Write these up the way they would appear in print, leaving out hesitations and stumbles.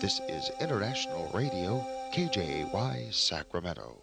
This is International Radio, KJY, Sacramento.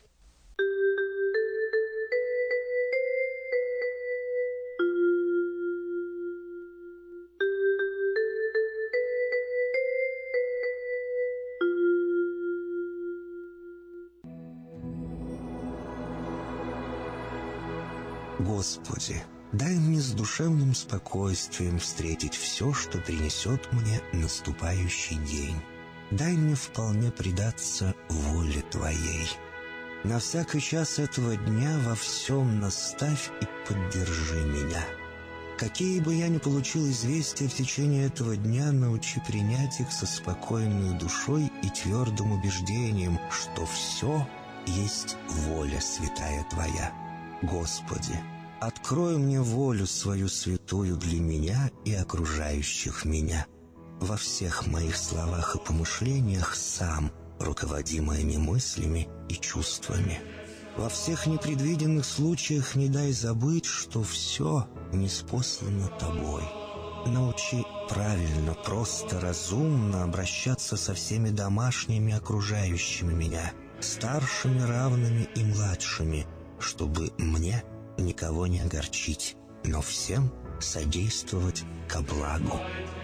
Господи, дай мне с душевным спокойствием встретить все, что принесет мне наступающий день. Дай мне вполне предаться воле Твоей. На всякий час этого дня во всем наставь и поддержи меня. Какие бы я ни получил известия в течение этого дня, научи принять их со спокойной душой и твердым убеждением, что все есть воля святая Твоя. Господи, открой мне волю свою святую для меня и окружающих меня. Во всех моих словах и помышлениях сам руководи моими мыслями и чувствами. Во всех непредвиденных случаях не дай забыть, что все ниспослано Тобой. Научи правильно, просто, разумно обращаться со всеми домашними окружающими меня, старшими, равными и младшими, чтобы мне никого не огорчить, но всем содействовать ко благу.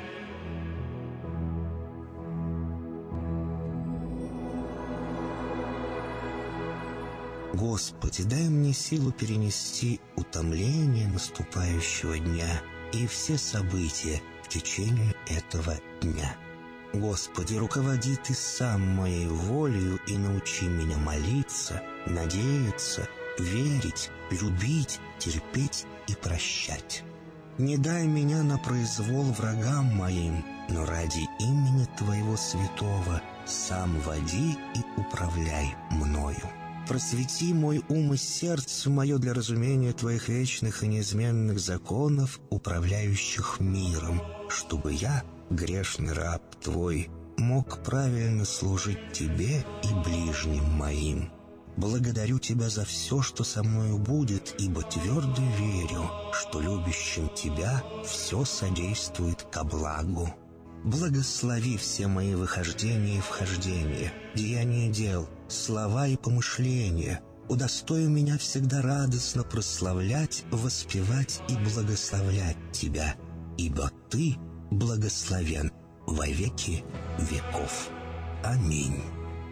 Господи, дай мне силу перенести утомление наступающего дня и все события в течение этого дня. Господи, руководи Ты сам моей волею и научи меня молиться, надеяться, верить, любить, терпеть и прощать. Не дай меня на произвол врагам моим, но ради имени Твоего святого сам води и управляй мною. Просвети мой ум и сердце мое для разумения Твоих вечных и неизменных законов, управляющих миром, чтобы я, грешный раб Твой, мог правильно служить Тебе и ближним моим. Благодарю Тебя за все, что со мною будет, ибо твердо верю, что любящим Тебя все содействует ко благу. Благослови все мои выхождения и вхождения, деяния дел, слова и помышления. Удостой меня всегда радостно прославлять, воспевать и благословлять Тебя, ибо Ты благословен во веки веков. Аминь.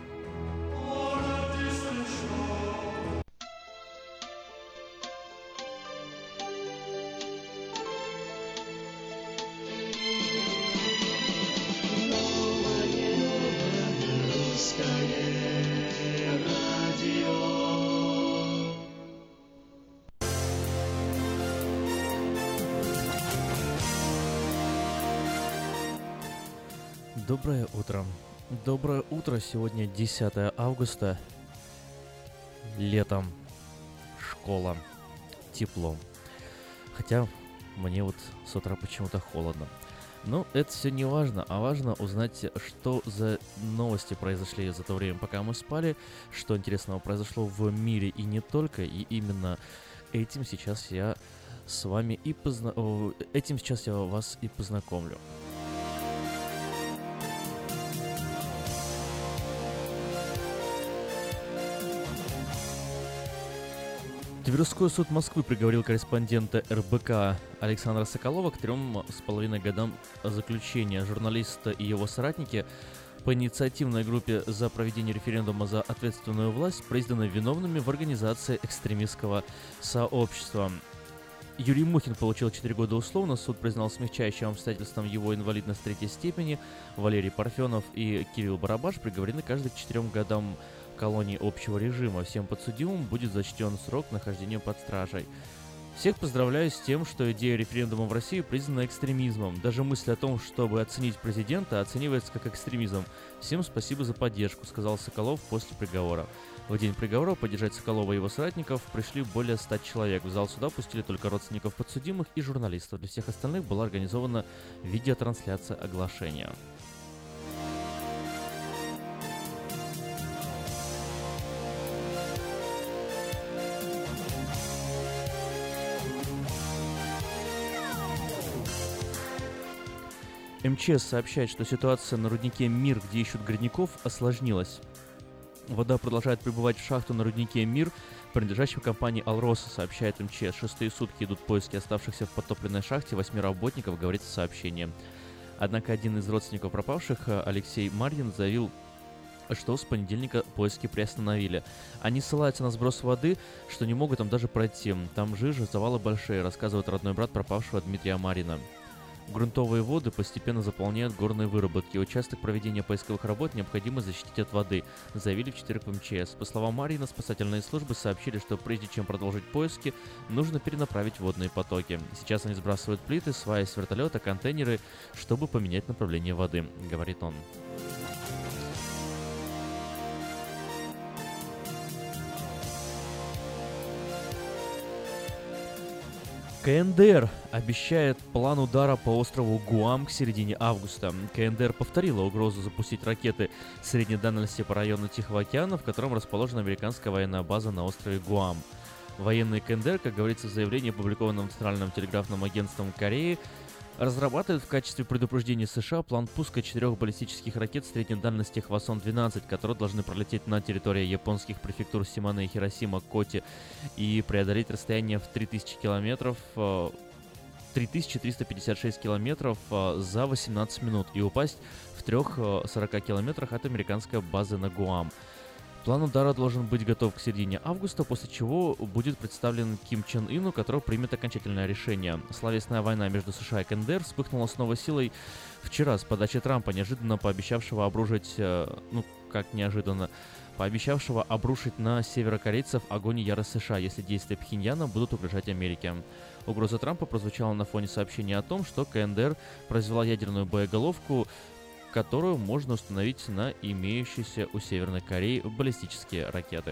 Доброе утро. Доброе утро. Сегодня 10 августа. Летом. Школа. Тепло. Хотя мне вот с утра почему-то холодно. Но это все не важно, а важно узнать, что за новости произошли за то время, пока мы спали, что интересного произошло в мире и не только, и именно этим сейчас я с вами и этим сейчас я вас и познакомлю. Тверской суд Москвы приговорил корреспондента РБК Александра Соколова к 3,5 годам заключения. Журналиста и его соратники по инициативной группе за проведение референдума за ответственную власть признаны виновными в организации экстремистского сообщества. Юрий Мухин получил 4 года условно, суд признал смягчающим обстоятельством его инвалидность 3-й степени. Валерий Парфенов и Кирилл Барабаш приговорены каждый к 4 годам колонии общего режима. Всем подсудимым будет зачтен срок нахождения под стражей. Всех поздравляю с тем, что идея референдума в России признана экстремизмом. Даже мысль о том, чтобы оценить президента, оценивается как экстремизм. Всем спасибо за поддержку, сказал Соколов после приговора. В день приговора поддержать Соколова и его соратников пришли более 100 человек. В зал суда пустили только родственников подсудимых и журналистов. Для всех остальных была организована видеотрансляция оглашения. МЧС сообщает, что ситуация на руднике «Мир», где ищут горняков, осложнилась. Вода продолжает прибывать в шахту на руднике «Мир», принадлежащем компании «Алроса», сообщает МЧС. Шестые сутки идут поиски оставшихся в подтопленной шахте 8 работников, говорится в сообщении. Однако один из родственников пропавших, Алексей Марьин, заявил, что с понедельника поиски приостановили. Они ссылаются на сброс воды, что не могут там даже пройти. Там жижа, завалы большие, рассказывает родной брат пропавшего Дмитрия Марина. Грунтовые воды постепенно заполняют горные выработки. Участок проведения поисковых работ необходимо защитить от воды, заявили в четверг в МЧС. По словам Марина, спасательные службы сообщили, что прежде чем продолжить поиски, нужно перенаправить водные потоки. Сейчас они сбрасывают плиты, сваи с вертолета, контейнеры, чтобы поменять направление воды, говорит он. КНДР обещает план удара по острову Гуам к середине августа. КНДР повторила угрозу запустить ракеты средней дальности по району Тихого океана, в котором расположена американская военная база на острове Гуам. Военные КНДР, как говорится в заявлении, опубликованном Центральным телеграфным агентством Кореи, разрабатывают в качестве предупреждения США план пуска 4 баллистических ракет средней дальности Хвасон-12, которые должны пролететь на территории японских префектур Симане, Хиросима, Коти и преодолеть расстояние в 3356 километров за 18 минут и упасть в 340 километрах от американской базы на Гуам. План удара должен быть готов к середине августа, после чего будет представлен Ким Чен Ыну, который примет окончательное решение. Словесная война между США и КНДР вспыхнула с новой силой вчера с подачи Трампа, неожиданно пообещавшего обрушить на северокорейцев огонь и ярость США, если действия Пхеньяна будут угрожать Америке. Угроза Трампа прозвучала на фоне сообщения о том, что КНДР произвела ядерную боеголовку, которую можно установить на имеющиеся у Северной Кореи баллистические ракеты.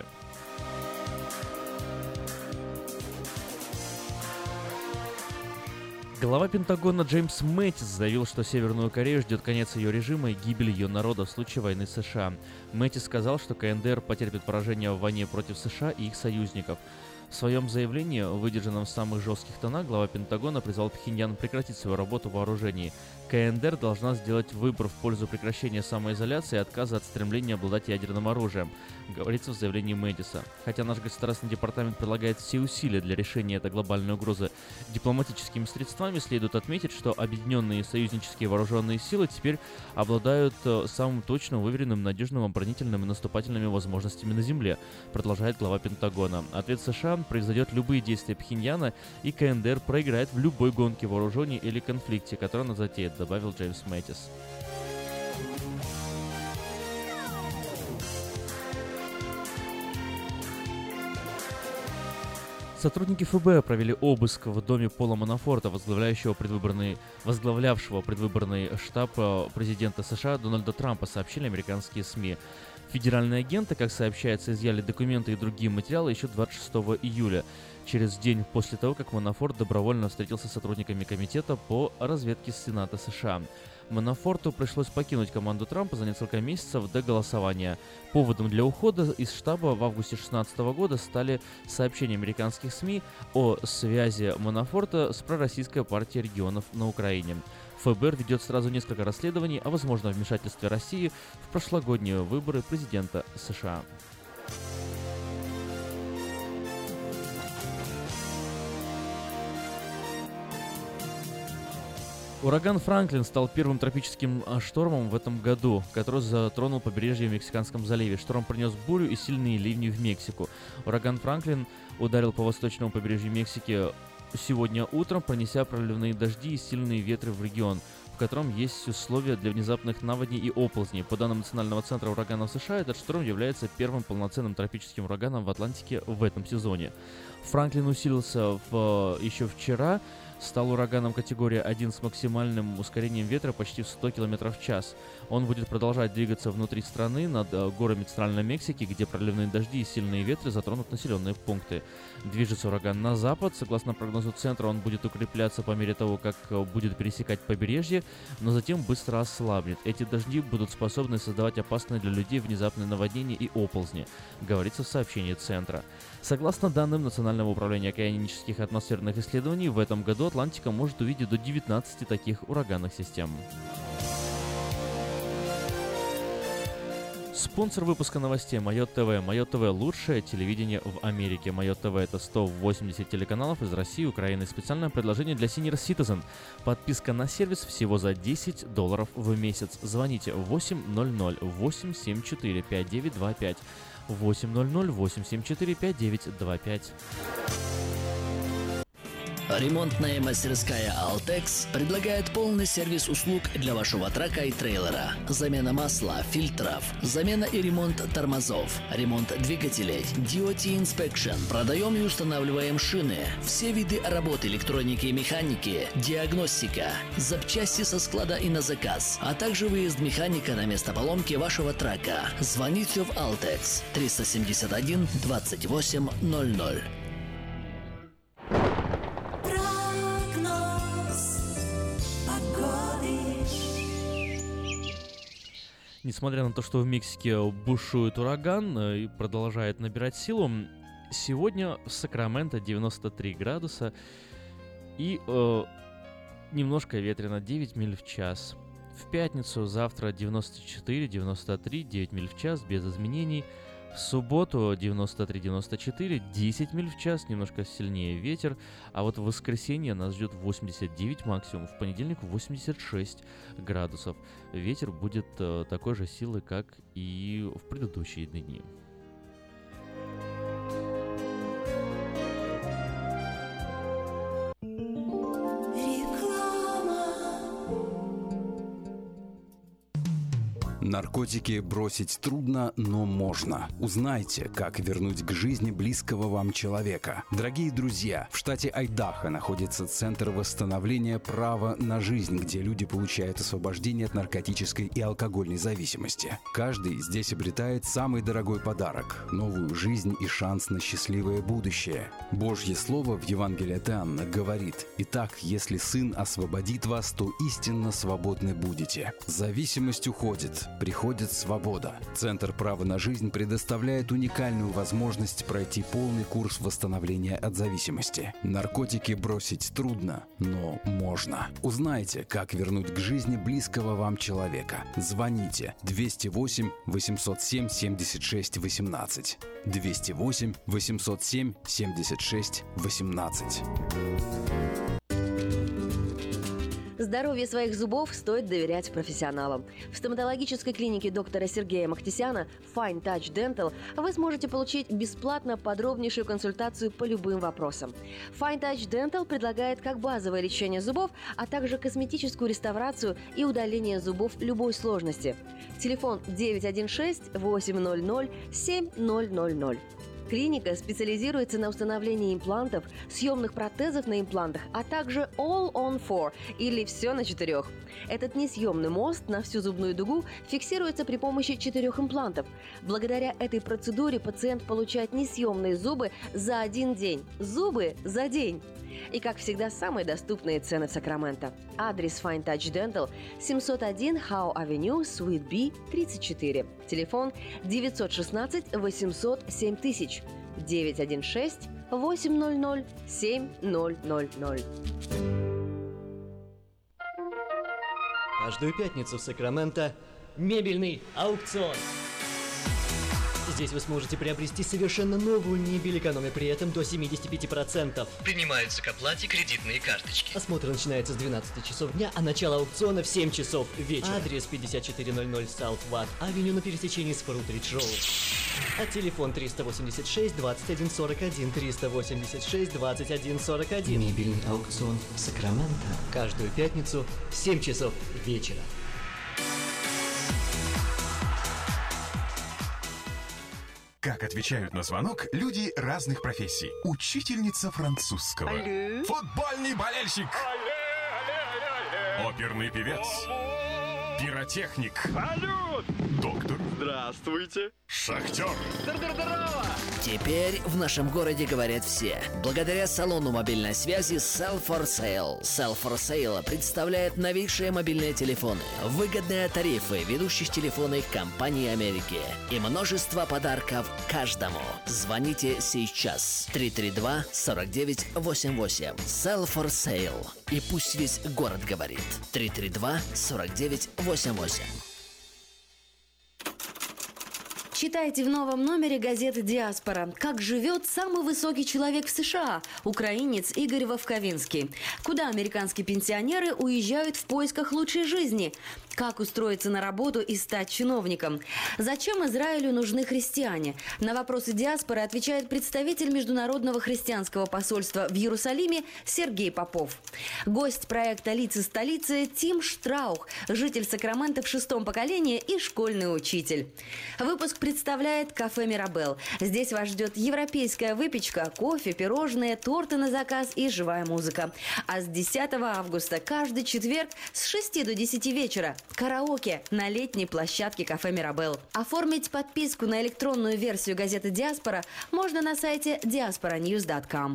Глава Пентагона Джеймс Мэттис заявил, что Северную Корею ждет конец ее режима и гибель ее народа в случае войны с США. Мэттис сказал, что КНДР потерпит поражение в войне против США и их союзников. В своем заявлении, выдержанном в самых жестких тонах, глава Пентагона призвал Пхеньян прекратить свою работу в вооружении. КНДР должна сделать выбор в пользу прекращения самоизоляции и отказа от стремления обладать ядерным оружием, говорится в заявлении Мэттиса. Хотя наш государственный департамент прилагает все усилия для решения этой глобальной угрозы дипломатическими средствами, следует отметить, что объединенные союзнические вооруженные силы теперь обладают самым точным, уверенным, надежным, оборонительным и наступательными возможностями на земле, продолжает глава Пентагона. Ответ США произойдет любые действия Пхеньяна, и КНДР проиграет в любой гонке вооружений или конфликте, который она затеет, добавил Джеймс Мэттис. Сотрудники ФБР провели обыск в доме Пола Манафорта, возглавлявшего предвыборный штаб президента США Дональда Трампа, сообщили американские СМИ. Федеральные агенты, как сообщается, изъяли документы и другие материалы еще 26 июля, через день после того, как Манафорт добровольно встретился с сотрудниками комитета по разведке Сената США. Манафорту пришлось покинуть команду Трампа за несколько месяцев до голосования. Поводом для ухода из штаба в августе 2016 года стали сообщения американских СМИ о связи Манафорта с пророссийской партией регионов на Украине. ФБР ведет сразу несколько расследований о возможном вмешательстве России в прошлогодние выборы президента США. Ураган Франклин стал первым тропическим штормом в этом году, который затронул побережье в Мексиканском заливе. Шторм принес бурю и сильные ливни в Мексику. Ураган Франклин ударил по восточному побережью Мексики сегодня утром, пронеся проливные дожди и сильные ветры в регион, в котором есть условия для внезапных наводней и оползней. По данным Национального центра ураганов США, этот шторм является первым полноценным тропическим ураганом в Атлантике в этом сезоне. Франклин усилился еще вчера, стал ураганом категории 1 с максимальным ускорением ветра почти в 100 км в час. Он будет продолжать двигаться внутри страны над горами Центральной Мексики, где проливные дожди и сильные ветры затронут населенные пункты. Движется ураган на запад. Согласно прогнозу центра, он будет укрепляться по мере того, как будет пересекать побережье, но затем быстро ослабнет. Эти дожди будут способны создавать опасные для людей внезапные наводнения и оползни, говорится в сообщении центра. Согласно данным Национального управления океанических и атмосферных исследований, в этом году то Атлантика может увидеть до 19 таких ураганных систем. Спонсор выпуска новостей Майот ТВ. Майот ТВ – лучшее телевидение в Америке. Майот ТВ – это 180 телеканалов из России и Украины. Специальное предложение для Senior Citizen. Подписка на сервис всего за $10 в месяц. Звоните 800-874-5925. 800-874-5925. Ремонтная мастерская «Алтекс» предлагает полный сервис услуг для вашего трака и трейлера. Замена масла, фильтров, замена и ремонт тормозов, ремонт двигателей, DOT Inspection. Продаем и устанавливаем шины, все виды работ электроники и механики, диагностика, запчасти со склада и на заказ, а также выезд механика на место поломки вашего трака. Звоните в «Алтекс» 371 28 00. Несмотря на то, что в Мексике бушует ураган и продолжает набирать силу, сегодня в Сакраменто 93 градуса и немножко ветрено, 9 миль в час. В пятницу завтра 94-93, 9 миль в час, без изменений. В субботу 93-94, 10 миль в час, немножко сильнее ветер. А вот в воскресенье нас ждет 89 максимум, в понедельник 86 градусов. Ветер будет такой же силы, как и в предыдущие дни. Наркотики бросить трудно, но можно. Узнайте, как вернуть к жизни близкого вам человека. Дорогие друзья, в штате Айдахо находится Центр восстановления права на жизнь, где люди получают освобождение от наркотической и алкогольной зависимости. Каждый здесь обретает самый дорогой подарок – новую жизнь и шанс на счастливое будущее. Божье Слово в Евангелии от Иоанна говорит: «Итак, если Сын освободит вас, то истинно свободны будете». Зависимость уходит. Приходит свобода. Центр права на жизнь предоставляет уникальную возможность пройти полный курс восстановления от зависимости. Наркотики бросить трудно, но можно. Узнайте, как вернуть к жизни близкого вам человека. Звоните 208 807 76 18. 208 807 76 18. Здоровье своих зубов стоит доверять профессионалам. В стоматологической клинике доктора Сергея Махтисяна Fine Touch Dental вы сможете получить бесплатно подробнейшую консультацию по любым вопросам. Fine Touch Dental предлагает как базовое лечение зубов, а также косметическую реставрацию и удаление зубов любой сложности. Телефон 916-800-7000. Клиника специализируется на установлении имплантов, съемных протезов на имплантах, а также All on 4 или «Все на 4». Этот несъемный мост на всю зубную дугу фиксируется при помощи 4 имплантов. Благодаря этой процедуре пациент получает несъемные зубы за один день. Зубы за день! И, как всегда, самые доступные цены в Сакраменто. Адрес Fine Touch Dental 701 Howe Avenue, Suite B, 34. Телефон 916 800 7000 916 800 7000. Каждую пятницу в Сакраменто мебельный аукцион. Здесь вы сможете приобрести совершенно новую мебель, экономя при этом до 75%. Принимаются к оплате кредитные карточки. Осмотр начинается с 12 часов дня, а начало аукциона в 7 часов вечера. Адрес 5400 South Watt Avenue на пересечении с Фрутридж Роуд. А телефон 386 21 41 386 21 41. Мебельный аукцион Сакраменто. Каждую пятницу в 7 часов вечера. Как отвечают на звонок люди разных профессий. Учительница французского. Алле. Футбольный болельщик. Алле. Оперный певец. Пиротехник. Салют. Доктор. Здравствуйте. Шахтер. Здорово. Теперь в нашем городе говорят все. Благодаря салону мобильной связи Sell for Sale. Sell for Sale представляет новейшие мобильные телефоны, выгодные тарифы ведущих телефонных компаний Америки и множество подарков каждому. Звоните сейчас. 332-4988. Sell for Sale. И пусть весь город говорит. 332-4988. Читайте в новом номере газеты «Диаспора». Как живет самый высокий человек в США – украинец Игорь Вовковинский. Куда американские пенсионеры уезжают в поисках лучшей жизни? Как устроиться на работу и стать чиновником? Зачем Израилю нужны христиане? На вопросы «Диаспоры» отвечает представитель Международного христианского посольства в Иерусалиме Сергей Попов. Гость проекта «Лица столицы» Тим Штраух, житель Сакрамента в 6-м поколении и школьный учитель. Выпуск представляет кафе «Мирабелл». Здесь вас ждет европейская выпечка, кофе, пирожные, торты на заказ и живая музыка. А с 10 августа каждый четверг с 6 до 10 вечера караоке на летней площадке кафе «Мирабелл». Оформить подписку на электронную версию газеты «Диаспора» можно на сайте diasporanews.com.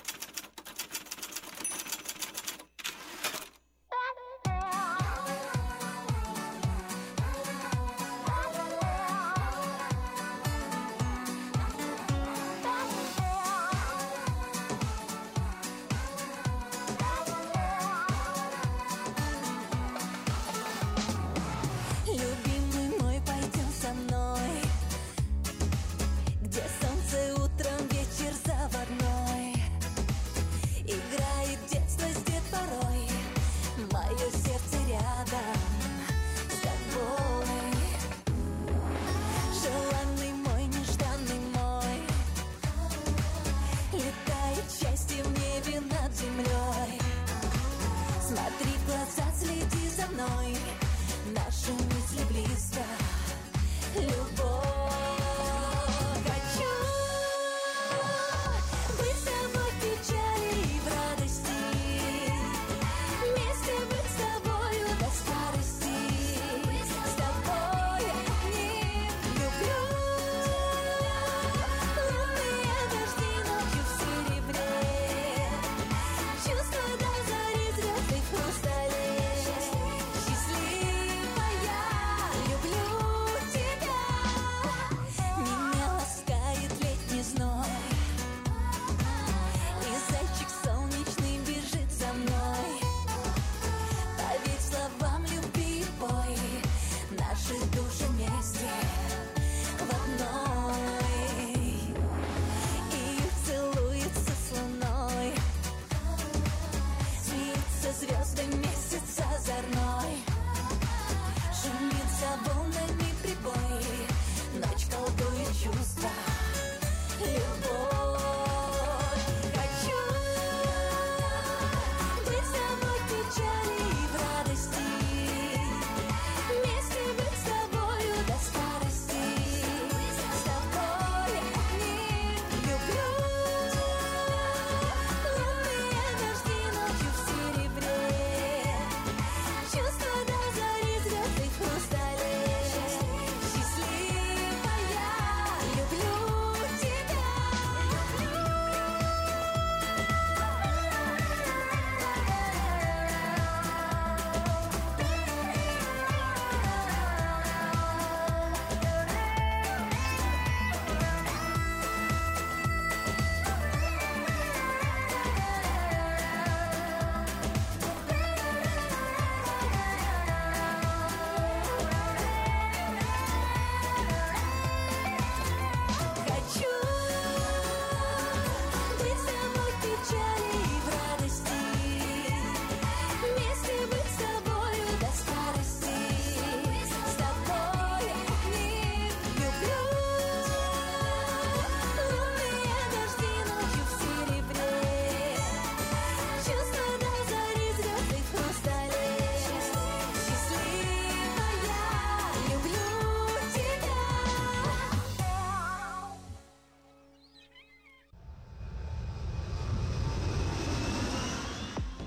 Любимый мой, пойдем со мной, где солнце утром, вечер заводной. Играет детство с детворой, мое сердце рядом с тобой. Желанный мой, нежданный мой, летает счастье в небе над землей. Смотри в глаза, следи за мной, наши мысли близко, любовь. Хочу быть с тобой в печали и в радости, вместе быть с тобою до старости. С тобой одним люблю лунные дожди ночью в серебре, чувства до зари звезды в хрустале. Люблю тебя, меня ласкает летний зной, и зайчик солнечный бежит за мной. Поверь словам любви и бой, наши души вместе в одной. И целуется с луной, смеются звезды, месяц озорной. Шумит за волнами прибой, ночь колдует чувства, любовь. Хочу быть с тобой в печали и в радости, вместе быть с тобою до старости. С тобой одним люблю лунные дожди ночью в серебре, чувства до зари звезды в хрустале. Счастливая, люблю тебя. Хочу быть с тобой в печали и в радости, вместе быть с тобою до старости. С тобой одним люблю лунные дожди ночью в серебре, чувства до зари звезды в хрустале. Счастливая, люблю тебя.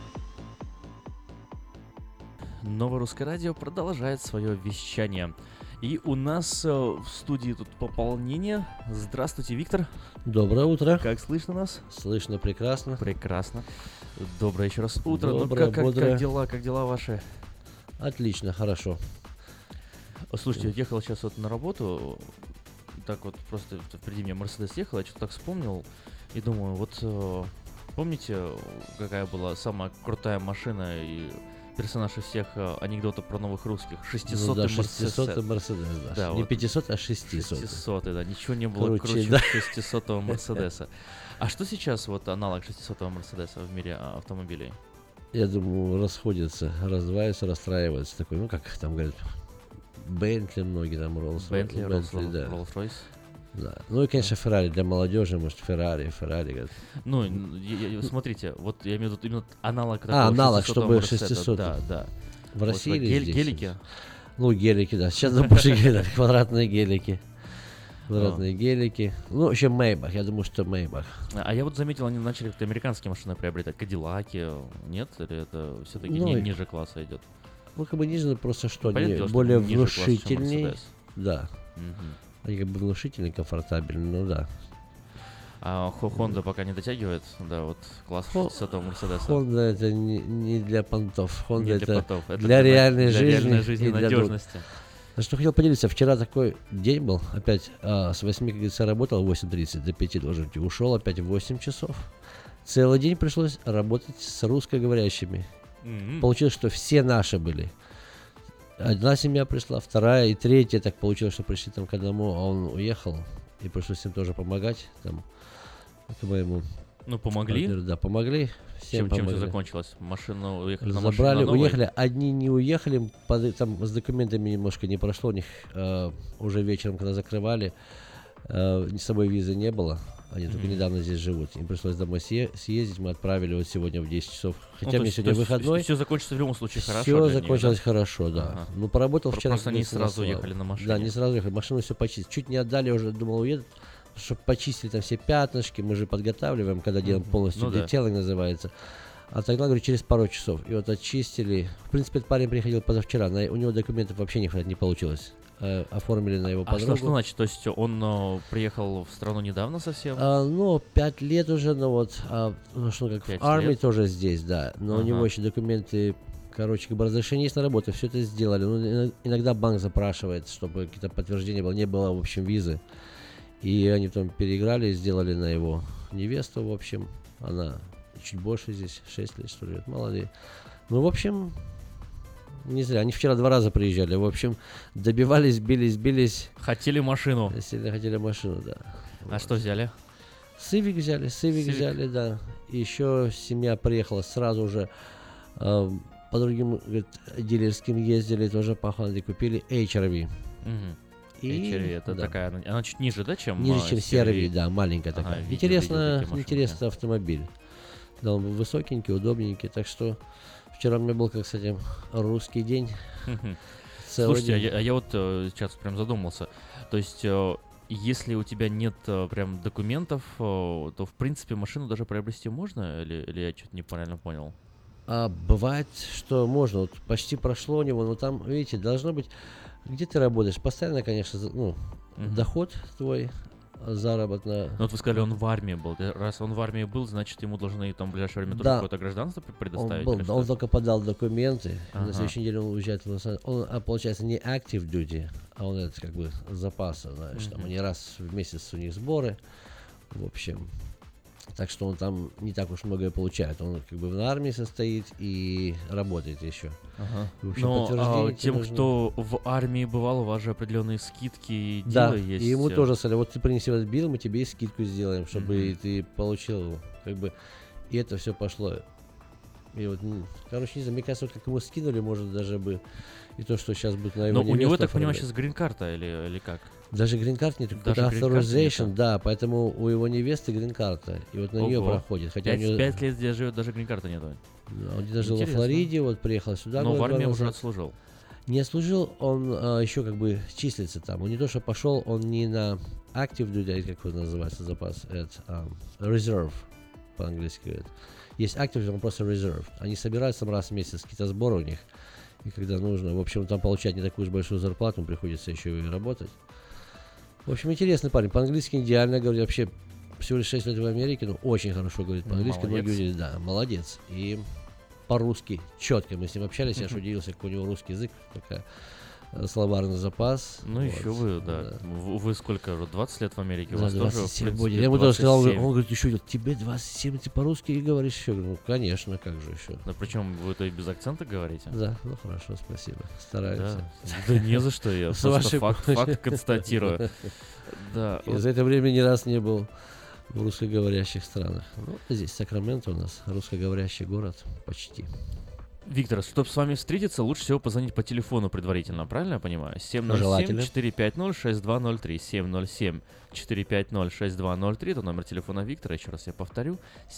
Новое русское радио продолжает свое вещание. И у нас в студии тут пополнение. Здравствуйте, Виктор. Доброе утро. Как слышно нас? Слышно прекрасно. Прекрасно. Доброе еще раз утро. Доброе, как дела ваши? Отлично, хорошо. Слушайте, я ехал сейчас вот на работу, так вот просто впереди меня Мерседес ехал, я что-то так вспомнил и думаю, вот помните, какая была самая крутая машина и персонаж из всех анекдотов про новых русских? 600-й Мерседес. 600-й Мерседес, да. Не вот 500, а 600. 600-й, да. Ничего не было круче да? 600-го Мерседеса. А что сейчас вот аналог 600-го Мерседеса в мире автомобилей? Я думаю, расходятся, раздваиваются, расстраиваются. Такой, ну как там говорят, Бентли многие, там Бентли, да. Роллс-Ройс. Да. Ну и, конечно, Феррари для молодежи, может, Феррари. Ну, смотрите, вот я имею в виду именно аналог такого аналог, 600-го чтобы Мерседеса. 600. Да. В России или здесь? Гелики? Ну, гелики, да. Сейчас больше квадратные гелики. Квадратные гелики. Ну, еще Maybach. Я думаю, что Maybach. А я вот заметил, они начали как-то американские машины приобретать. Кадиллаки, нет? Или это все-таки ниже класса идет? Ну, как бы ниже, просто что они дело, более что внушительнее. Да. Угу. Они как бы внушительные, комфортабельные, ну да. А Honda пока не дотягивает, да, вот класс 600-го Мерседеса. Honda это не для понтов. Honda это для для реальной жизни. Для реальной жизни и надежности. На что хотел поделиться, вчера такой день был, опять с 8, как говорится, работал, 8:30 до 5 должен быть, ушел опять в 8 часов. Целый день пришлось работать с русскоговорящими. Получилось, что все наши были. Одна семья пришла, вторая и третья. Так получилось, что пришли там к одному, а он уехал. И пришлось им тоже помогать. Там, к моему помогли? Да, помогли. Всем чем все закончилось? Машину уехали на Забрали, машину уехали. Одни не уехали, там с документами немножко не прошло. У них уже вечером, когда закрывали, с собой визы не было. Они только недавно здесь живут. Им пришлось домой съездить. Мы отправили вот сегодня в 10 часов. Хотя мне сегодня выходной. Все закончится в любом случае хорошо. Все закончилось хорошо, да. Ага. Ну, поработал вчера. Просто не сразу ехали на машине. Да, не сразу ехали. Машину все почистили. Чуть не отдали, уже думал, уедут. Чтобы почистили там все пятнышки. Мы же подготавливаем, когда делаем полностью детейлинг называется. А тогда, говорю, через пару часов. И вот очистили. В принципе, этот парень приходил позавчера. У него документов вообще не получилось. Оформили на его подругу. А что значит? То есть он приехал в страну недавно совсем? 5 лет уже, но вот, что как в армии тоже здесь, да. Но у него еще документы, короче, как бы разрешение есть на работу, все это сделали. Ну, иногда банк запрашивает, чтобы какие-то подтверждения было. Не было, в общем, визы. И они там переиграли, сделали на его невесту, в общем. Она чуть больше здесь, 6 лет, что ли, молодые. Ну, в общем... Не зря. Они вчера 2 раза приезжали. В общем, добивались, бились. Хотели машину. Сильно хотели машину, да. А что взяли? Civic взяли, да. И еще семья приехала сразу же. По другим, говорит, дилерским ездили, тоже по Honda купили HR-V. HR-V это такая, она чуть ниже, да, чем ниже, чем CR-V, да, маленькая такая. Интересный автомобиль. Да, он высокенький, удобненький, так что... Вчера у меня был, как, кстати, русский день. Слушайте, я вот сейчас прям задумался. То есть, если у тебя нет прям документов, то, в принципе, машину даже приобрести можно? Или я что-то неправильно понял? Бывает, что можно. Вот почти прошло у него, но там, видите, должно быть... Где ты работаешь? Постоянно, конечно, доход твой... заработная. Ну вот вы сказали, он в армии был. Раз он в армии был, значит, ему должны там в ближайшее время тоже какое-то гражданство предоставить? Он только подал документы. На следующей неделе он уезжает в Лос-Анджелес. Он, получается, не active duty, а он это как бы с запаса, знаешь. Там они раз в месяц у них сборы. В общем, так что он там не так уж многое получает. Он как бы в армии состоит и работает еще. Но тем, кто в армии бывал, у вас же определенные скидки и дилы есть. Да, и ему тоже сказали, вот ты принеси этот билл, мы тебе и скидку сделаем, чтобы ты получил, как бы, и это все пошло. И вот, короче, не знаю, мне кажется, вот как ему скинули, может, даже бы и то, что сейчас будет на его невесту. Но у него, так понимаю, сейчас грин-карта или как? Даже грин-карт нет, какой-то authorization, да, поэтому у его невесты грин-карта, и вот на нее проходит. Хотя 5 лет здесь живет, даже грин-карты нету. Да, он где-то жил во Флориде, вот приехал сюда. Но в армии уже отслужил. Не отслужил, он еще как бы числится там. Он не то, что пошел, он не на active duty, как это называется, запас, это reserve по-английски говорят. Есть active, он просто reserve. Они собираются там раз в месяц, какие-то сборы у них. и когда нужно. В общем, там получать не такую уж большую зарплату, приходится еще и работать. В общем, интересный парень. По-английски идеально говорит. Вообще, всего лишь 6 лет в Америке, но очень хорошо говорит по-английски. Многие удивились, да, молодец. И по-русски четко. Мы с ним общались, я аж удивился, какой у него русский язык. Такая словарный запас. Ну, вот. Еще вы, да. Вы сколько? 20 лет в Америке? Да, 27 будет. Я ему тоже сказал, он говорит, еще тебе 27, ты по-русски и говоришь еще. Ну, конечно, как же еще. Да, причем вы это и без акцента говорите? Да, ну хорошо, спасибо. Стараемся. Да не за что, я просто факт констатирую. Да. Я за это время ни раз не был в русскоговорящих странах. Ну, здесь Сакраменто у нас русскоговорящий город почти. Виктор, чтобы с вами встретиться, лучше всего позвонить по телефону предварительно, правильно я понимаю? 707-450-6203, 707-450-6203, это номер телефона Виктора, еще раз я повторю,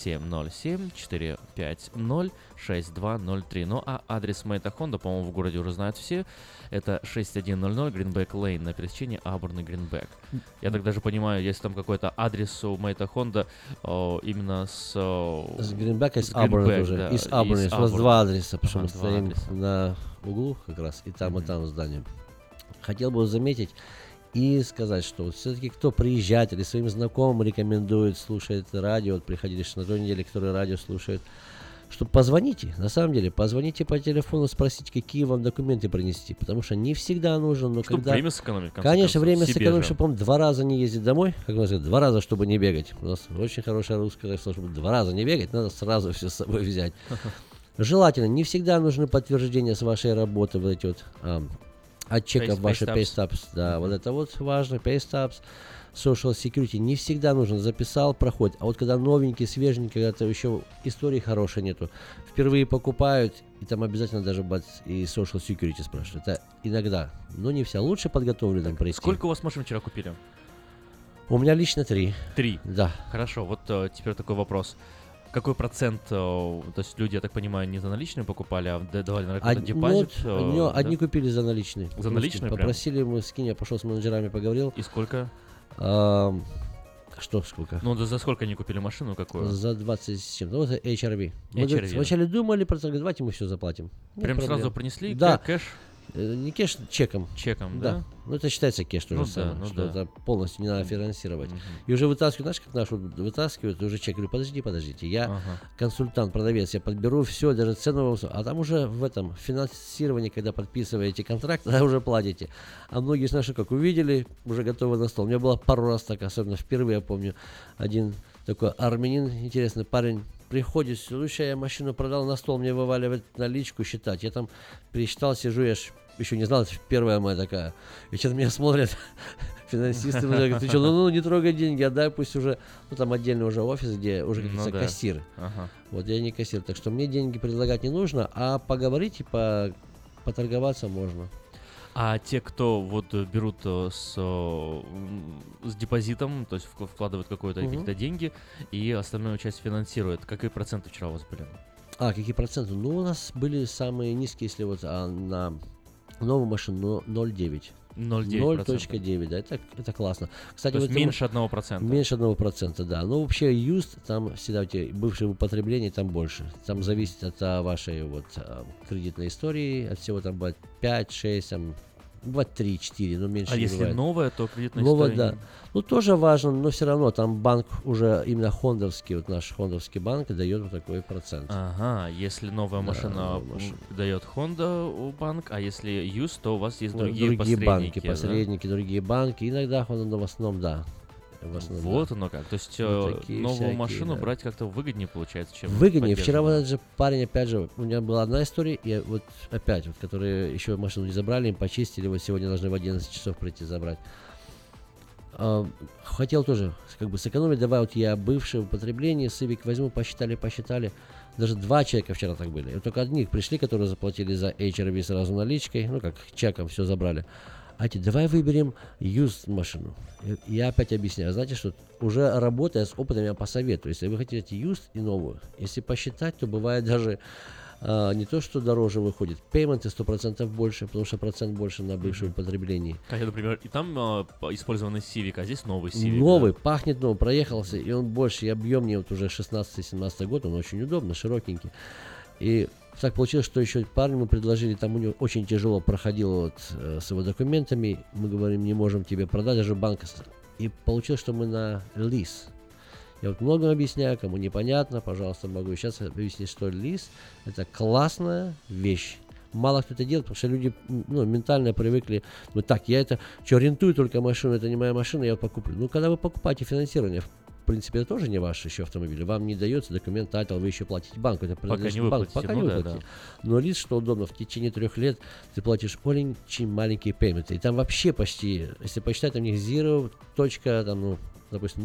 707-450-6203. Ну а адрес Мэйта Хонда, по-моему, в городе уже знают все, это 6100 Гринбек Лейн на пересечении Абурн и Гринбек. Я так даже понимаю, если там какой-то адрес у Мэйта Хонда именно с Гринбека и с Абурна тоже, да, и с Абурна, у нас два адреса, потому что мы стоим адреса на углу как раз, и там здание. Хотел бы заметить и сказать, что вот все-таки кто приезжает или своим знакомым рекомендует, слушает радио, вот приходили на той неделе, которые радио слушают, что позвоните, на самом деле, позвоните по телефону, спросите, какие вам документы принести, потому что не всегда нужно, но чтобы когда... время сэкономить, конечно, время сэкономить, чтобы он 2 раза не ездить домой, как у нас говорят, 2 раза, чтобы не бегать. У нас очень хорошее русское слово, чтобы 2 раза не бегать, надо сразу все с собой взять. Желательно, не всегда нужны подтверждения с вашей работы, вот эти вот от чеков ваши pay stubs, да, вот это вот важно, pay stubs, social security, не всегда нужно, записал, проходит, а вот когда новенький, свеженький, это еще истории хорошей нету, впервые покупают, и там обязательно даже и social security спрашивают, это иногда, но не вся, лучше подготовленным прийти. Сколько у вас машин вчера купили? У меня лично 3. 3? Да. Хорошо, вот теперь такой вопрос. Какой процент, то есть люди, я так понимаю, не за наличные покупали, а давали на какой-то депозит? Одни купили за наличные. За наличные попросили, мы с я пошел с менеджерами, поговорил. И сколько? Что сколько? Ну, за сколько они купили машину какую? За 27. Ну, это HRV. Мы вначале думали, давайте мы все заплатим. Прям сразу принесли? Да. Кэш? Не кэш, чеком. Чеком, да? Ну, это считается кэш тоже самое, что это полностью не надо финансировать. И уже вытаскивают, знаешь, как нашу вытаскивают, уже чек, говорю, подождите, я консультант, продавец, я подберу все, даже цену, а там уже в этом финансировании, когда подписываете контракт, тогда уже платите. А многие из наших, как увидели, уже готовы на стол. У меня было пару раз так, особенно впервые, я помню, один такой армянин, интересный парень, приходит, слушай, я машину продал, на стол мне вываливать наличку, считать. Я там пересчитал, сижу, я еще не знал, это первая моя такая. И что-то меня смотрят финансисты, говорят, ты что, ну не трогай деньги, отдай, пусть уже, ну там отдельный уже офис, где уже какие-то кассиры. Вот я не кассир, так что мне деньги предлагать не нужно, а поговорить и поторговаться можно. А те, кто вот берут с депозитом, то есть вкладывают какие-то деньги и остальную часть финансируют, какие проценты вчера у вас были? Какие проценты? Ну, у нас были самые низкие, если вот на новую машину 0,9. 0,9, да, это классно. Кстати, то есть меньше 1%? Меньше 1%, да. Но вообще used, там всегда бывшее употребление, там больше. Там зависит от вашей вот кредитной истории, от всего там бывает 5, 6, бывает 3, 4, но меньше не если бывает. Новая, то кредитная новая, история? Да. Ну, тоже важно, но все равно там банк уже именно хондовский, вот наш хондовский банк дает вот такой процент. Ага, если новая машина дает Honda банк, а если used, то у вас есть другие посредники. Посредники, другие банки, иногда Honda, но в основном, да. Вот оно как. То есть новую машину брать как-то выгоднее получается, чем выгоднее. Вчера вот этот же парень, опять же, у меня была одна история, и вот опять, вот, которые еще машину не забрали, им почистили, вот сегодня должны в 11 часов прийти забрать. Хотел тоже как бы сэкономить, давай вот я бывшее употребление, Civic возьму, посчитали, даже 2 человека вчера так были, и только одних пришли, которые заплатили за HRV сразу наличкой, ну как чеком все забрали. Давай выберем used машину. Я опять объясняю. Знаете, что уже работая с опытом, я посоветую. Если вы хотите used и новую, если посчитать, то бывает даже не то, что дороже выходит. Пейменты 100% больше, потому что процент больше на бывшее употребление. Как, например, и там использованный Civic, а здесь новый Civic. Новый, да? Пахнет новым, проехался, и он больше, и объемнее, вот уже 16-17 год, он очень удобно, широкенький. И Так получилось, что еще парню мы предложили, там у него очень тяжело проходило вот, с его документами. Мы говорим, не можем тебе продать, даже банк. И получилось, что мы на лиз. Я вот многим объясняю, кому непонятно, пожалуйста, могу сейчас объяснить, что лиз – это классная вещь. Мало кто это делает, потому что люди ментально привыкли, я это, что рентую только машину, это не моя машина, я покуплю. Ну, когда вы покупаете финансирование, в принципе, это тоже не ваш еще автомобиль. Вам не дается документ, тайтл, вы еще платите банку. Это принадлежит банку. Пока не выплатите. Да. Но лиз, что удобно, в течение 3 лет ты платишь очень маленькие пейменты. И там вообще почти, если посчитать, там у них 0, допустим,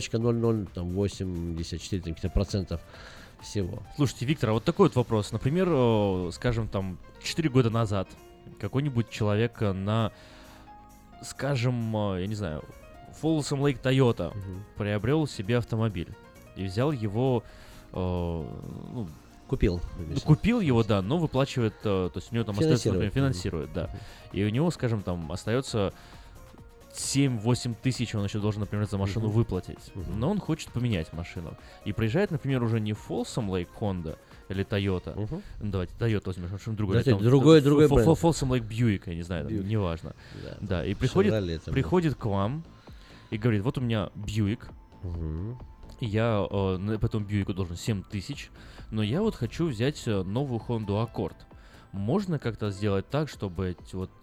0.0084 процентов всего. Слушайте, Виктор, а вот такой вот вопрос. Например, скажем, 4 года назад какой-нибудь человек на, скажем, я не знаю, Folsom Lake Toyota приобрел себе автомобиль и взял его, купил его, да, но выплачивает, то есть у него там остается, например, финансирует, да, и у него, скажем, там остается 7-8 тысяч он еще должен, например, за машину выплатить, но он хочет поменять машину и приезжает, например, уже не Folsom Lake Honda или Toyota. Давайте Toyota возьмем, что-нибудь другое. Другой бренд. Folsom Lake Buick, я не знаю, неважно. Да, и приходит к вам и говорит, вот у меня Бьюик, я по этому Бьюику должен 7 тысяч, но я вот хочу взять новую Honda Accord. Можно как-то сделать так, чтобы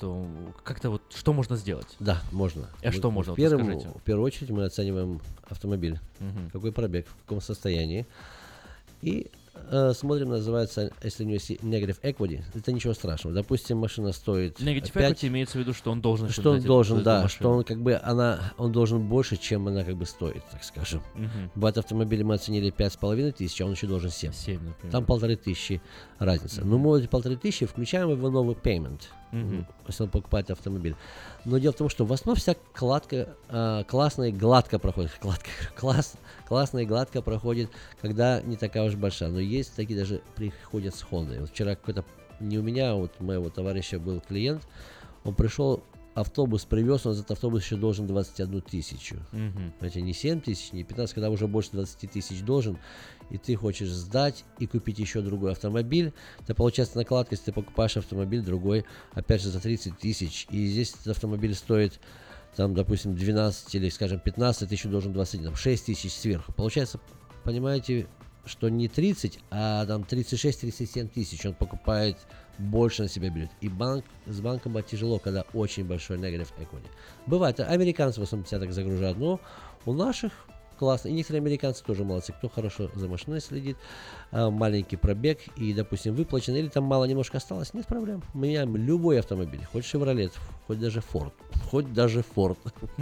что можно сделать? Да, можно. Что можно? В первую очередь мы оцениваем автомобиль, какой пробег, в каком состоянии, и смотрим, называется, если у него есть negative equity, это ничего страшного. Допустим, машина стоит negative equity имеется в виду, что он должен... Что он должен, да, что он он должен больше, чем она стоит, так скажем. Бывает, автомобиль мы оценили 5500, а он еще должен 7. 7, например. Там 1500 разница. Но мы эти 1500 включаем в его новый payment, если он покупает автомобиль. Но дело в том, что в основном вся кладка классно и гладко проходит. Классно и гладко проходит, когда не такая уж большая. Но есть такие даже приходят с Honda. Вот вчера какой-то, не у меня, а вот моего товарища был клиент, он пришел, автобус привез, он за этот автобус еще должен 21 тысячу. Знаете, не 7 тысяч, не 15, когда уже больше 20 тысяч должен, и ты хочешь сдать и купить еще другой автомобиль, то получается накладка, если ты покупаешь автомобиль другой, опять же за 30 тысяч, и здесь этот автомобиль стоит, там, допустим, 12 или, скажем, 15, ты еще должен 21, там, 6 тысяч сверху. Получается, понимаете, что не 30, а там 36-37 тысяч он покупает, больше на себя берет. И с банком тяжело, когда очень большой negative equity. Бывает, американцы в основном себя так загружают, но у наших классно. И некоторые американцы тоже молодцы, кто хорошо за машиной следит, маленький пробег и, допустим, выплачен, или там мало немножко осталось, нет проблем. Мы меняем любой автомобиль, хоть Chevrolet, хоть даже Ford.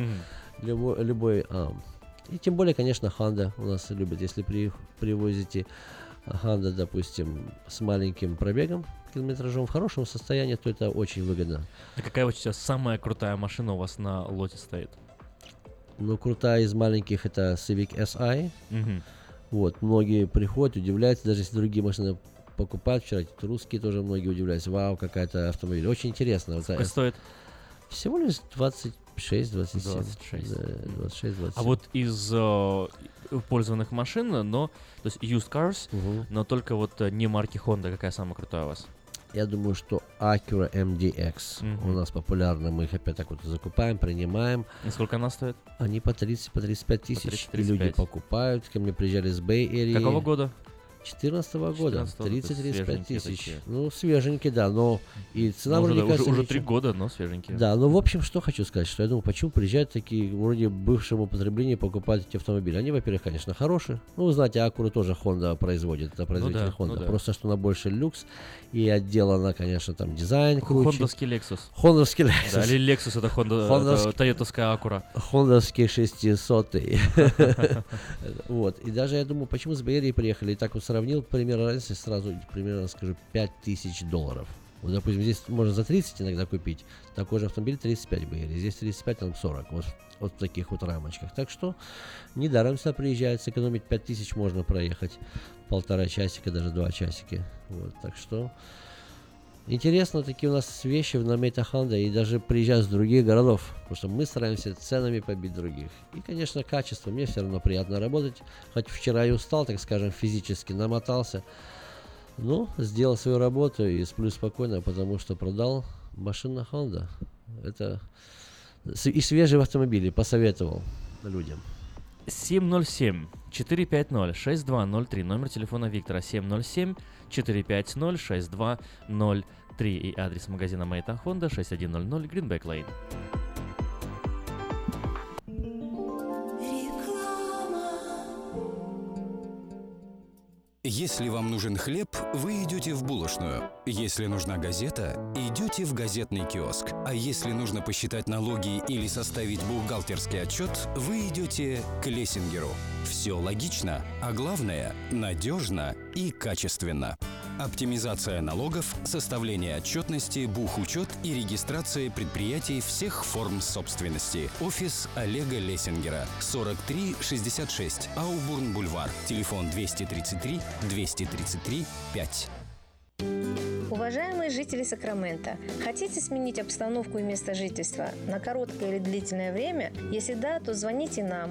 Любой. И тем более, конечно, Honda у нас любят. Если привозите Honda, допустим, с маленьким пробегом, километражом в хорошем состоянии, то это очень выгодно. А какая вот сейчас самая крутая машина у вас на лоте стоит? Ну, крутая из маленьких это Civic Si. Вот, многие приходят, удивляются, даже если другие машины покупают. Вчера русские тоже многие удивляются. Вау, какая-то автомобиль. Очень интересно. Сколько стоит? Всего лишь 26-27. 26-27. А вот из пользованных машин, то есть used cars, но только вот не марки Honda, какая самая крутая у вас? Я думаю, что Acura MDX у нас популярна. Мы их опять так вот закупаем, принимаем. И сколько она стоит? Они по 30-35 тысяч. И люди покупают. Ко мне приезжали с Bay Area. Какого года? 14-го года. 30-35 тысяч. Ну, свеженький, да. Но и цена вроде кажется... Уже 3 года, но свеженький. Да, ну, в общем, что хочу сказать, что я думаю, почему приезжают такие, вроде бывшему употреблению, покупать эти автомобили. Они, во-первых, конечно, хорошие. Ну, вы знаете, Acura тоже Honda производит, это производитель Honda. Просто, что она больше люкс, и отделана, конечно, там дизайн круче. Хондовский Lexus. Хондовский Lexus. Да, или Lexus это Honda, Toyotовская Acura. Хондовский 600-й. Вот. И даже, я думаю, почему с Bay Area приехали, и так вот сравнил, примерно разницы, сразу примерно скажу $5000. Вот, допустим, здесь можно за 30 иногда купить, такой же автомобиль 35 Bay Area, здесь 35, там 40, вот в таких вот рамочках. Так что недаром сюда приезжают, сэкономить 5000 можно проехать, 1,5 часика, даже 2 часика. Вот, так что интересно, такие у нас вещи на Meta Honda, и даже приезжают с других городов, потому что мы стараемся ценами побить других. И, конечно, качество. Мне все равно приятно работать. Хоть вчера и устал, так скажем, физически намотался. Ну, сделал свою работу и сплю спокойно, потому что продал машину Honda. Это и свежие автомобили посоветовал людям. 707-450-6203. Номер телефона Виктора 707-450-6203. И адрес магазина Мэйта Honda 6100 Greenback Lane. Если вам нужен хлеб, вы идете в булочную. Если нужна газета, идете в газетный киоск. А если нужно посчитать налоги или составить бухгалтерский отчет, вы идете к Лессингеру. Все логично, а главное – надежно и качественно. Оптимизация налогов, составление отчетности, бухучет и регистрация предприятий всех форм собственности. Офис Олега Лессингера. 4366 Аубурн-Бульвар. Телефон 233 233 5. Уважаемые жители Сакрамента, хотите сменить обстановку и место жительства на короткое или длительное время? Если да, то звоните нам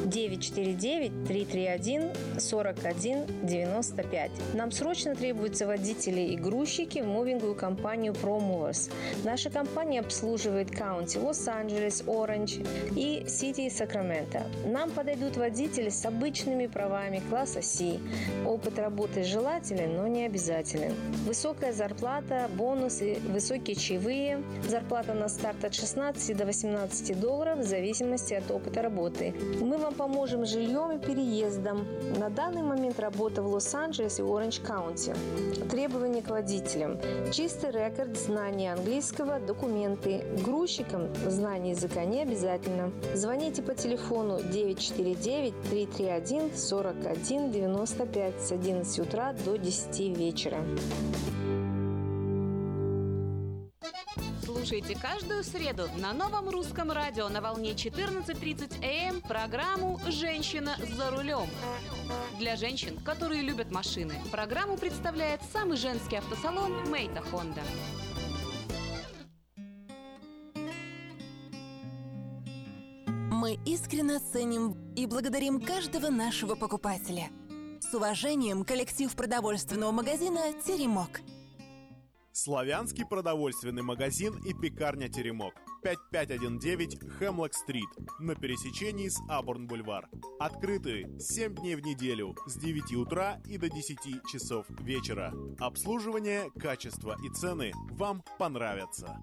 949-331-4195. Нам срочно требуются водители и грузчики в мувинговую компанию ProMovers. Наша компания обслуживает каунти Лос-Анджелес, Оранж и Сити Сакраменто. Нам подойдут водители с обычными правами класса C. Опыт работы желателен, но не обязателен. Высокая зарплата, бонусы, высокие чаевые. Зарплата на старт от $16 до $18 в зависимости от опыта работы. Мы вам поможем с жильем и переездом. На данный момент работа в Лос-Анджелес и Оранж Каунти. Требования к водителям. Чистый рекорд, знание английского, документы. Грузчикам знание языка не обязательно. Звоните по телефону 949-331-4195 с 11 утра до 10 вечера. Слушайте каждую среду на Новом русском радио на волне 14:30 АМ программу «Женщина за рулем». Для женщин, которые любят машины, программу представляет самый женский автосалон Мэйта Honda. Мы искренне ценим и благодарим каждого нашего покупателя. С уважением, коллектив продовольственного магазина «Теремок». Славянский продовольственный магазин и пекарня «Теремок». 5519 Хемлок-стрит на пересечении с Абурн-бульвар. Открыты 7 дней в неделю с 9 утра и до 10 часов вечера. Обслуживание, качество и цены вам понравятся.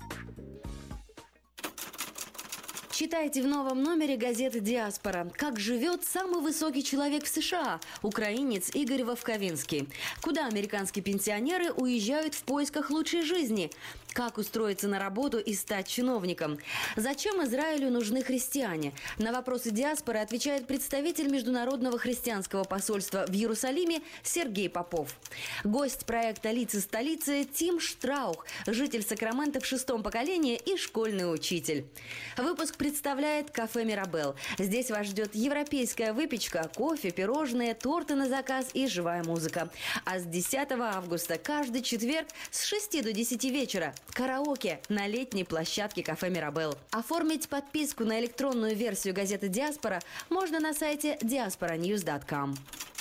Читайте в новом номере газеты «Диаспора». Как живет самый высокий человек в США – украинец Игорь Вовковинский. Куда американские пенсионеры уезжают в поисках лучшей жизни? Как устроиться на работу и стать чиновником? Зачем Израилю нужны христиане? На вопросы диаспоры отвечает представитель Международного христианского посольства в Иерусалиме Сергей Попов. Гость проекта «Лица столицы» Тим Штраух, житель Сакрамента в 6-м поколении и школьный учитель. Выпуск представляет кафе «Мирабелл». Здесь вас ждет европейская выпечка, кофе, пирожные, торты на заказ и живая музыка. А с 10 августа каждый четверг с 6 до 10 вечера караоке на летней площадке кафе «Мирабелл». Оформить подписку на электронную версию газеты «Диаспора» можно на сайте diasporanews.com.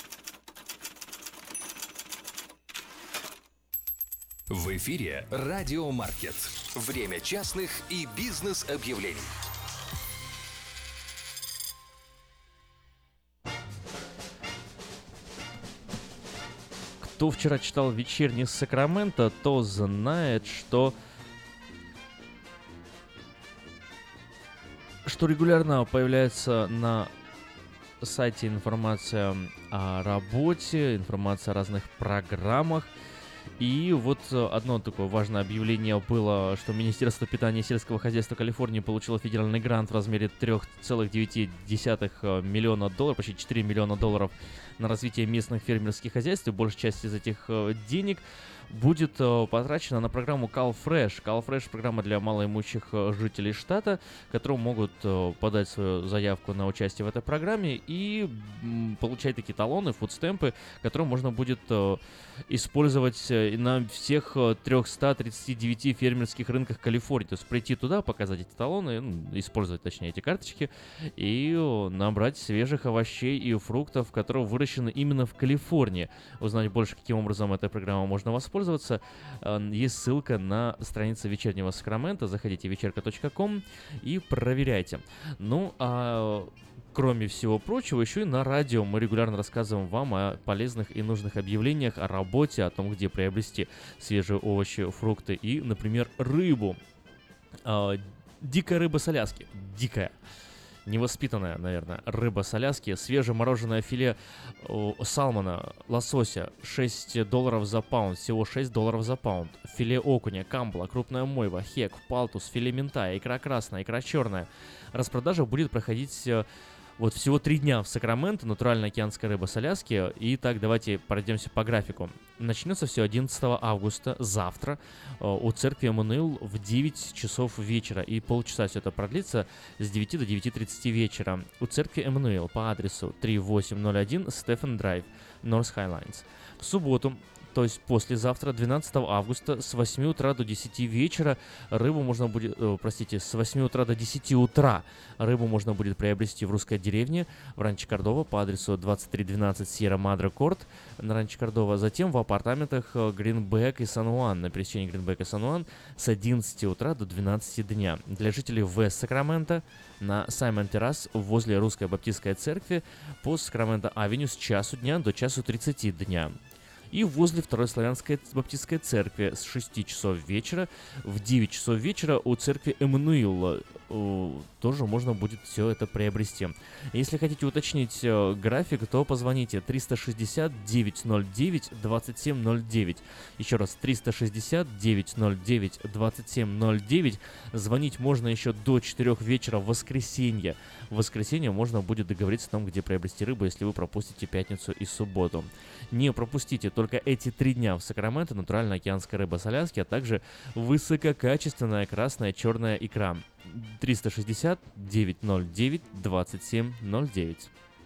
В эфире «Радио Маркет». Время частных и бизнес-объявлений. Кто вчера читал «Вечерний Сакраменто», то знает, что регулярно появляется на сайте информация о работе, информация о разных программах. И вот одно такое важное объявление было, что Министерство питания и сельского хозяйства Калифорнии получило федеральный грант в размере $3,9 миллиона, почти $4 миллиона на развитие местных фермерских хозяйств. И большая часть из этих денег будет потрачена на программу CalFresh. CalFresh – программа для малоимущих жителей штата, которые могут подать свою заявку на участие в этой программе и получать такие талоны, фудстемпы, которые можно будет использовать на всех 339 фермерских рынках Калифорнии. То есть прийти туда, показать эти талоны, использовать, точнее, эти карточки, и набрать свежих овощей и фруктов, которые выращены именно в Калифорнии. Узнать больше, каким образом этой программой можно воспользоваться, есть ссылка на странице вечернего Сакрамента. Заходите в вечерка.com и проверяйте. Ну, а кроме всего прочего, еще и на радио мы регулярно рассказываем вам о полезных и нужных объявлениях, о работе, о том, где приобрести свежие овощи, фрукты и, например, рыбу. Дикая рыба с Аляски. Дикая. Невоспитанная, наверное, рыба с Аляски. Свежемороженое филе салмона, лосося, $6 за паунд. Всего $6 за паунд. Филе окуня, камбала, крупная мойва, хек, палтус, филе минта, икра красная, икра черная. Распродажа будет проходить вот всего 3 дня в Сакраменто, натуральная океанская рыба с Аляски. Итак, давайте пройдемся по графику. Начнется все 11 августа, завтра, у церкви Эммануил в 9 часов вечера. И полчаса все это продлится с 9 до 9:30 вечера. У церкви Эммануил по адресу 3801 Стефан Драйв, Норс Хайлайнс. В субботу, то есть послезавтра, 12 августа, с 8 утра до 10 вечера рыбу можно будет, с 8 утра до 10 утра рыбу можно будет приобрести в русской деревне в Ранчо Кордова по адресу 2312 Сьерра Мадре Корт на Ранчо Кордова. Затем в апартаментах Гринбек и Сан-Уан на пересечении Гринбек и Сан-Уан с 11 утра до 12 дня. Для жителей Вест Сакраменто на Саймон Террас возле Русской Баптистской церкви по Сакраменто-авеню с часу дня до 1:30 дня. И возле Второй Славянской Баптистской церкви с 6 часов вечера в 9 часов вечера у церкви Эммануил тоже можно будет все это приобрести. Если хотите уточнить график, то позвоните 360-909-2709. Еще раз, 360-909-2709. Звонить можно еще до 4 вечера в воскресенье. В воскресенье можно будет договориться о том, где приобрести рыбу, если вы пропустите пятницу и субботу. Не пропустите только эти 3 дня в Сакраменто натуральная океанская рыба с Аляски, а также высококачественная красная черная икра. 360-909-2709.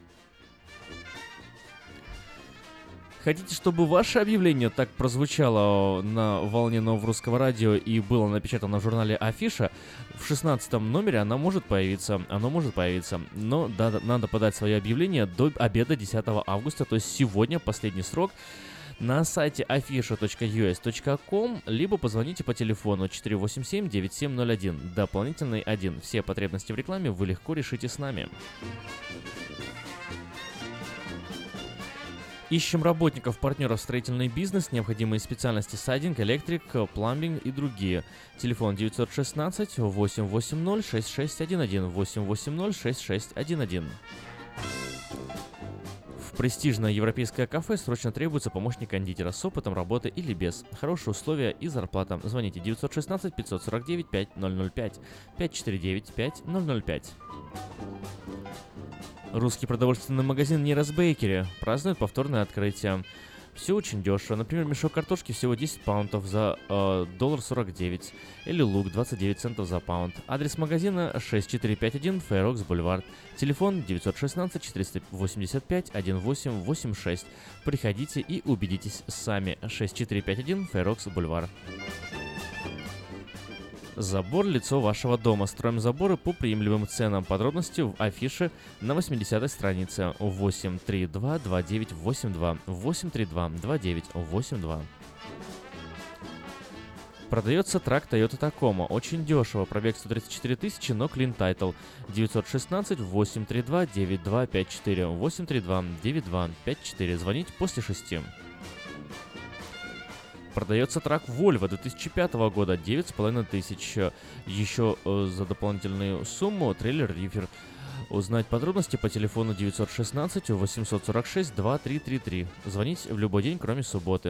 Хотите, чтобы ваше объявление так прозвучало на волне Нового Русского Радио и было напечатано в журнале «Афиша», в 16-м номере оно может появиться. Но надо подать свое объявление до обеда 10 августа, то есть сегодня последний срок, на сайте afisha.us.com, либо позвоните по телефону 487-9701, дополнительный 1. Все потребности в рекламе вы легко решите с нами. Ищем работников, партнеров в строительный бизнес, необходимые специальности сайдинг, электрик, пламбинг и другие. Телефон 916-880-6611, 880-6611. В престижное европейское кафе срочно требуется помощник кондитера с опытом работы или без. Хорошие условия и зарплата. Звоните 916-549-5005, 549-5005. Русский продовольственный магазин Нирас Бейкери празднует повторное открытие. Все очень дешево. Например, мешок картошки всего 10 паунтов за $1.49 или лук 29 центов за паунд. Адрес магазина 6451 Фейрокс Бульвар. Телефон 916-485-1886. Приходите и убедитесь сами. 6451 Фейрокс Бульвар. Забор «Лицо вашего дома». Строим заборы по приемлемым ценам. Подробности в афише на 80-й странице. 832-2982. 832-2982. Продается трак Toyota Tacoma. Очень дешево. Пробег 134 тысячи, но clean title. 916-832-9254. 832-9254. Звонить после 6. Продается трак Volvo 2005 года, 9500. Еще за дополнительную сумму трейлер Рифер. Узнать подробности по телефону 916-846-2333. Звонить в любой день, кроме субботы.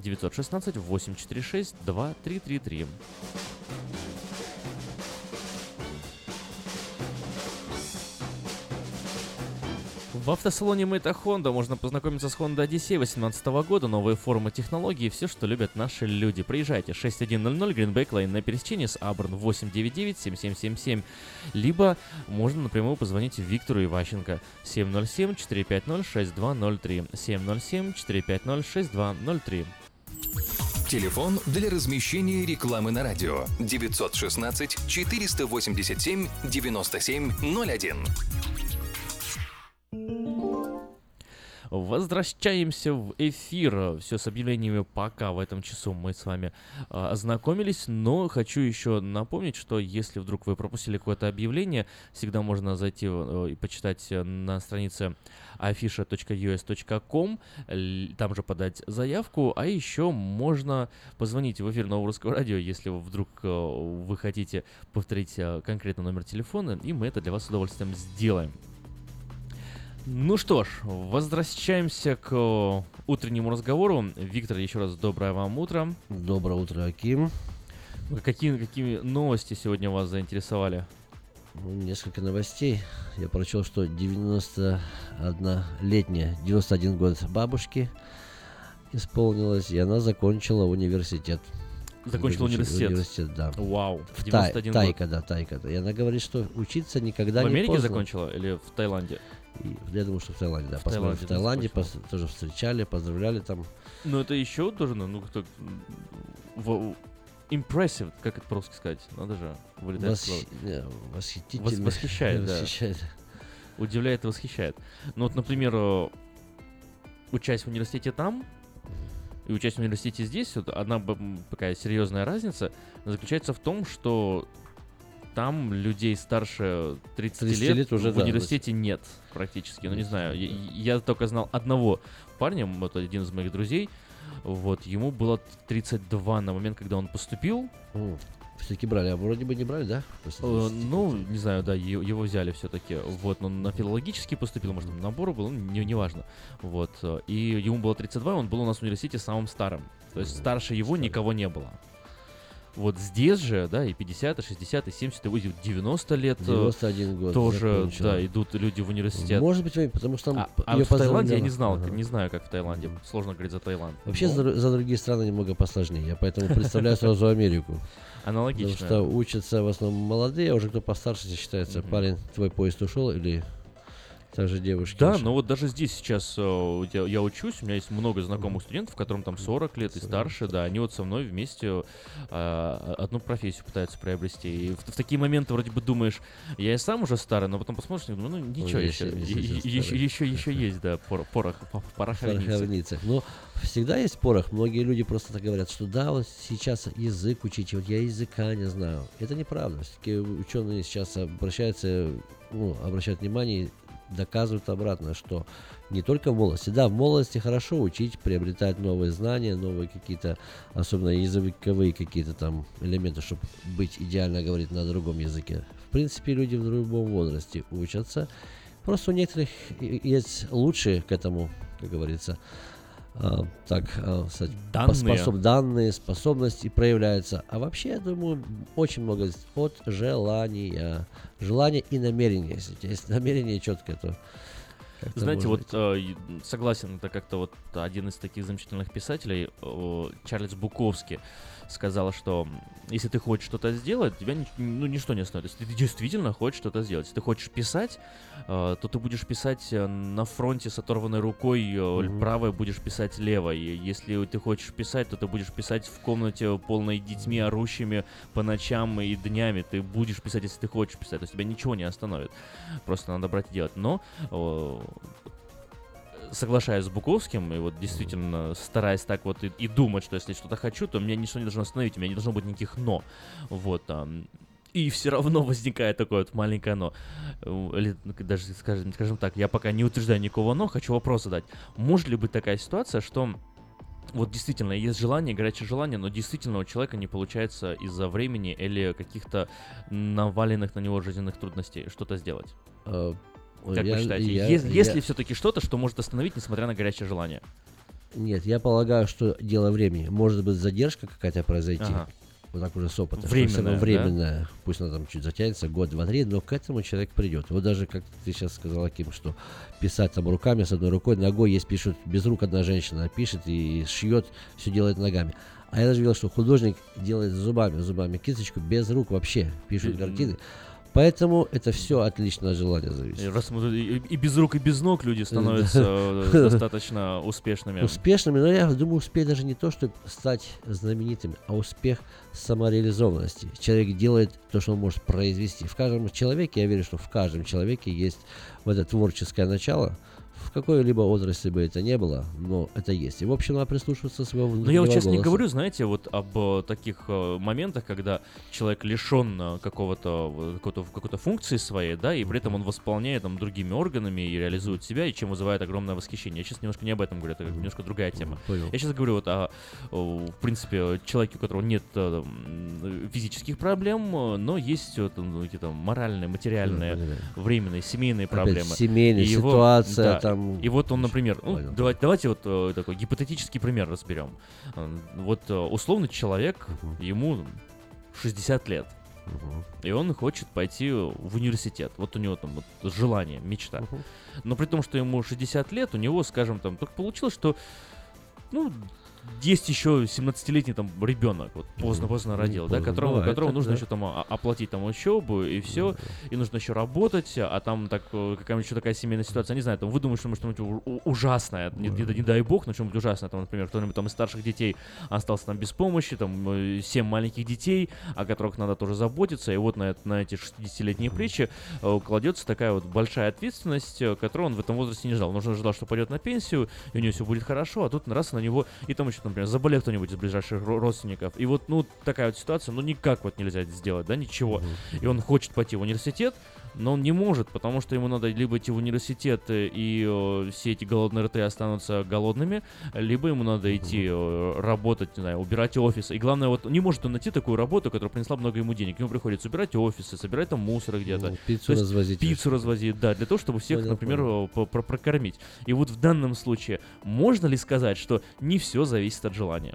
916-846-2333. В автосалоне Мэйта Honda можно познакомиться с Honda Odyssey 2018 года, новые формы, технологии, все, что любят наши люди. Приезжайте, 6100 Гринбек Лейн на пересечении с Аброн, 899-7777. Либо можно напрямую позвонить Виктору Иващенко, 707-450-6203, 707-450-6203. Телефон для размещения рекламы на радио 916 487 9701. Возвращаемся в эфир. Все с объявлениями пока в этом часу мы с вами ознакомились, но хочу еще напомнить, что если вдруг вы пропустили какое-то объявление, всегда можно зайти и почитать на странице afisha.us.com, там же подать заявку, а еще можно позвонить в эфир Нового Русского Радио, если вдруг вы хотите повторить конкретно номер телефона, и мы это для вас с удовольствием сделаем. Ну что ж, возвращаемся к утреннему разговору. Виктор, еще раз доброе вам утро. Доброе утро, Аким. Какие новости сегодня вас заинтересовали? Несколько новостей. Я прочел, что 91 год бабушки исполнилось, и она закончила университет. Закончила университет? Университет, да. Вау, 91 Тайка, да, Тайка. И она говорит, что учиться никогда не поздно. В Америке закончила или в Таиланде? Я думаю, что в Таиланде, да. В Таиланде тоже встречали, поздравляли там. Ну, это еще тоже, как-то... Impressive, как это по-русски сказать? Надо же вылетать слово. Восхитительно. Восхищает, да. Удивляет и восхищает. Ну вот, например, учась в университете там и учась в университете здесь, вот одна такая серьезная разница заключается в том, что там людей старше 30 лет уже в университете нет практически. Ну, не знаю, я только знал одного парня, вот один из моих друзей, вот, ему было 32 на момент, когда он поступил. Все-таки брали, а вроде бы не брали, да? Ну, не знаю, да, его взяли все-таки. Вот, он на филологический поступил, может, там набор был, неважно. Вот, и ему было 32, он был у нас в университете самым старым. То есть старше его никого не было. Вот здесь же, да, и 50, и 60, и 70, и 90 лет 91 год тоже, да, идут люди в университет. Может быть, потому что там в Таиланде я не знал, не знаю, как в Таиланде. Сложно говорить за Таиланд. Вообще за другие страны немного посложнее, я поэтому представляю сразу Америку. Аналогично. Потому что учатся в основном молодые, а уже кто постарше считается, парень, твой поезд ушел или... Также девушки. Да, но вот даже здесь сейчас я учусь, у меня есть много знакомых студентов, которым там 40 лет и старше, да, они вот со мной вместе одну профессию пытаются приобрести. И в такие моменты вроде бы думаешь, я и сам уже старый, но потом посмотришь, ну ничего, еще есть, да, порох в пороховнице. Ну, всегда есть порох. Многие люди просто так говорят, что да, вот сейчас язык учите, вот я языка не знаю. Это неправда. Все-таки ученые сейчас обращают внимание, доказывают обратно, что не только в молодости. Да, в молодости хорошо учить, приобретать новые знания, новые какие-то, особенно языковые какие-то там элементы, чтобы быть идеально говорить на другом языке. В принципе, люди в любом возрасте учатся. Просто у некоторых есть лучшие к этому, как говорится, данные, способности проявляются. А вообще, я думаю, очень много от желания. Желание и намерение. Если у тебя есть намерение четкое, то... Знаете, вот согласен, это как-то вот один из таких замечательных писателей, Чарльз Буковский, сказал, что если ты хочешь что-то сделать, тебя ничто не остановит. Если ты действительно хочешь что-то сделать, если ты хочешь писать, то ты будешь писать на фронте с оторванной рукой, правой будешь писать левой. Если ты хочешь писать, то ты будешь писать в комнате, полной детьми, орущими по ночам и днями. Ты будешь писать, если ты хочешь писать. То есть тебя ничего не остановит. Просто надо брать и делать. Но... соглашаюсь с Буковским, и вот действительно стараясь так вот и думать, что если что-то хочу, то меня ничто не должно остановить, у меня не должно быть никаких «но». Вот, и все равно возникает такое вот маленькое «но». Или даже, скажем так, я пока не утверждаю никакого «но», хочу вопрос задать. Может ли быть такая ситуация, что вот действительно есть желание, горячее желание, но действительно у человека не получается из-за времени или каких-то наваленных на него жизненных трудностей что-то сделать? Как вы считаете, есть ли все-таки что-то, что может остановить, несмотря на горячее желание? Нет, я полагаю, что дело времени. Может быть, задержка какая-то произойти. Вот так уже с опытом. Временная. Да? Пусть она там чуть затянется, год, два, три, но к этому человек придет. Вот даже, как ты сейчас сказал, Аким, что писать там руками, с одной рукой, ногой, есть пишут, без рук одна женщина пишет и шьет, все делает ногами. А я даже видел, что художник делает зубами кисточку, без рук вообще, пишут картины. Поэтому это все отлично от желания зависит. И без рук, и без ног люди становятся достаточно успешными. Успешными, но я думаю, успех даже не то, чтобы стать знаменитым, а успех самореализованности. Человек делает то, что он может произвести. В каждом человеке, я верю, что в каждом человеке есть вот это творческое начало, в какой-либо отрасли бы это не было, но это есть. И, в общем, надо прислушиваться к своему внутреннему Но я вот сейчас голосу. не говорю, знаете, вот об таких моментах, когда человек лишен какой-то функции своей, да, и при этом он восполняет там другими органами и реализует себя, и чем вызывает огромное восхищение. Я сейчас немножко не об этом говорю, это немножко другая тема. Понял. Я сейчас говорю вот в принципе, человеке, у которого нет физических проблем, но есть какие-то моральные, материальные, временные, семейные проблемы. Опять семейная ситуация, там. И вот он, например, давайте вот такой гипотетический пример разберем. Вот условно человек, ему 60 лет, и он хочет пойти в университет. Вот у него там вот желание, мечта. Но при том, что ему 60 лет, у него, скажем, там только получилось, что, есть еще 17-летний там ребенок, вот поздно родил, да, которому нужно еще там оплатить там учебу и все, и нужно еще работать, а там какая-нибудь еще такая семейная ситуация, не знаю, там вы думаете, что что-нибудь ужасное, не дай бог, но что-нибудь ужасное, там, например, кто-нибудь там из старших детей остался там без помощи, там 7 маленьких детей, о которых надо тоже заботиться, и вот на эти 60-летние плечи кладется такая вот большая ответственность, которую он в этом возрасте не ждал. Он уже ожидал, что пойдет на пенсию, и у него все будет хорошо, а тут раз на него, и там еще, например, заболел кто-нибудь из ближайших родственников. И вот, такая вот ситуация, никак вот нельзя сделать, да, ничего. И он хочет пойти в университет, но он не может, потому что ему надо либо идти в университет, и все эти голодные рты останутся голодными, либо ему надо идти работать, не знаю, убирать офисы. И главное, вот не может он найти такую работу, которая принесла много ему денег. Ему приходится убирать офисы, собирать там мусор где-то. Пиццу развозить. Пиццу развозить, да, для того, чтобы всех, например, прокормить. И вот в данном случае можно ли сказать, что не все зависит от желания?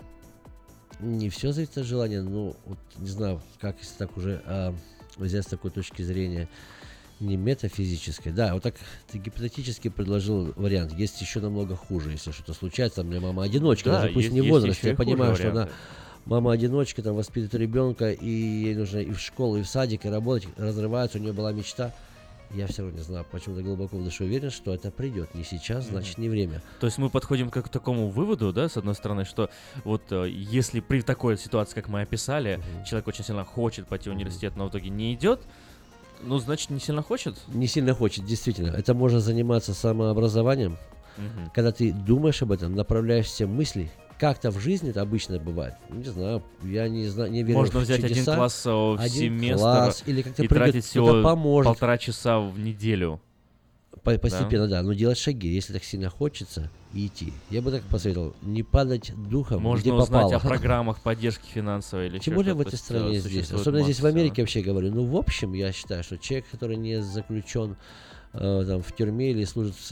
Не все зависит от желания, вот, не знаю, как если так уже взять с такой точки зрения не метафизической. Да, вот так ты гипотетически предложил вариант. Есть еще намного хуже, если что-то случается. У меня мама-одиночка, да, даже пусть не в возрасте. Я понимаю, что она мама-одиночка, там воспитывает ребенка, и ей нужно и в школу, и в садик, и работать, разрывается, у нее была мечта. Я все равно не знаю, почему-то глубоко в душе уверен, что это придет. Не сейчас, значит, не время. То есть мы подходим к такому выводу, да, с одной стороны, что вот если при такой ситуации, как мы описали, человек очень сильно хочет пойти в университет, но в итоге не идет, значит, не сильно хочет? Не сильно хочет, действительно. Это можно заниматься самообразованием. Когда ты думаешь об этом, направляешь все мысли. Как-то в жизни это обычно бывает. Не знаю, я не знаю, не верю можно в взять чудеса. один класс в семестр или как-то и придет, тратить всего поможет. 1,5 часа в неделю. Постепенно, да, но делать шаги, если так сильно хочется, и идти. Я бы так посоветовал, не падать духом, можно где узнать попало. о программах поддержки финансовой или тем более в этой стране здесь. Особенно здесь в Америке вообще говорю. В общем, я считаю, что человек, который не заключен там, в тюрьме или служит в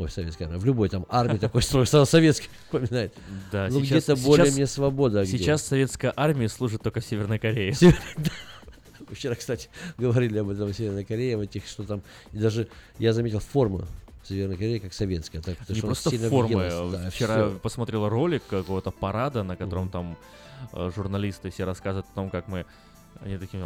в любой там армии, такой советский вспоминает. Да, где-то более-менее свобода. Сейчас советская армия служит только в Северной Корее. Вчера, кстати, говорили об этом в Северной Корее, в этих, что там, и даже я заметил форму Северной Кореи как советская. Так, не просто формы. Вчера посмотрел ролик какого-то парада, на котором там журналисты все рассказывают о том, как мы... Они таким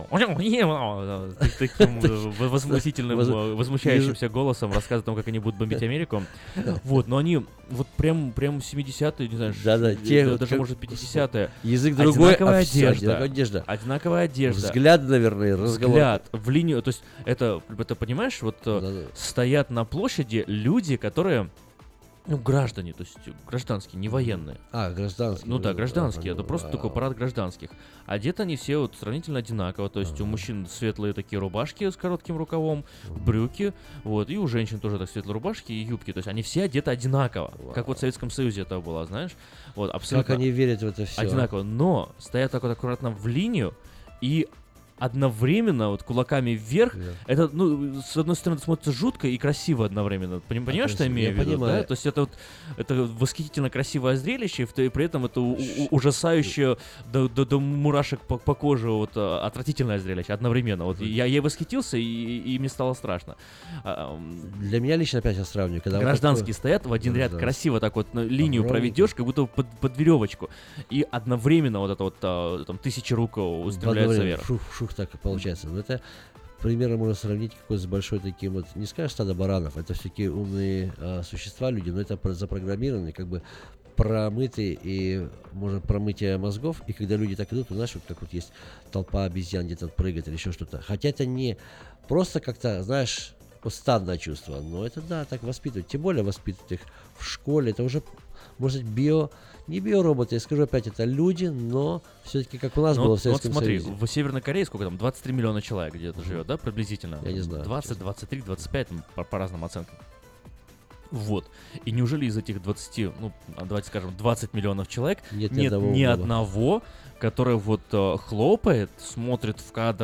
возмутительным, возмущающимся голосом рассказывают о том, как они будут бомбить Америку. Вот, но они вот прям 70-е, не знаю, даже может 50-е. Язык другой, одинаковая одежда. Взгляд, наверное, разговор. Взгляд в линию, то есть это понимаешь, вот стоят на площади люди, которые... граждане, то есть гражданские, не военные. Гражданские. Да, гражданские. Это просто такой парад гражданских. Одеты они все вот сравнительно одинаково. То есть у мужчин светлые такие рубашки с коротким рукавом, брюки, вот, и у женщин тоже так светлые рубашки и юбки. То есть они все одеты одинаково. Как вот в Советском Союзе это было, знаешь? Вот, абсолютно. Как они верят в это все. Одинаково. Но стоят так вот аккуратно в линию и одновременно вот кулаками вверх, это, с одной стороны, смотрится жутко и красиво одновременно. Понимаешь, что я имею в виду? Да? То есть это восхитительно красивое зрелище, и при этом это ужасающее до мурашек по коже вот отвратительное зрелище одновременно. Вот я восхитился, и мне стало страшно. Для меня лично опять я сравниваю. Когда гражданские стоят в один ряд, красиво так вот линию проведешь, как будто под веревочку, и одновременно вот это вот там 1000 рук устремляются вверх. Так и получается. Но это примерно можно сравнить какой-то с большой таким вот, не скажешь стадо баранов, это все-таки умные существа, люди, но это запрограммированные, как бы промытые, и может промытие мозгов, и когда люди так идут, то, знаешь, вот как вот есть толпа обезьян где-то прыгает или еще что-то. Хотя это не просто как-то, знаешь, вот стадное чувство, но это да, так воспитывать, тем более воспитывать их в школе, это уже, может быть, не биороботы, я скажу опять, это люди, но все-таки как у нас было в Советском Союзе. Смотри, в Северной Корее сколько там, 23 миллиона человек где-то живет, да, приблизительно? Я не знаю. 20, 23, 25, по разным оценкам. Вот. И неужели из этих 20, ну, давайте скажем, 20 миллионов человек нет ни одного, который вот хлопает, смотрит в кадр,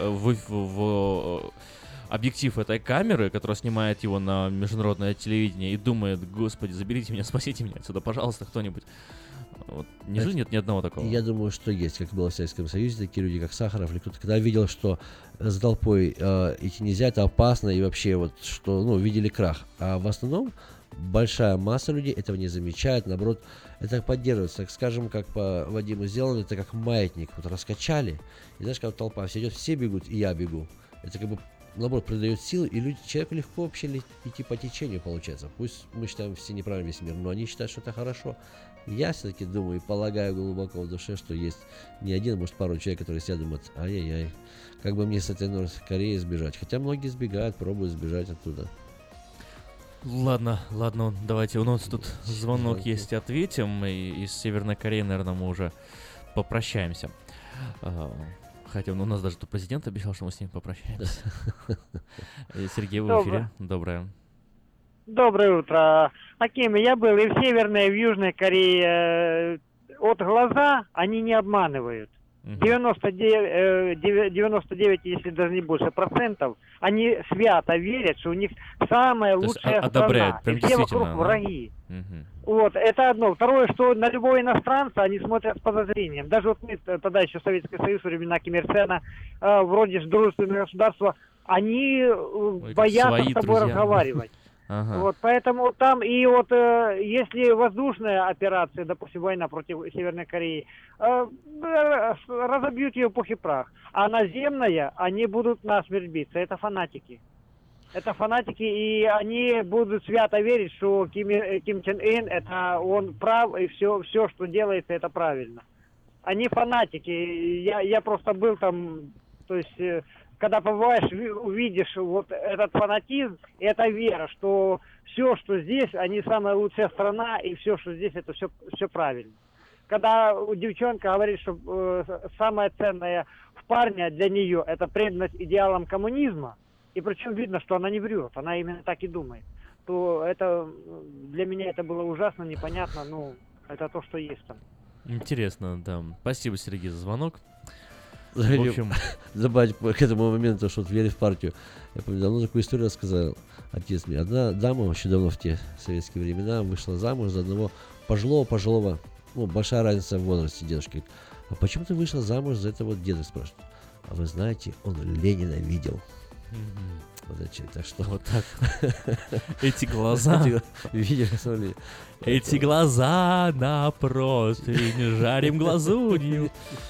в объектив этой камеры, которая снимает его на международное телевидение, и думает: господи, заберите меня, спасите меня отсюда, пожалуйста, кто-нибудь. Вот. Неужели нет ни одного такого? Я думаю, что есть, как было в Советском Союзе, такие люди, как Сахаров или кто-то, когда видел, что за толпой идти нельзя, это опасно, и вообще вот, что, ну, видели крах. А в основном большая масса людей этого не замечает, наоборот, это поддерживается, так скажем, как по Вадиму сделано, это как маятник, вот раскачали, и знаешь, когда толпа все идет, все бегут, и я бегу. Это как бы, наоборот, придает силы, и человеку легко вообще идти по течению, получается. Пусть мы считаем все неправильно весь мир, но они считают, что это хорошо. Я все-таки думаю и полагаю глубоко в душе, что есть не один, может, пару человек, которые сидят и думают: ай-яй-яй, как бы мне с этой Норд Кореи сбежать. Хотя многие сбегают, пробуют сбежать оттуда. Ладно, давайте, у нас тут звонок есть, ответим, и из Северной Кореи, наверное, мы уже попрощаемся. Хотя у нас даже тут президент обещал, что мы с ним попрощаемся. Сергей, вы в эфире. Доброе. Доброе утро. Аким, я был и в Северной, и в Южной Корее. Вот глаза, они не обманывают. 99, если даже не больше процентов, они свято верят, что у них самая лучшая страна. И все вокруг враги. Вот, это одно. Второе, что на любого иностранца они смотрят с подозрением. Даже вот мы тогда еще Советский Союз, времена Ким Ир Сена, вроде же дружественного государства, они боятся с тобой разговаривать. Ага. Вот, поэтому там и вот если воздушная операция, допустим, война против Северной Кореи, разобьют ее в пух и прах, а наземная они будут насмерть биться. Это фанатики. Это фанатики, и они будут свято верить, что Ким Чен Ын, это он прав, и все, что делается, это правильно. Они фанатики. Я просто был там, то есть... Когда побываешь, увидишь вот этот фанатизм, это вера, что все, что здесь, они самая лучшая страна, и все, что здесь, это все правильно. Когда девчонка говорит, что самое ценное в парне для нее это преданность идеалам коммунизма, и причем видно, что она не врет, она именно так и думает, то это для меня это было ужасно непонятно, ну, это то, что есть там. Интересно, да. Спасибо, Сергей, за звонок. В общем... Добавить к этому моменту, что вот верить в партию. Я помню, давно такую историю рассказал отец мне. Одна дама, очень давно в те советские времена, вышла замуж за одного пожилого, ну, большая разница в возрасте дедушки. А почему ты вышла замуж за этого деда, спрашивает? А вы знаете, он Ленина видел. Вот это, так что... Вот так. Эти глаза... Видели, эти глаза на противень, жарим глазунью.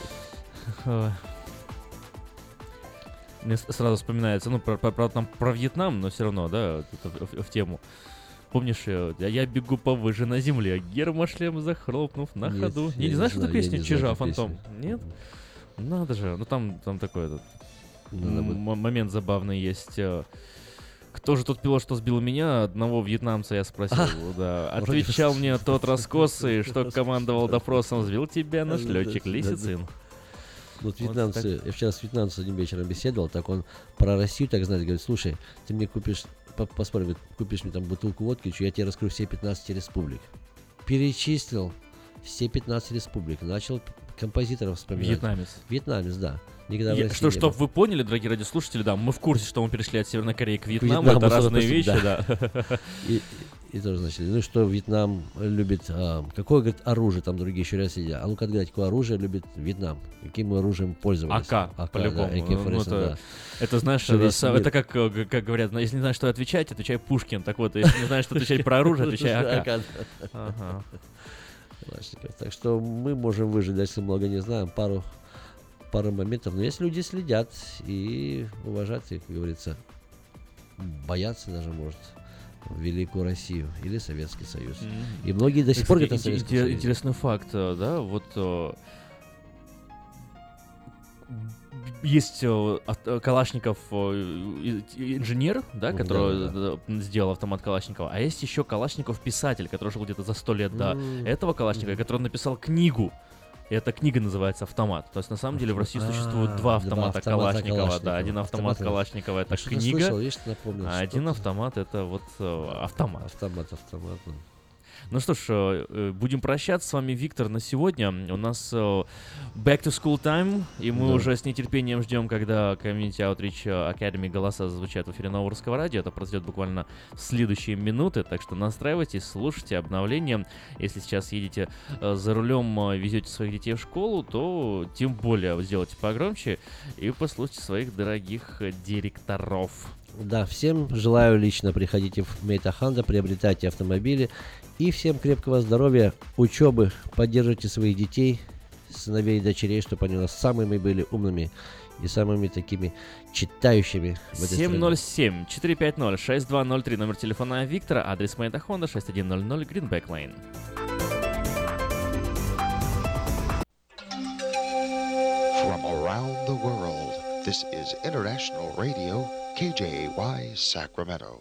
Мне сразу вспоминается, ну, про Вьетнам, но все равно, да, в тему. Помнишь, я бегу по выжженной земле, гермошлем захлопнув на ходу. Не знаешь эту песню «Чижа, фантом»? Нет? Надо же, ну там такой этот момент забавный есть. Кто же тот пилот, что сбил меня? Одного вьетнамца я спросил, да. Отвечал мне тот раскосый, что командовал допросом: сбил тебя наш летчик Лисицин. Вот вьетнамцы, я вчера с вьетнамцем одним вечером беседовал, так он про Россию так знает, говорит: слушай, ты мне купишь, поспорь, говорит, купишь мне там бутылку водки, я тебе раскрою все 15 республик. Перечислил все 15 республик, начал композиторов вспоминать. Вьетнамец, да. Чтоб вы поняли, дорогие радиослушатели, да, мы в курсе, что мы перешли от Северной Кореи к Вьетнаму, это разные вещи, да. И тоже начали. Ну что, Вьетнам любит... какое, говорит, оружие? Там другие еще раз сидят. А ну-ка, отгадать, какое оружие любит Вьетнам? Каким оружием пользовались? АК, по-любому. Да, это, знаешь, это как говорят, если не знаешь, что отвечать, отвечай Пушкин. Так вот, если не знаешь, что отвечать про оружие, отвечай АК. Так что мы можем выжить, если много не знаем, пару пару моментов. Но если люди следят и уважают, и, как говорится, боятся даже, может, Великую Россию или Советский Союз. И многие до сих пор говорят о Советском Союзе. Интересный факт, да, вот есть Калашников инженер, да, который сделал автомат Калашникова, а есть еще Калашников писатель, который жил где-то за 100 лет до этого Калашникова, который написал книгу. И эта книга называется «Автомат». То есть, на самом деле, в России существует два автомата Калашникова. Да, один автомат Калашникова — это книга, а один автомат — это вот автомат. Автомат. Ну что ж, будем прощаться с вами, Виктор, на сегодня. У нас back to school time, и мы уже с нетерпением ждем, когда Community Outreach Academy голоса зазвучат в эфире Нового Русского Радио. Это произойдет буквально в следующие минуты, так что настраивайтесь, слушайте обновления. Если сейчас едете за рулем, везете своих детей в школу, то тем более сделайте погромче и послушайте своих дорогих директоров. Да, всем желаю лично, приходите в Мейта Хонда, приобретайте автомобили. И всем крепкого здоровья, учебы, поддерживайте своих детей, сыновей и дочерей, чтобы они у нас самыми были умными и самыми такими читающими. 707-450-6203, номер телефона Виктора, адрес Мейта Хонда, 6100 Greenback Lane. From around the world, this is International Radio, KJY, Sacramento.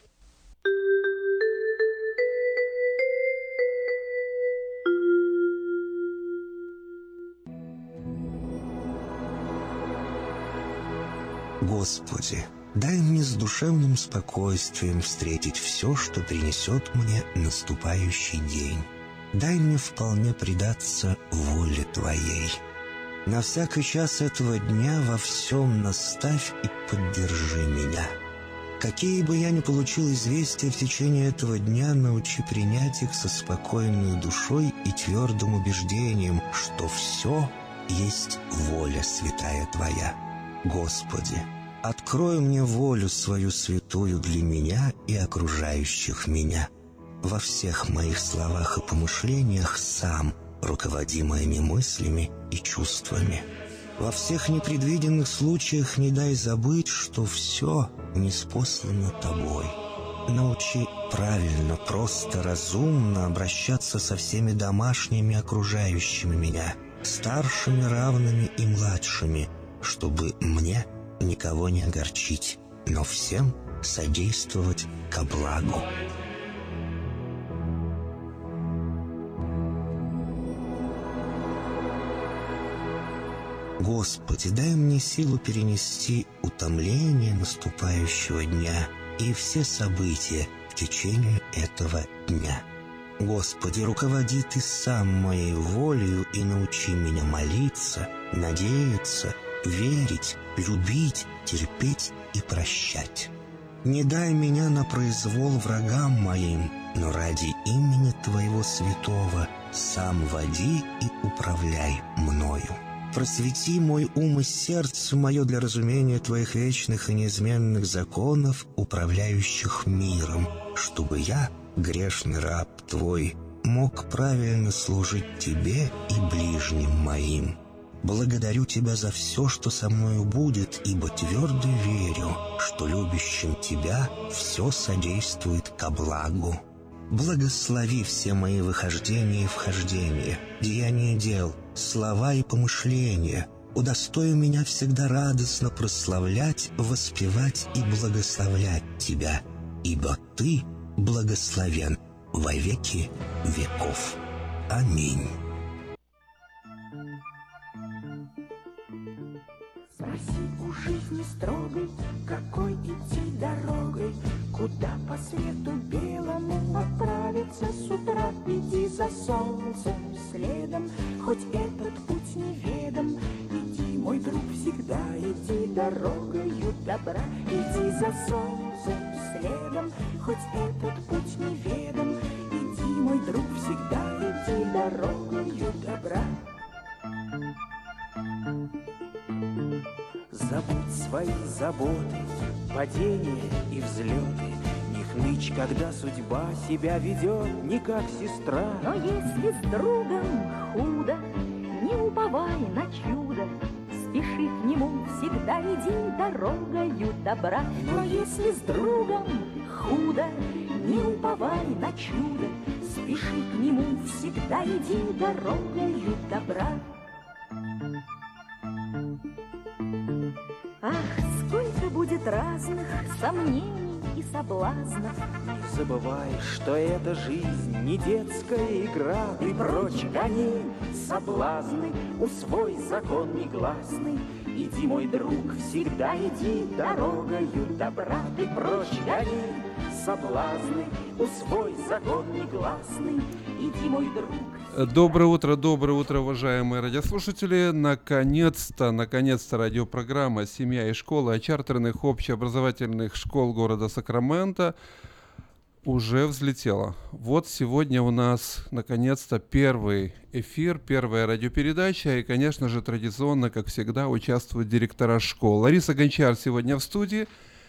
Господи, дай мне с душевным спокойствием встретить все, что принесет мне наступающий день. Дай мне вполне предаться воле Твоей. На всякий час этого дня во всем наставь и поддержи меня. Какие бы я ни получил известия в течение этого дня, научи принять их со спокойной душой и твердым убеждением, что все есть воля святая Твоя. Господи, открой мне волю свою святую для меня и окружающих меня. Во всех моих словах и помышлениях сам руководи моими мыслями и чувствами. Во всех непредвиденных случаях не дай забыть, что все ниспослано Тобой. Научи правильно, просто, разумно обращаться со всеми домашними окружающими меня, старшими, равными и младшими, чтобы мне никого не огорчить, но всем содействовать ко благу. Господи, дай мне силу перенести утомление наступающего дня и все события в течение этого дня. Господи, руководи Ты сам моей волею и научи меня молиться, надеяться, верить, любить, терпеть и прощать. Не дай меня на произвол врагам моим, но ради имени Твоего святого сам води и управляй мною. Просвети мой ум и сердце мое для разумения Твоих вечных и неизменных законов, управляющих миром, чтобы я, грешный раб Твой, мог правильно служить Тебе и ближним моим. Благодарю Тебя за все, что со мною будет, ибо твердо верю, что любящим Тебя все содействует ко благу. Благослови все мои выхождения и вхождения, деяния дел, слова и помышления. Удостой меня всегда радостно прославлять, воспевать и благословлять Тебя, ибо Ты благословен во веки веков. Аминь. Спроси у жизни строгой, какой идти дорогой, куда по свету белому отправиться с утра. Иди за солнцем следом, хоть этот путь неведом. Иди, мой друг, всегда иди дорогою добра. Иди за солнцем следом, хоть этот путь неведом. Иди, мой друг, всегда иди дорогою добра. Забудь свои заботы, падения и взлеты. Не хнычь, когда судьба себя ведет не как сестра. Но если с другом худо, не уповай на чудо. спеши к нему, всегда иди дорогою добра. Но если с другом худо, не уповай на чудо, спеши к нему, всегда иди дорогою добра. Ах, сколько будет разных сомнений и соблазнов. Не забывай, что эта жизнь не детская игра. И прочь гони соблазны, усвой закон негласный. Иди, мой друг, всегда иди дорогою добра. Ты прочь гони соблазны, усвой закон негласный. Иди, мой друг. Доброе утро, уважаемые радиослушатели. Наконец-то радиопрограмма «Семья и школа» чартерных общеобразовательных школ города Сакраменто уже взлетела. Вот сегодня у нас наконец-то первый эфир, первая радиопередача. И, конечно же, традиционно, как всегда, участвуют директора школ. Лариса Гончар сегодня в студии.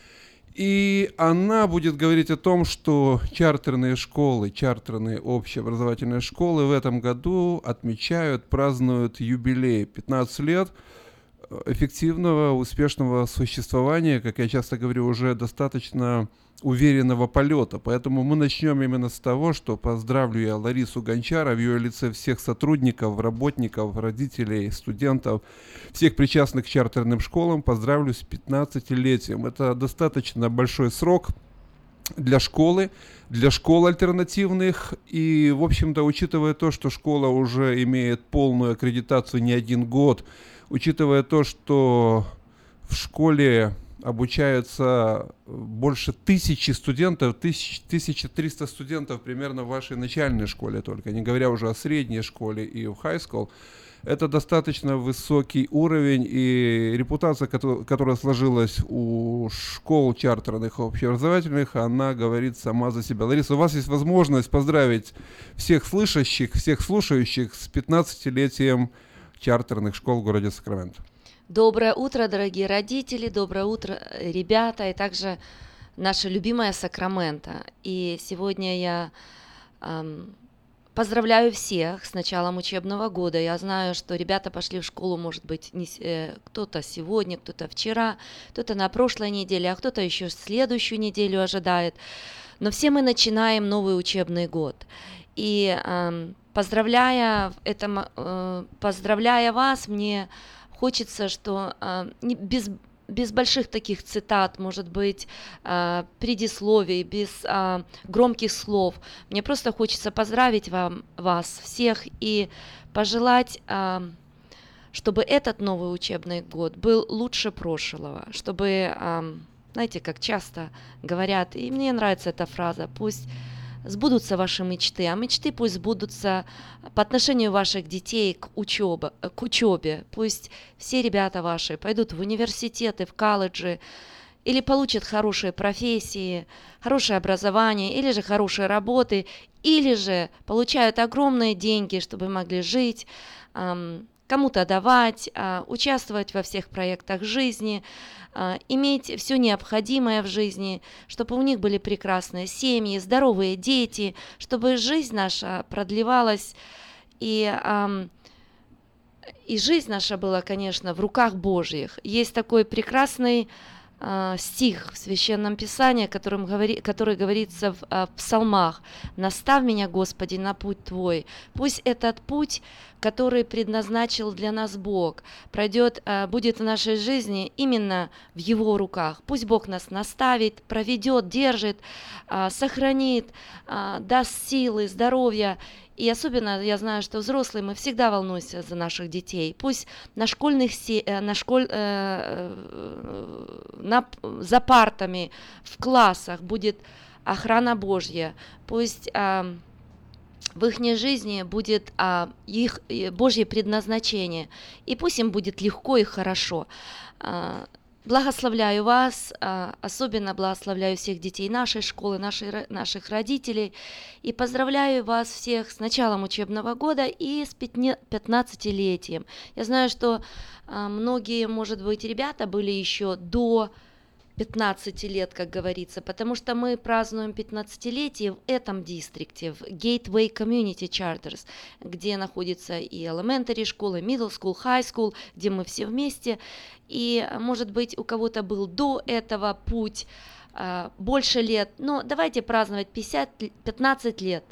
И она будет говорить о том, что чартерные школы, чартерные общеобразовательные школы в этом году празднуют юбилей 15 лет эффективного, успешного существования, как я часто говорю, уже достаточно уверенного полета. Поэтому мы начнем именно с того, что поздравлю я Ларису Гончар, в ее лице всех сотрудников, работников, родителей, студентов, всех причастных к чартерным школам, поздравлю с 15-летием. Это достаточно большой срок для школы, для школ альтернативных. И, в общем-то, учитывая то, что школа уже имеет полную аккредитацию не один год, учитывая то, что в школе обучаются больше 1000 студентов, 1300 студентов примерно в вашей начальной школе только, не говоря уже о средней школе и в high school. Это достаточно высокий уровень, и репутация, которая сложилась у школ чартерных общеобразовательных, она говорит сама за себя. Лариса, у вас есть возможность поздравить всех слышащих, всех слушающих с 15-летием чартерных школ в городе Сакраменто. Доброе утро, дорогие родители, доброе утро, ребята, и также наша любимая Сакраменто. И сегодня я поздравляю всех с началом учебного года. Я знаю, что ребята пошли в школу, может быть, кто-то сегодня, кто-то вчера, кто-то на прошлой неделе, а кто-то еще следующую неделю ожидает. Но все мы начинаем новый учебный год. И поздравляя вас, мне хочется, что без больших таких цитат, может быть, предисловий, без громких слов, мне просто хочется поздравить вас всех и пожелать, чтобы этот новый учебный год был лучше прошлого, чтобы, знаете, как часто говорят, и мне нравится эта фраза, пусть сбудутся ваши мечты, а мечты пусть сбудутся по отношению ваших детей к учебе. Пусть все ребята ваши пойдут в университеты, в колледжи, или получат хорошие профессии, хорошее образование, или же хорошие работы, или же получают огромные деньги, чтобы могли жить, кому-то давать, участвовать во всех проектах жизни, иметь все необходимое в жизни, чтобы у них были прекрасные семьи, здоровые дети, чтобы жизнь наша продлевалась, и жизнь наша была, конечно, в руках Божьих. Есть такой прекрасный стих в Священном Писании, который говорится в псалмах: «Наставь меня, Господи, на путь Твой». Пусть этот путь, который предназначил для нас Бог, будет в нашей жизни именно в Его руках. Пусть Бог нас наставит, проведет, держит, сохранит, даст силы, здоровья. И особенно я знаю, что взрослые, мы всегда волнуемся за наших детей. Пусть за партами, в классах будет охрана Божья. Пусть в их жизни будет их Божье предназначение. И пусть им будет легко и хорошо. Благословляю вас, особенно благословляю всех детей нашей школы, наших родителей, и поздравляю вас всех с началом учебного года и с 15-летием. Я знаю, что многие, может быть, ребята были еще до 15 лет, как говорится, потому что мы празднуем 15-летие в этом дистрикте, в Gateway Community Charters, где находится и elementary школа, middle school, high school, где мы все вместе. И, может быть, у кого-то был до этого путь больше лет, но давайте праздновать 15 лет.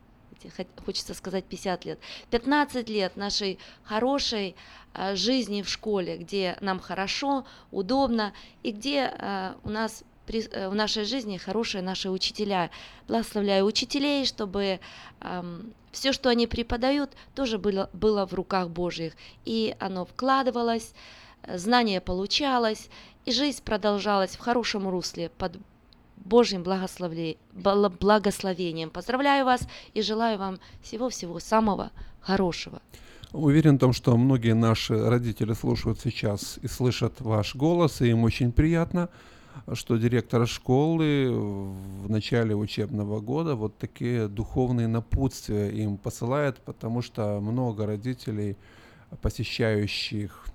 Хочется сказать 50 лет. 15 лет нашей хорошей жизни в школе, где нам хорошо, удобно, и где у нас в нашей жизни хорошие наши учителя. Благословляю учителей, чтобы все, что они преподают, тоже было в руках Божьих, и оно вкладывалось, знание получалось, и жизнь продолжалась в хорошем русле под Божьим благословением. Поздравляю вас и желаю вам всего-всего самого хорошего. Уверен в том, что многие наши родители слушают сейчас и слышат ваш голос, и им очень приятно, что директор школы в начале учебного года вот такие духовные напутствия им посылает, потому что много родителей, посещающих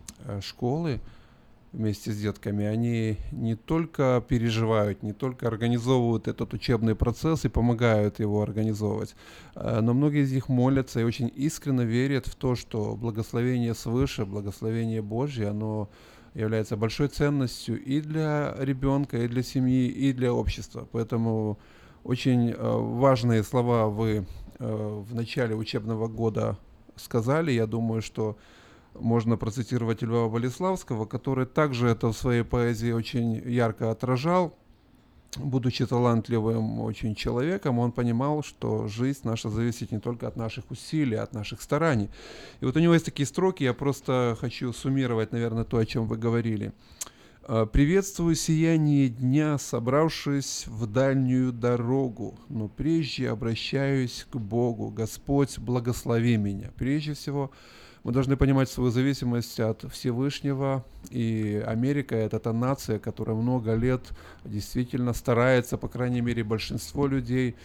школы вместе с детками, они не только переживают, не только организовывают этот учебный процесс и помогают его организовывать, но многие из них молятся и очень искренне верят в то, что благословение свыше, благословение Божье, оно является большой ценностью и для ребенка, и для семьи, и для общества. Поэтому очень важные слова вы в начале учебного года сказали. Я думаю, что можно процитировать Льва Болеславского, который также это в своей поэзии очень ярко отражал. Будучи талантливым очень человеком, он понимал, что жизнь наша зависит не только от наших усилий, от наших стараний. И вот у него есть такие строки, я просто хочу суммировать, наверное, то, о чем вы говорили. «Приветствую сияние дня, собравшись в дальнюю дорогу, но прежде обращаюсь к Богу. Господь, благослови меня». Прежде всего, мы должны понимать свою зависимость от Всевышнего, и Америка — это та нация, которая много лет действительно старается, по крайней мере, большинство людей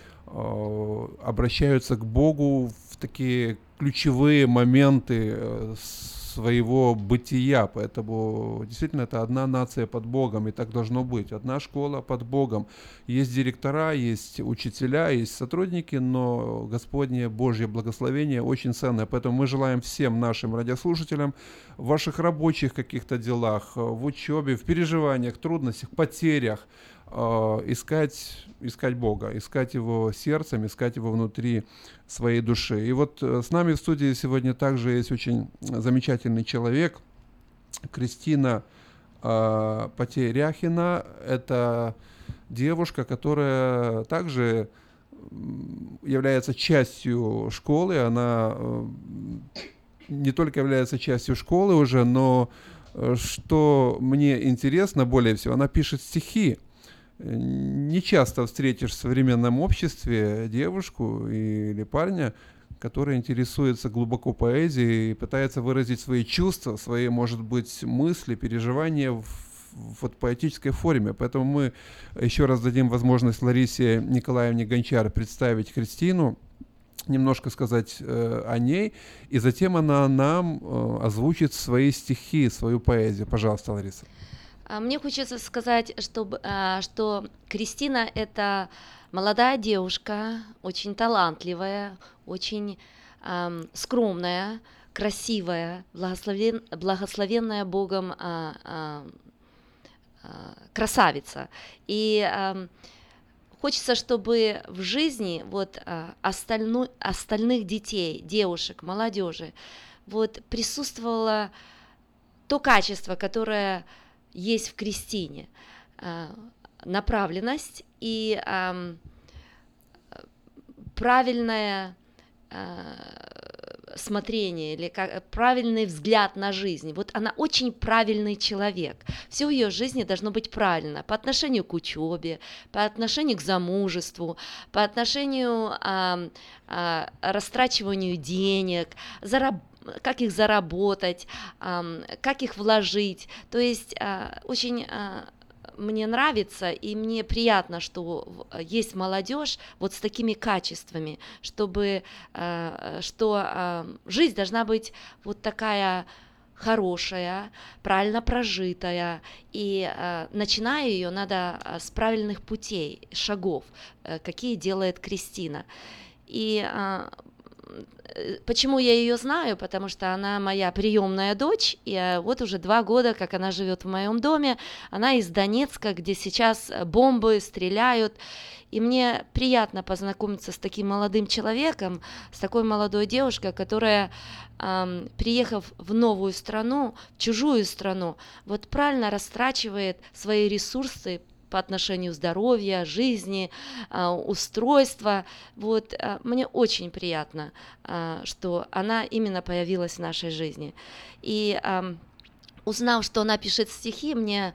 обращаются к Богу в такие ключевые моменты своего бытия, поэтому действительно это одна нация под Богом, и так должно быть. Одна школа под Богом. Есть директора, есть учителя, есть сотрудники, но Господне Божье благословение очень ценное. Поэтому мы желаем всем нашим радиослушателям в ваших рабочих каких-то делах, в учебе, в переживаниях, трудностях, потерях искать Бога, искать Его сердцем, искать Его внутри своей души. И вот с нами в студии сегодня также есть очень замечательный человек, Кристина Потеряхина. Это девушка, которая также является частью школы. Она не только является частью школы уже, но что мне интересно более всего, она пишет стихи. Не часто встретишь в современном обществе девушку или парня, который интересуется глубоко поэзией и пытается выразить свои чувства, свои, может быть, мысли, переживания в поэтической форме. Поэтому мы еще раз дадим возможность Ларисе Николаевне Гончар представить Кристину, немножко сказать о ней, и затем она нам озвучит свои стихи, свою поэзию. Пожалуйста, Лариса. Мне хочется сказать, что Кристина — это молодая девушка, очень талантливая, очень скромная, красивая, благословенная Богом красавица. И хочется, чтобы в жизни вот остальных детей, девушек, молодежи вот присутствовало то качество, которое есть в Кристине, направленность и правильное смотрение или правильный взгляд на жизнь. Вот она очень правильный человек. Все в ее жизни должно быть правильно по отношению к учебе, по отношению к замужеству, по отношению к растрачиванию денег, как их заработать, как их вложить. То есть очень мне нравится и мне приятно, что есть молодежь вот с такими качествами, что жизнь должна быть вот такая хорошая, правильно прожитая, и начиная ее надо с правильных путей, шагов, какие делает Кристина. И почему я ее знаю? Потому что она моя приемная дочь, и вот уже 2 года, как она живет в моем доме. Она из Донецка, где сейчас бомбы стреляют. И мне приятно познакомиться с таким молодым человеком, с такой молодой девушкой, которая, приехав в новую страну, в чужую страну, вот правильно растрачивает свои ресурсы по отношению здоровья, жизни, устройства. Вот, мне очень приятно, что она именно появилась в нашей жизни. И узнав, что она пишет стихи, мне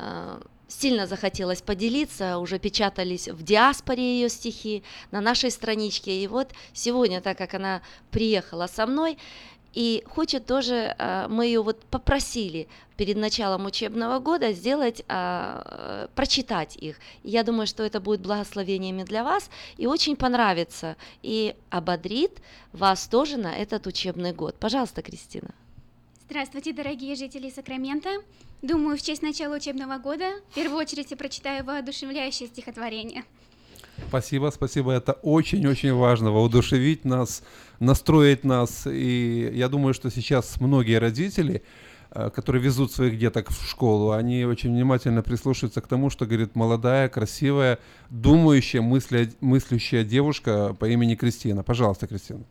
сильно захотелось поделиться, уже печатались в диаспоре ее стихи на нашей страничке. И вот сегодня, так как она приехала со мной, и хочет тоже, мы ее вот попросили перед началом учебного года сделать, прочитать их. И я думаю, что это будет благословениями для вас и очень понравится, и ободрит вас тоже на этот учебный год. Пожалуйста, Кристина. Здравствуйте, дорогие жители Сакрамента. Думаю, в честь начала учебного года в первую очередь я прочитаю воодушевляющее стихотворение. Спасибо, спасибо. Это очень-очень важно, воодушевить нас, настроить нас. И я думаю, что сейчас многие родители, которые везут своих деток в школу, они очень внимательно прислушиваются к тому, что говорит молодая, красивая, думающая, мыслящая девушка по имени Кристина. Пожалуйста, Кристина.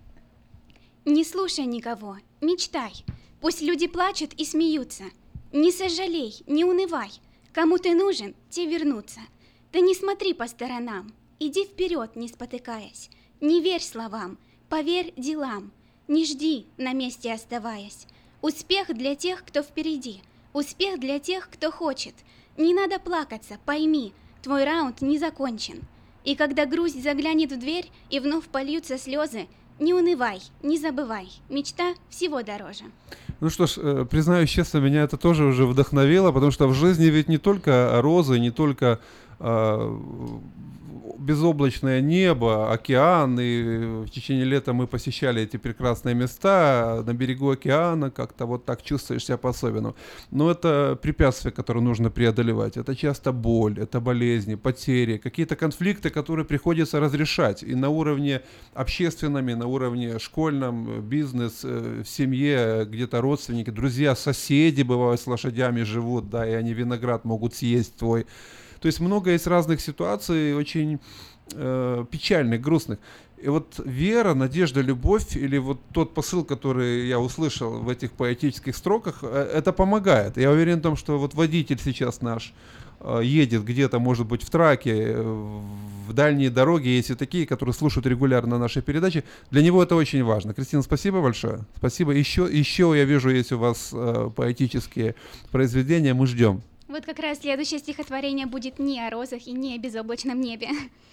Не слушай никого, мечтай. Пусть люди плачут и смеются. Не сожалей, не унывай. Кому ты нужен, те вернутся. Ты не смотри по сторонам. Иди вперед, не спотыкаясь. Не верь словам, поверь делам. Не жди, на месте оставаясь. Успех для тех, кто впереди. Успех для тех, кто хочет. Не надо плакаться, пойми, твой раунд не закончен. И когда грусть заглянет в дверь и вновь польются слезы, не унывай, не забывай, мечта всего дороже. Ну что ж, признаюсь честно, меня это тоже уже вдохновило, потому что в жизни ведь не только розы, не только безоблачное небо, океан, и в течение лета мы посещали эти прекрасные места на берегу океана, как-то вот так чувствуешь себя по-особенному. Но это препятствия, которые нужно преодолевать. Это часто боль, это болезни, потери, какие-то конфликты, которые приходится разрешать и на уровне общественном, и на уровне школьном, бизнес, в семье, где-то родственники, друзья, соседи бывают с лошадями живут, да, и они виноград могут съесть твой. То есть много есть разных ситуаций, очень печальных, грустных. И вот вера, надежда, любовь, или вот тот посыл, который я услышал в этих поэтических строках, это помогает. Я уверен в том, что вот водитель сейчас наш едет где-то, может быть, в траке, в дальние дороги, есть и такие, которые слушают регулярно наши передачи. Для него это очень важно. Кристина, спасибо большое. Спасибо. Еще я вижу, есть у вас поэтические произведения, мы ждем. Вот как раз следующее стихотворение будет не о розах и не о безоблачном небе.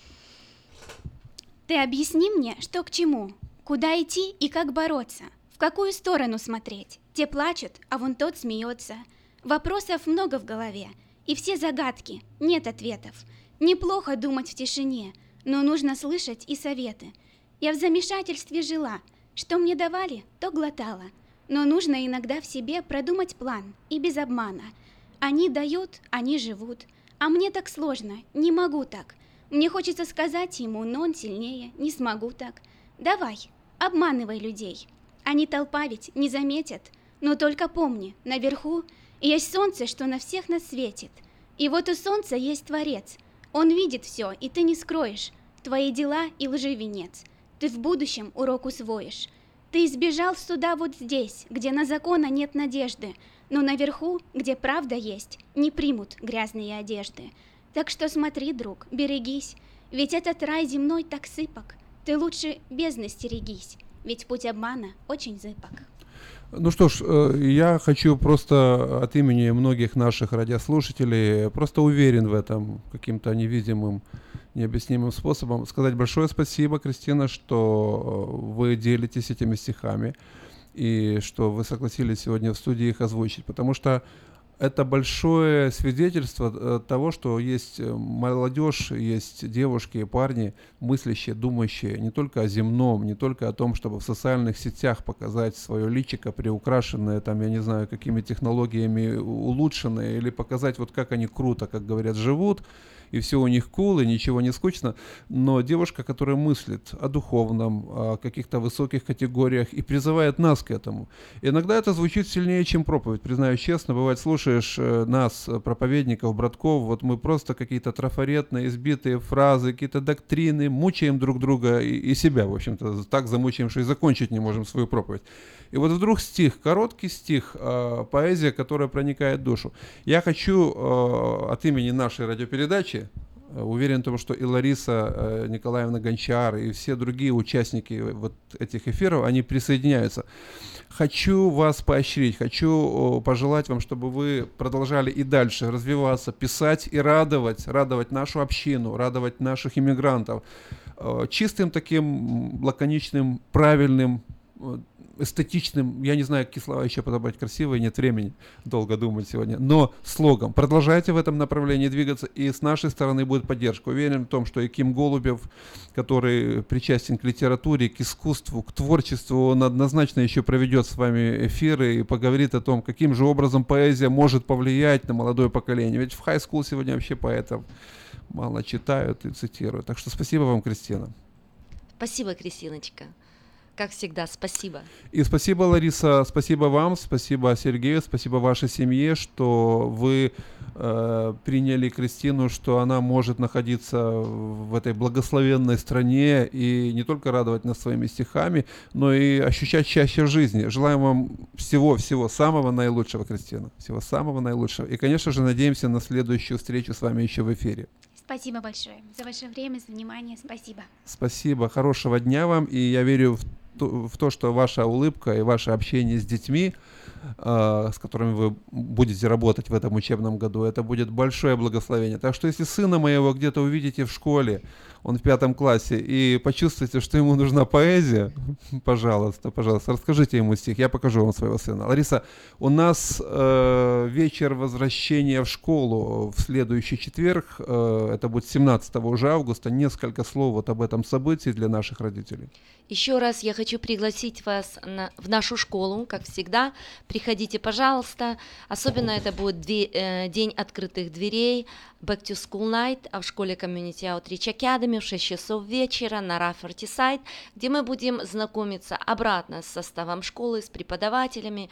Ты объясни мне, что к чему, куда идти и как бороться, в какую сторону смотреть. Те плачут, а вон тот смеется. Вопросов много в голове, и все загадки, нет ответов. Неплохо думать в тишине, но нужно слышать и советы. Я в замешательстве жила, что мне давали, то глотала. Но нужно иногда в себе продумать план, и без обмана. Они дают, они живут, а мне так сложно, не могу так. Мне хочется сказать ему, но он сильнее, не смогу так. Давай, обманывай людей. Они толпа ведь не заметят, но только помни, наверху есть солнце, что на всех нас светит. И вот у солнца есть Творец, он видит все, и ты не скроешь твои дела и лжи венец. Ты в будущем урок усвоишь. Ты избежал суда вот здесь, где на закона нет надежды, но наверху, где правда есть, не примут грязные одежды. Так что смотри, друг, берегись, ведь этот рай земной так сыпок. Ты лучше бездны стерегись, ведь путь обмана очень зыбок. Ну что ж, я хочу просто от имени многих наших радиослушателей, просто уверен в этом каким-то невидимым, необъяснимым способом, сказать большое спасибо, Кристина, что вы делитесь этими стихами и что вы согласились сегодня в студии их озвучить, потому что это большое свидетельство того, что есть молодежь, есть девушки и парни, мыслящие, думающие не только о земном, не только о том, чтобы в социальных сетях показать свое личико, приукрашенное, там, я не знаю, какими технологиями улучшенное, или показать, вот как они круто, как говорят, живут, и все у них cool, и ничего не скучно, но девушка, которая мыслит о духовном, о каких-то высоких категориях и призывает нас к этому. И иногда это звучит сильнее, чем проповедь, признаюсь честно, бывает, слушаешь нас, проповедников, братков, вот мы просто какие-то трафаретные, избитые фразы, какие-то доктрины, мучаем друг друга и себя, в общем-то, так замучаем, что и закончить не можем свою проповедь. И вот вдруг стих, короткий стих, поэзия, которая проникает в душу. Я хочу от имени нашей радиопередачи, уверен в том, что и Лариса Николаевна Гончар, и все другие участники вот этих эфиров, они присоединяются. Хочу вас поощрить, хочу пожелать вам, чтобы вы продолжали и дальше развиваться, писать и радовать нашу общину, радовать наших иммигрантов чистым таким лаконичным, правильным, эстетичным, я не знаю, какие слова еще подобрать красивые, нет времени долго думать сегодня, но слогом. Продолжайте в этом направлении двигаться, и с нашей стороны будет поддержка. Уверен в том, что и Ким Голубев, который причастен к литературе, к искусству, к творчеству, он однозначно еще проведет с вами эфиры и поговорит о том, каким же образом поэзия может повлиять на молодое поколение. Ведь в хай-скул сегодня вообще поэтов мало читают и цитируют. Так что спасибо вам, Кристина. Спасибо, Кристиночка. Как всегда, спасибо. И спасибо, Лариса, спасибо вам, спасибо Сергею, спасибо вашей семье, что вы приняли Кристину, что она может находиться в этой благословенной стране и не только радовать нас своими стихами, но и ощущать счастье в жизни. Желаем вам всего-всего самого наилучшего, Кристина, всего самого наилучшего. И, конечно же, надеемся на следующую встречу с вами еще в эфире. Спасибо большое за ваше время, за внимание, спасибо. Спасибо, хорошего дня вам, и я верю в то, что ваша улыбка и ваше общение с детьми, с которыми вы будете работать в этом учебном году, это будет большое благословение. Так что если сына моего где-то увидите в школе, он в 5 классе, и почувствуете, что ему нужна поэзия, пожалуйста, расскажите ему стих, я покажу вам своего сына. Лариса, у нас вечер возвращения в школу в следующий четверг, это будет 17 уже августа, несколько слов вот об этом событии для наших родителей. Еще раз я хочу пригласить вас в нашу школу, как всегда. Приходите, пожалуйста. Особенно это будет день открытых дверей, Back to School Night, а в школе Community Outreach Academy в 6 часов вечера на Рафферти Сайт, где мы будем знакомиться обратно с составом школы, с преподавателями,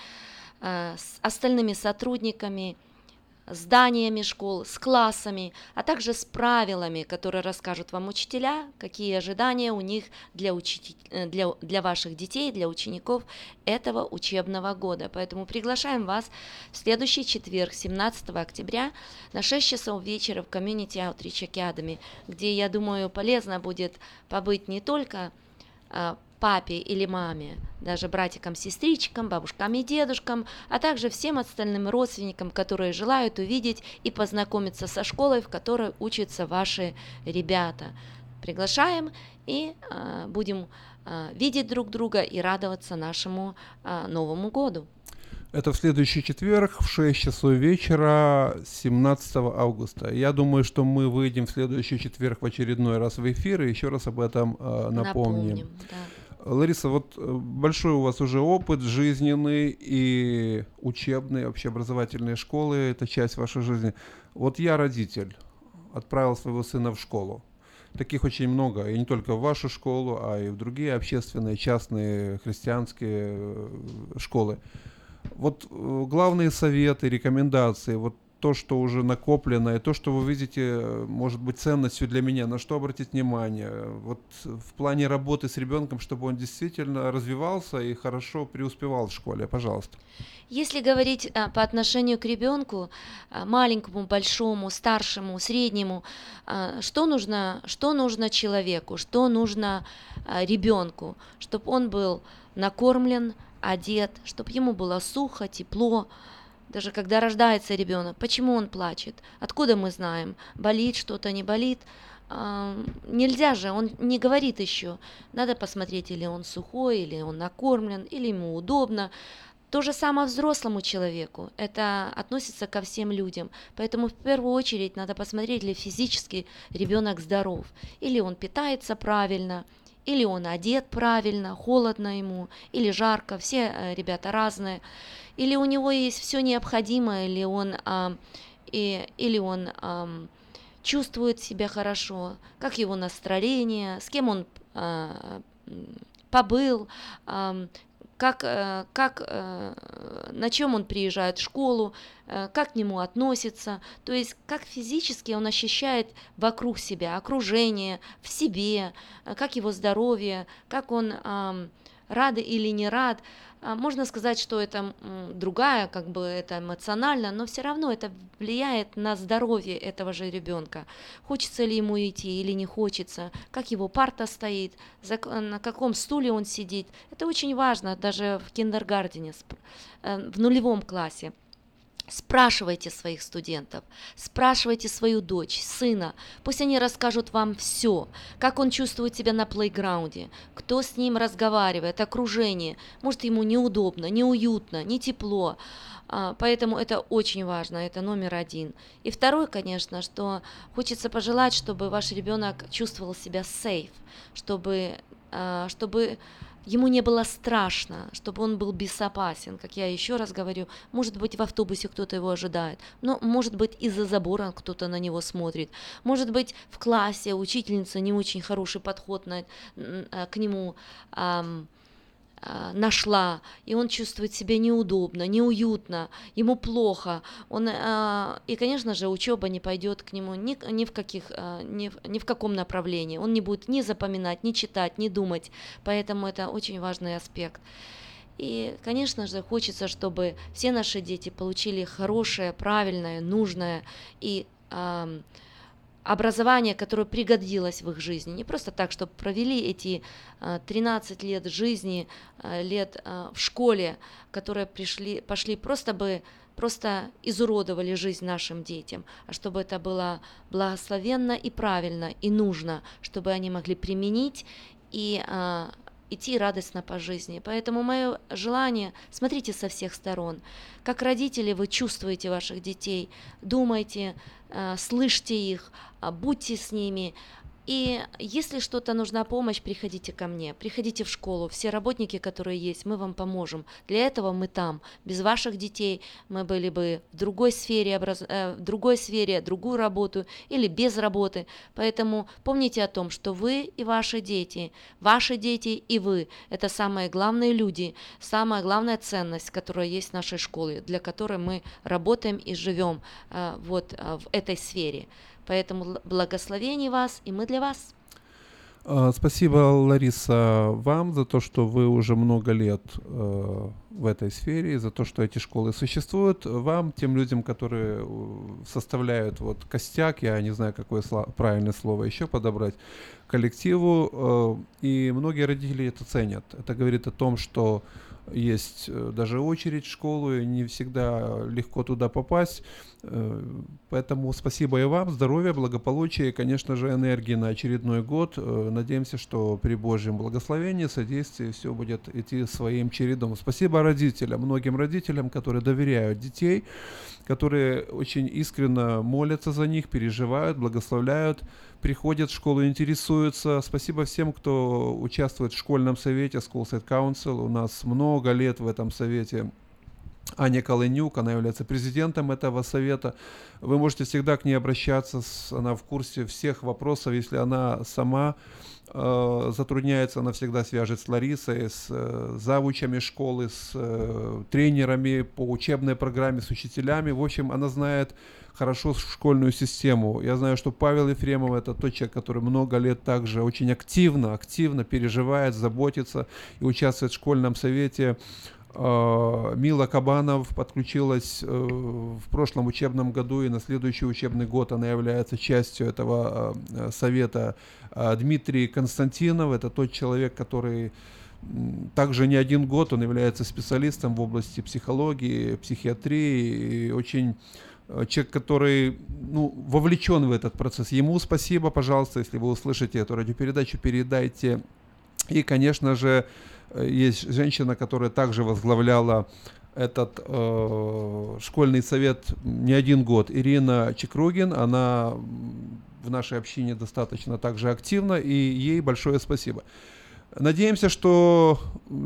с остальными сотрудниками, зданиями школ, с классами, а также с правилами, которые расскажут вам учителя, какие ожидания у них для ваших детей, для учеников этого учебного года. Поэтому приглашаем вас в следующий четверг, 17 октября, на 6 часов вечера в Community Outreach Academy, где, я думаю, полезно будет побыть не только папе или маме, даже братикам, сестричкам, бабушкам и дедушкам, а также всем остальным родственникам, которые желают увидеть и познакомиться со школой, в которой учатся ваши ребята. Приглашаем и будем видеть друг друга и радоваться нашему Новому году. Это в следующий четверг в 6 часов вечера 17 августа. Я думаю, что мы выйдем в следующий четверг в очередной раз в эфир и еще раз об этом напомним. Да. Лариса, вот большой у вас уже опыт жизненный и учебный, общеобразовательные школы, это часть вашей жизни. Вот я родитель, отправил своего сына в школу. Таких очень много, и не только в вашу школу, а и в другие общественные, частные, христианские школы. Вот главные советы, рекомендации, вот то, что уже накоплено, и то, что вы видите, может быть ценностью для меня, на что обратить внимание, вот в плане работы с ребенком, чтобы он действительно развивался и хорошо преуспевал в школе, пожалуйста. Если говорить по отношению к ребенку, маленькому, большому, старшему, среднему, что нужно человеку, что нужно ребенку, чтобы он был накормлен, одет, чтобы ему было сухо, тепло. Даже когда рождается ребенок, почему он плачет? Откуда мы знаем? Болит что-то, не болит? Нельзя же, он не говорит еще. Надо посмотреть, или он сухой, или он накормлен, или ему удобно. То же самое взрослому человеку, это относится ко всем людям, поэтому в первую очередь надо посмотреть, ли физически ребенок здоров, или он питается правильно, или он одет правильно, холодно ему, или жарко, все ребята разные, или у него есть все необходимое, или он чувствует себя хорошо, как его настроение, с кем он побыл, на чем он приезжает в школу, как к нему относится, то есть как физически он ощущает вокруг себя, окружение, в себе, как его здоровье, как он рад или не рад. Можно сказать, что это другая, это эмоционально, но все равно это влияет на здоровье этого же ребенка. Хочется ли ему идти или не хочется, как его парта стоит, на каком стуле он сидит. Это очень важно даже в киндергардене, в нулевом классе. Спрашивайте своих студентов, спрашивайте свою дочь, сына, пусть они расскажут вам все, как он чувствует себя на плейграунде, кто с ним разговаривает, окружение, может ему неудобно, неуютно, не тепло, поэтому это очень важно, это номер один. И второе, конечно, что хочется пожелать, чтобы ваш ребенок чувствовал себя safe, чтобы ему не было страшно, чтобы он был безопасен, как я еще раз говорю, может быть в автобусе кто-то его ожидает, но может быть из-за забора кто-то на него смотрит, может быть в классе учительница не очень хороший подход к нему нашла, и он чувствует себя неудобно, неуютно, ему плохо, и, конечно же, учеба не пойдет к нему ни в каком направлении, он не будет ни запоминать, ни читать, ни думать, поэтому это очень важный аспект. И, конечно же, хочется, чтобы все наши дети получили хорошее, правильное, нужное и образование, которое пригодилось в их жизни. Не просто так, чтобы провели эти 13 лет жизни, лет в школе, которые пошли просто изуродовали жизнь нашим детям, а чтобы это было благословенно и правильно, и нужно, чтобы они могли применить и идти радостно по жизни. Поэтому мое желание, смотрите со всех сторон. Как родители вы чувствуете ваших детей, думайте, слышьте их, будьте с ними. И если что-то нужна помощь, приходите ко мне, приходите в школу. Все работники, которые есть, мы вам поможем. Для этого мы там. Без ваших детей мы были бы в другой сфере, другую работу или без работы. Поэтому помните о том, что вы и ваши дети и вы – это самые главные люди, самая главная ценность, которая есть в нашей школе, для которой мы работаем и живем в этой сфере. Поэтому благословений вас, и мы для вас. Спасибо, Лариса, вам за то, что вы уже много лет в этой сфере, за то, что эти школы существуют. Вам, тем людям, которые составляют костяк, я не знаю, какое правильное слово еще подобрать, коллективу, и многие родители это ценят. Это говорит о том, что есть даже очередь в школу, и не всегда легко туда попасть. Поэтому спасибо и вам, здоровья, благополучия и, конечно же, энергии на очередной год. Надеемся, что при Божьем благословении, содействии все будет идти своим чередом. Спасибо родителям, многим родителям, которые доверяют детей, которые очень искренне молятся за них, переживают, благословляют, приходят в школу, интересуются. Спасибо всем, кто участвует в школьном совете School Site Council. У нас много лет в этом совете. Аня Колынюк, она является президентом этого совета. Вы можете всегда к ней обращаться, она в курсе всех вопросов. Если она сама затрудняется, она всегда свяжет с Ларисой, с завучами школы, с тренерами по учебной программе, с учителями. В общем, она знает хорошо школьную систему. Я знаю, что Павел Ефремов — это тот человек, который много лет также очень активно переживает, заботится и участвует в школьном совете. Мила Кабанов подключилась в прошлом учебном году, и на следующий учебный год она является частью этого совета. Дмитрий Константинов — это тот человек, который также не один год, он является специалистом в области психологии, психиатрии, и очень человек, который вовлечен в этот процесс. Ему спасибо, пожалуйста, если вы услышите эту радиопередачу, передайте И, конечно же, есть женщина, которая также возглавляла этот школьный совет не один год. Ирина Чекрогин, она в нашей общине достаточно также активна, и ей большое спасибо. Надеемся, что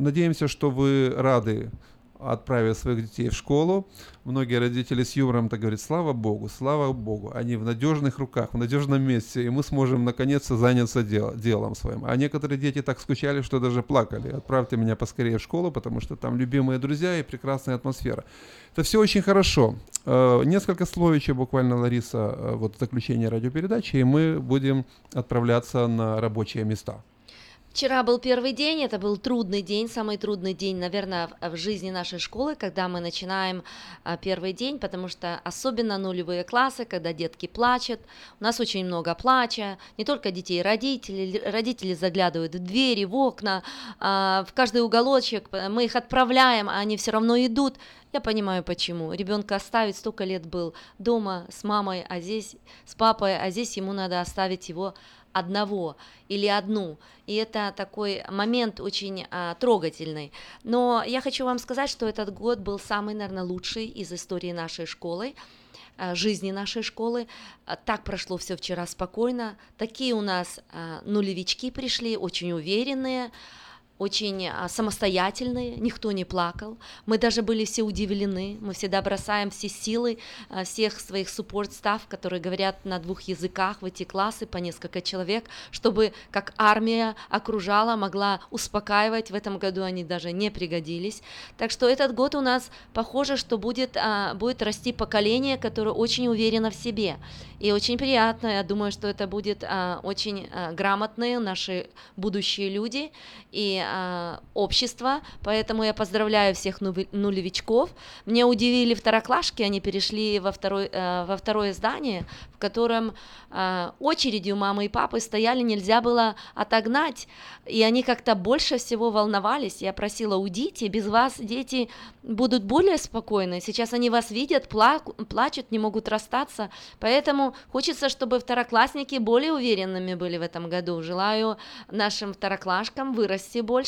вы рады, отправив своих детей в школу. Многие родители с юмором так говорят: слава Богу, они в надежных руках, в надежном месте, и мы сможем наконец-то заняться делом своим. А некоторые дети так скучали, что даже плакали: отправьте меня поскорее в школу, потому что там любимые друзья и прекрасная атмосфера. Это все очень хорошо. Несколько словечек буквально, Лариса, вот заключение радиопередачи, и мы будем отправляться на рабочие места. Вчера был первый день, это был трудный день, самый трудный день, наверное, в жизни нашей школы, когда мы начинаем первый день, потому что особенно нулевые классы, когда детки плачут, у нас очень много плача, не только детей, родители заглядывают в двери, в окна, в каждый уголочек, мы их отправляем, а они все равно идут. Я понимаю, почему. Ребенка оставить, столько лет был дома с мамой, а здесь с папой, а здесь ему надо оставить его одного или одну. И это такой момент очень трогательный. Но я хочу вам сказать, что этот год был самый, наверное, лучший из истории нашей школы, жизни нашей школы. Так прошло все вчера спокойно. Такие у нас нулевички пришли, очень уверенные, очень самостоятельные, никто не плакал. Мы даже были все удивлены. Мы всегда бросаем все силы всех своих support-стаф, которые говорят на 2 языках в эти классы по несколько человек, чтобы как армия окружала, могла успокаивать. В этом году они даже не пригодились. Так что этот год у нас похоже, что будет расти поколение, которое очень уверено в себе. И очень приятно. Я думаю, что это будет очень грамотные наши будущие люди и общество, поэтому я поздравляю всех нулевичков. Мне удивили второклашки, они перешли во второе здание, в котором очередью мамы и папы стояли, нельзя было отогнать, и они как-то больше всего волновались. Я просила: уйдите, без вас дети будут более спокойны, сейчас они вас видят, плачут, не могут расстаться, поэтому хочется, чтобы второклассники более уверенными были в этом году. Желаю нашим второклашкам вырасти больше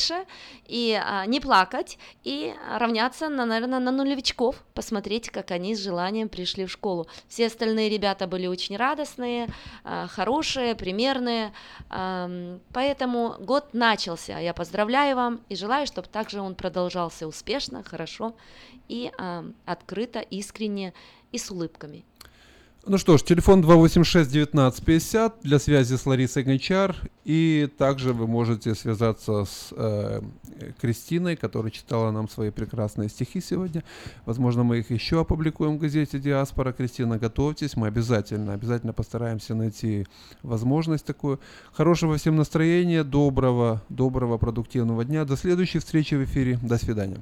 и не плакать, и равняться, наверное, на нулевичков, посмотреть, как они с желанием пришли в школу. Все остальные ребята были очень радостные, хорошие, примерные, поэтому год начался. Я поздравляю вам и желаю, чтобы также он продолжался успешно, хорошо и открыто, искренне и с улыбками. Ну что ж, телефон 286-1950 для связи с Ларисой Гончар, и также вы можете связаться с Кристиной, которая читала нам свои прекрасные стихи сегодня. Возможно, мы их еще опубликуем в газете «Диаспора». Кристина, готовьтесь, мы обязательно постараемся найти возможность такую. Хорошего всем настроения, доброго, продуктивного дня. До следующей встречи в эфире. До свидания.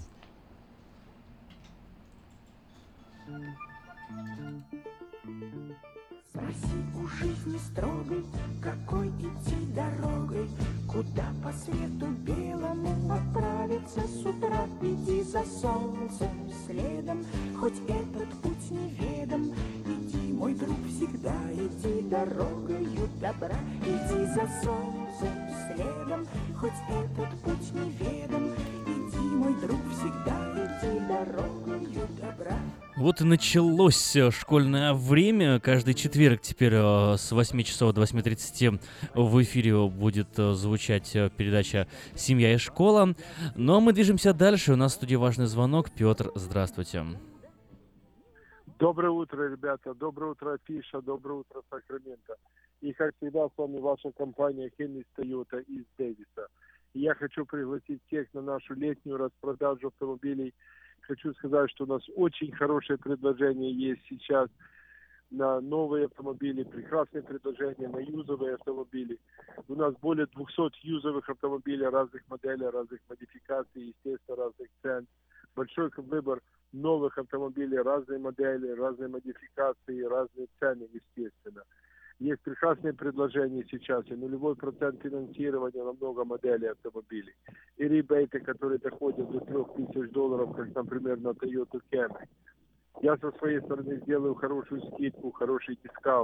Спроси у жизни строгой, какой идти дорогой, куда по свету белому отправиться с утра. Иди за солнцем следом, хоть этот путь неведом. Иди, мой друг, всегда иди дорогою добра. Иди за солнцем следом, хоть этот путь неведом. Иди, мой друг, всегда иди дорогою добра. Вот и началось школьное время. Каждый четверг теперь с 8 часов до 8:30 в эфире будет звучать передача «Семья и школа». Ну а мы движемся дальше. У нас в студии важный звонок. Петр, здравствуйте. Доброе утро, ребята. Доброе утро, Афиша. Доброе утро, Сакраменто. И, как всегда, с вами ваша компания Хеннис Тойота из Дэвиса. И я хочу пригласить всех на нашу летнюю распродажу автомобилей. Хочу сказать, что у нас очень хорошее предложение есть сейчас на новые автомобили, прекрасные предложения на юзовые автомобили. У нас более 200 юзовых автомобилей разных моделей, разных модификаций, естественно, разных цен. Большой выбор новых автомобилей, разные модели, разные модификации, разные цены, естественно. Есть прекрасные предложения сейчас, и 0% финансирования на много моделей автомобилей. И ребейты, которые доходят до $3000, как, например, на Toyota Camry. Я со своей стороны сделаю хорошую скидку, хороший дискаунт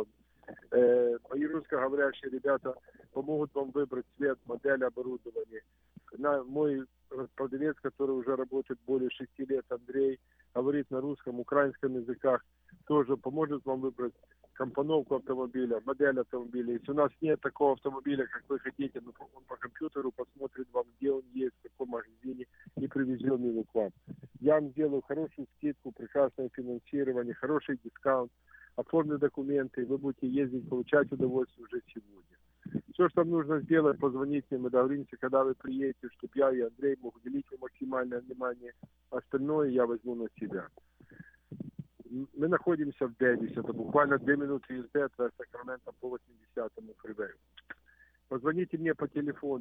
Мои русскоговорящие ребята помогут вам выбрать цвет, модель оборудования. Мой продавец, который уже работает более 6 лет, Андрей, говорит на русском, украинском языках, тоже поможет вам выбрать компоновку автомобиля, модель автомобиля. Если у нас нет такого автомобиля, как вы хотите, но он по компьютеру посмотрит вам, где он есть, в каком магазине, и привезем его к вам. Я вам сделаю хорошую скидку, прекрасное финансирование, хороший дискаунт, оформлю документы, и вы будете ездить, получать удовольствие уже сегодня. Все, что вам нужно сделать, позвонить мне, мы договоримся, когда вы приедете, чтобы я и Андрей мог уделить вам максимальное внимание. Остальное я возьму на себя. Мы находимся в Дэвисе, это буквально 2 минуты езды от Сакрамента по 80-му фривею. Позвоните мне по телефону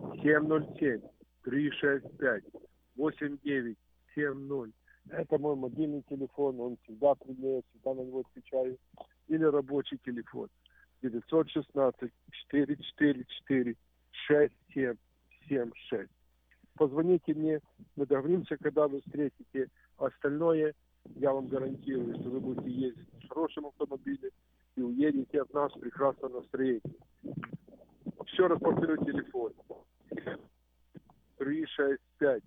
707-365-8970. Это мой мобильный телефон, он всегда при мне, всегда на него отвечаю. Или рабочий телефон 916-444-6776. Позвоните мне, мы договоримся, когда вы встретите. Остальное я вам гарантирую, что вы будете ездить в хорошем автомобиле и уедете от нас в прекрасном настроении. Еще раз повторю телефон. 365.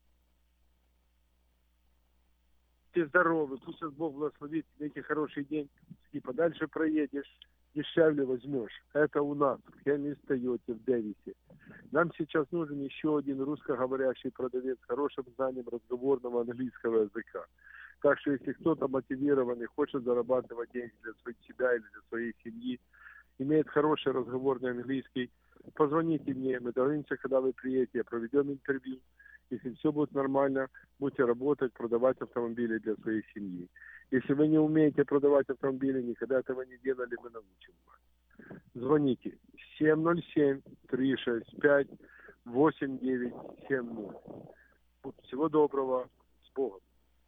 Будьте здоровы, пусть вас Бог благословит, имейте хороший день, и подальше проедешь, дешевле возьмешь. Это у нас, в Хемис Тойоте в Дэвисе. Нам сейчас нужен еще один русскоговорящий продавец с хорошим знанием разговорного английского языка. Так что если кто-то мотивированный, хочет зарабатывать деньги для себя или для своей семьи, имеет хороший разговорный английский, позвоните мне, мы договоримся, когда вы приедете, проведем интервью. Если все будет нормально, будете работать, продавать автомобили для своей семьи. Если вы не умеете продавать автомобили, никогда этого не делали, мы научим вас. Звоните 707-365-8970. Всего доброго, с Богом.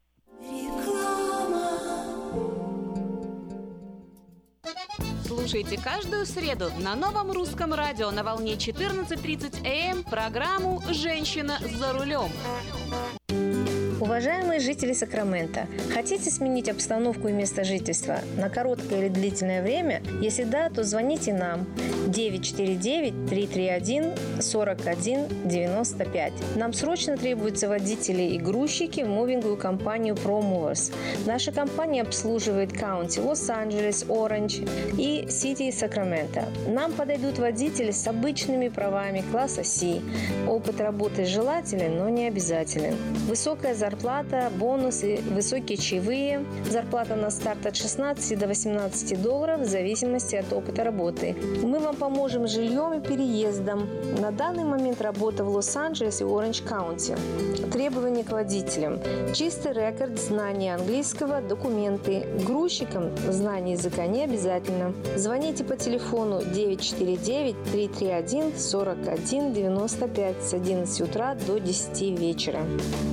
Слушайте каждую среду на новом русском радио на волне 14:30 АМ программу «Женщина за рулем». Уважаемые жители Сакрамента, хотите сменить обстановку и место жительства на короткое или длительное время? Если да, то звоните нам 949-331-4195. Нам срочно требуются водители и грузчики в мувинговую компанию ProMovers. Наша компания обслуживает каунти Лос-Анджелес, Оранж и Сити Сакраменто. Нам подойдут водители с обычными правами класса C. Опыт работы желателен, но не обязателен. Высокая зарплата, бонусы, высокие чаевые. Зарплата на старт от $16 до $18 в зависимости от опыта работы. Мы вам поможем с жильем и переездом. На данный момент работа в Лос-Анджелес и Оранж Каунти. Требования к водителям. Чистый рекорд, знание английского, документы. Грузчикам знание языка не обязательно. Звоните по телефону 949-331-4195 с 11 утра до 10 вечера.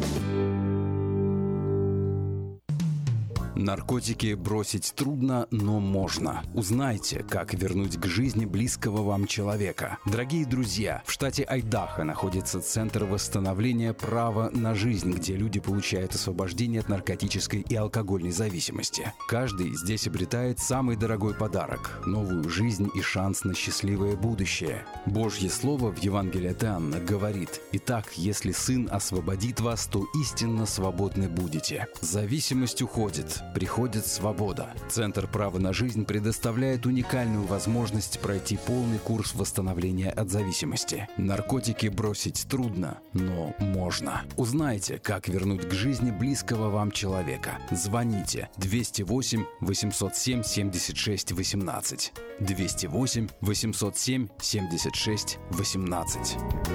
Наркотики бросить трудно, но можно. Узнайте, как вернуть к жизни близкого вам человека. Дорогие друзья, в штате Айдахо находится Центр восстановления права на жизнь, где люди получают освобождение от наркотической и алкогольной зависимости. Каждый здесь обретает самый дорогой подарок – новую жизнь и шанс на счастливое будущее. Божье Слово в Евангелии от Иоанна говорит: «Итак, если Сын освободит вас, то истинно свободны будете». Зависимость уходит. Приходит свобода. Центр права на жизнь предоставляет уникальную возможность пройти полный курс восстановления от зависимости. Наркотики бросить трудно, но можно. Узнайте, как вернуть к жизни близкого вам человека. Звоните 208-807-76-18. 208-807-76-18.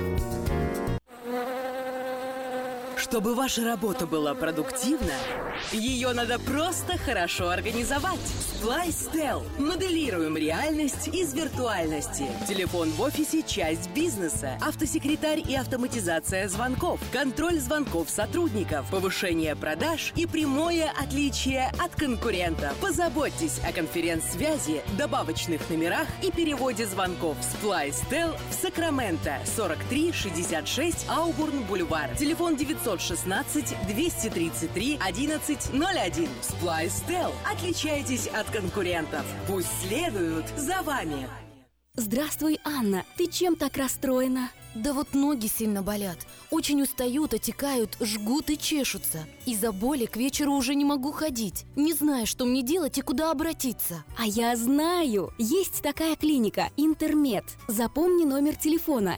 Чтобы ваша работа была продуктивна, ее надо просто хорошо организовать. SpliceTel. Моделируем реальность из виртуальности. Телефон в офисе – часть бизнеса. Автосекретарь и автоматизация звонков. Контроль звонков сотрудников. Повышение продаж и прямое отличие от конкурента. Позаботьтесь о конференц-связи, добавочных номерах и переводе звонков. SpliceTel в Сакраменто. 4366 Аубурн-Бульвар. Телефон 916 916-233-1101. SplyceTel. Отличайтесь от конкурентов. Пусть следуют за вами. Здравствуй, Анна. Ты чем так расстроена? Да вот ноги сильно болят. Очень устают, отекают, жгут и чешутся. Из-за боли к вечеру уже не могу ходить. Не знаю, что мне делать и куда обратиться. А я знаю! Есть такая клиника «Интермед». Запомни номер телефона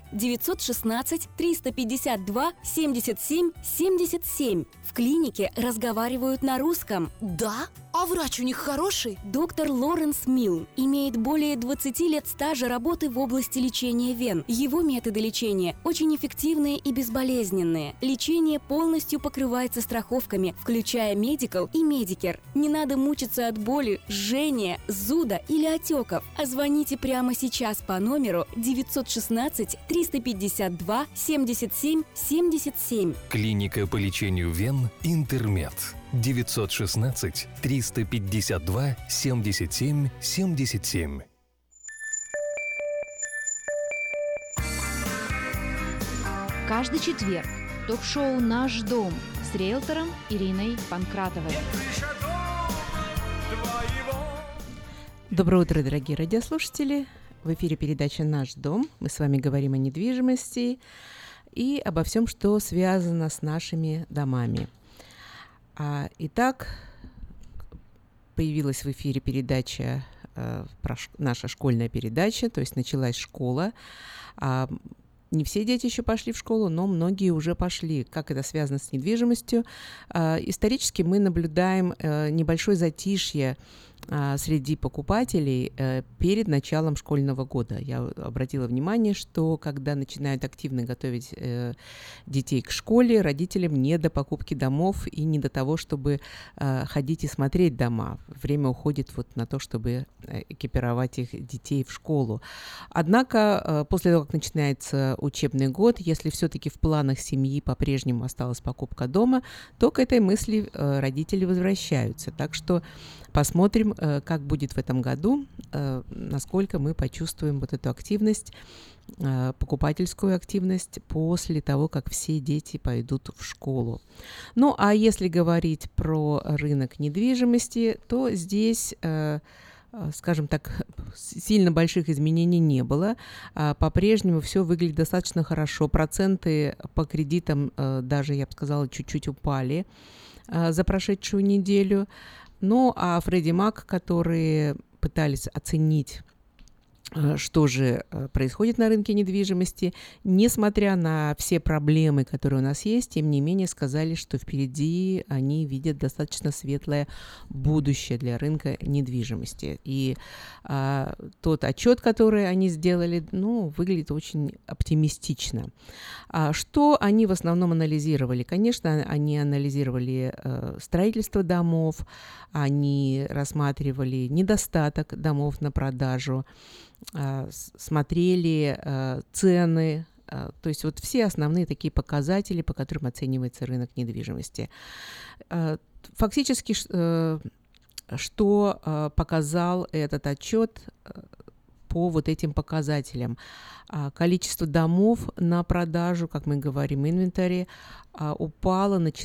916-352-77-77. В клинике разговаривают на русском. Да? А врач у них хороший? Доктор Лоренс Милн имеет более 20 лет стажа работы в области лечения вен. Его методы лечения очень эффективные и безболезненные. Лечение полностью покрывается страховками, включая Medical и Medicare. Не надо мучиться от боли, жжения, зуда или отеков. А звоните прямо сейчас по номеру 916-352-77-77. Клиника по лечению вен «Интермед». 916-352-77-77. Каждый четверг ток-шоу «Наш дом» с риэлтором Ириной Панкратовой. Доброе утро, дорогие радиослушатели. В эфире передача «Наш дом». Мы с вами говорим о недвижимости и обо всем, что связано с нашими домами. Итак, появилась в эфире передача, наша школьная передача, то есть началась школа. Не все дети еще пошли в школу, но многие уже пошли. Как это связано с недвижимостью? Исторически мы наблюдаем небольшое затишье среди покупателей перед началом школьного года. Я обратила внимание, что когда начинают активно готовить детей к школе, родителям не до покупки домов и не до того, чтобы ходить и смотреть дома. Время уходит вот на то, чтобы экипировать их детей в школу. Однако после того, как начинается учебный год, если все-таки в планах семьи по-прежнему осталась покупка дома, то к этой мысли родители возвращаются. Так что посмотрим, как будет в этом году, насколько мы почувствуем вот эту активность, покупательскую активность после того, как все дети пойдут в школу. Ну, а если говорить про рынок недвижимости, то здесь, скажем так, сильно больших изменений не было. По-прежнему все выглядит достаточно хорошо. Проценты по кредитам даже, я бы сказала, чуть-чуть упали за прошедшую неделю. Ну, а Фредди Мак, которые пытались оценить, что же происходит на рынке недвижимости, несмотря на все проблемы, которые у нас есть, тем не менее сказали, что впереди они видят достаточно светлое будущее для рынка недвижимости. И тот отчет, который они сделали, выглядит очень оптимистично. Что они в основном анализировали? Конечно, они анализировали строительство домов, они рассматривали недостаток домов на продажу, смотрели цены, то есть вот все основные такие показатели, по которым оценивается рынок недвижимости. Фактически, что показал этот отчет по вот этим показателям? Количество домов на продажу, как мы говорим, инвентарь, упало на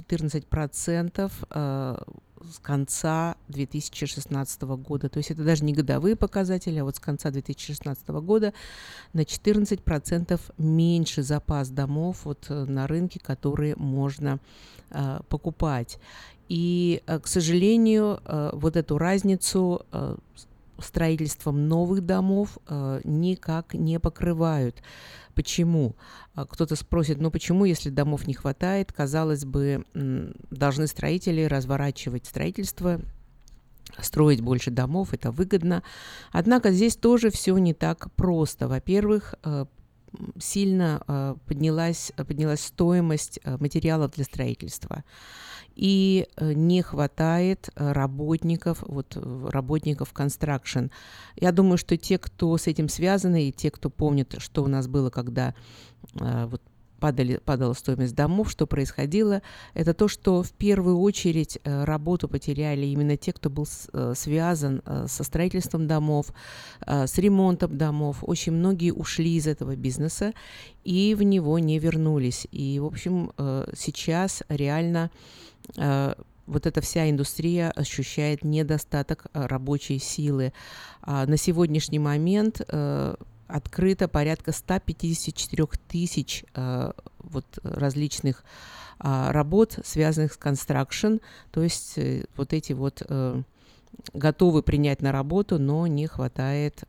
14% с конца 2016 года. То есть это даже не годовые показатели, а вот с конца 2016 года на 14% меньше запас домов вот на рынке, которые можно покупать. И, к сожалению, вот эту разницу строительством новых домов никак не покрывают. Почему? Кто-то спросит, почему, если домов не хватает, казалось бы, должны строители разворачивать строительство, строить больше домов, это выгодно. Однако здесь тоже все не так просто. Во-первых, сильно поднялась стоимость материалов для строительства. И не хватает работников construction. Я думаю, что те, кто с этим связаны, и те, кто помнит, что у нас было, когда падала стоимость домов, что происходило, это то, что в первую очередь работу потеряли именно те, кто был связан со строительством домов, с ремонтом домов. Очень многие ушли из этого бизнеса и в него не вернулись. И, в общем, сейчас реально вот эта вся индустрия ощущает недостаток рабочей силы. На сегодняшний момент открыто порядка 154 тысяч вот различных работ, связанных с construction, то есть вот эти вот готовы принять на работу, но не хватает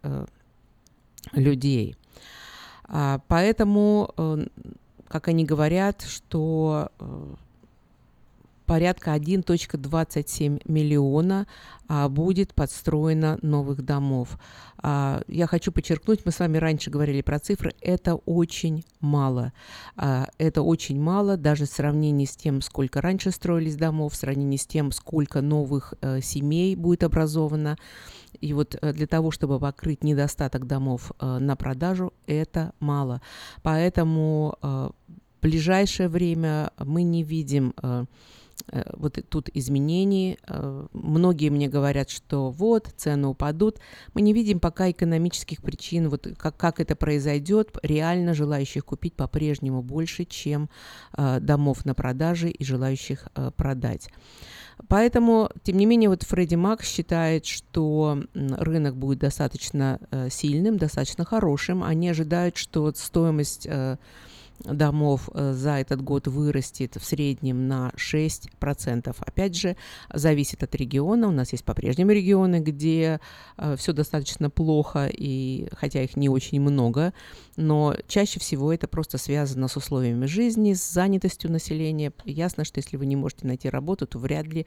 людей. Поэтому, как они говорят, что порядка 1,27 миллиона будет подстроено новых домов. Я хочу подчеркнуть, мы с вами раньше говорили про цифры, это очень мало. Это очень мало даже в сравнении с тем, сколько раньше строились домов, в сравнении с тем, сколько новых семей будет образовано. И вот для того, чтобы покрыть недостаток домов на продажу, это мало. Поэтому в ближайшее время мы не видим вот тут изменений. Многие мне говорят, что вот, цены упадут. Мы не видим пока экономических причин, вот как это произойдет. Реально желающих купить по-прежнему больше, чем домов на продаже и желающих продать. Поэтому, тем не менее, вот Фредди Мак считает, что рынок будет достаточно сильным, достаточно хорошим. Они ожидают, что стоимость домов за этот год вырастет в среднем на 6%. Опять же, зависит от региона. У нас есть по-прежнему регионы, где все достаточно плохо, и хотя их не очень много, но чаще всего это просто связано с условиями жизни, с занятостью населения. Ясно, что если вы не можете найти работу, то вряд ли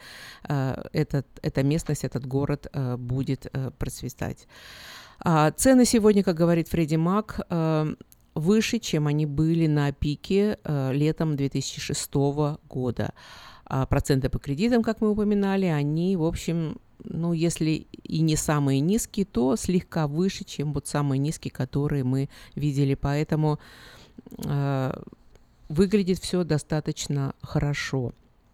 эта местность, этот город будет процветать. Цены сегодня, как говорит Фредди Мак, выше, чем они были на пике летом 2006 года. Проценты по кредитам, как мы упоминали, они, в общем, ну, если и не самые низкие, то слегка выше, чем вот самые низкие, которые мы видели. Поэтому выглядит все достаточно хорошо.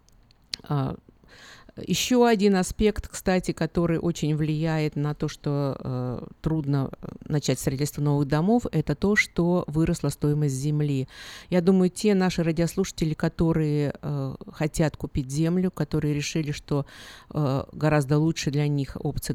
Еще один аспект, кстати, который очень влияет на то, что трудно начать строительство новых домов, это то, что выросла стоимость земли. Я думаю, те наши радиослушатели, которые хотят купить землю, которые решили, что гораздо лучшая для них опция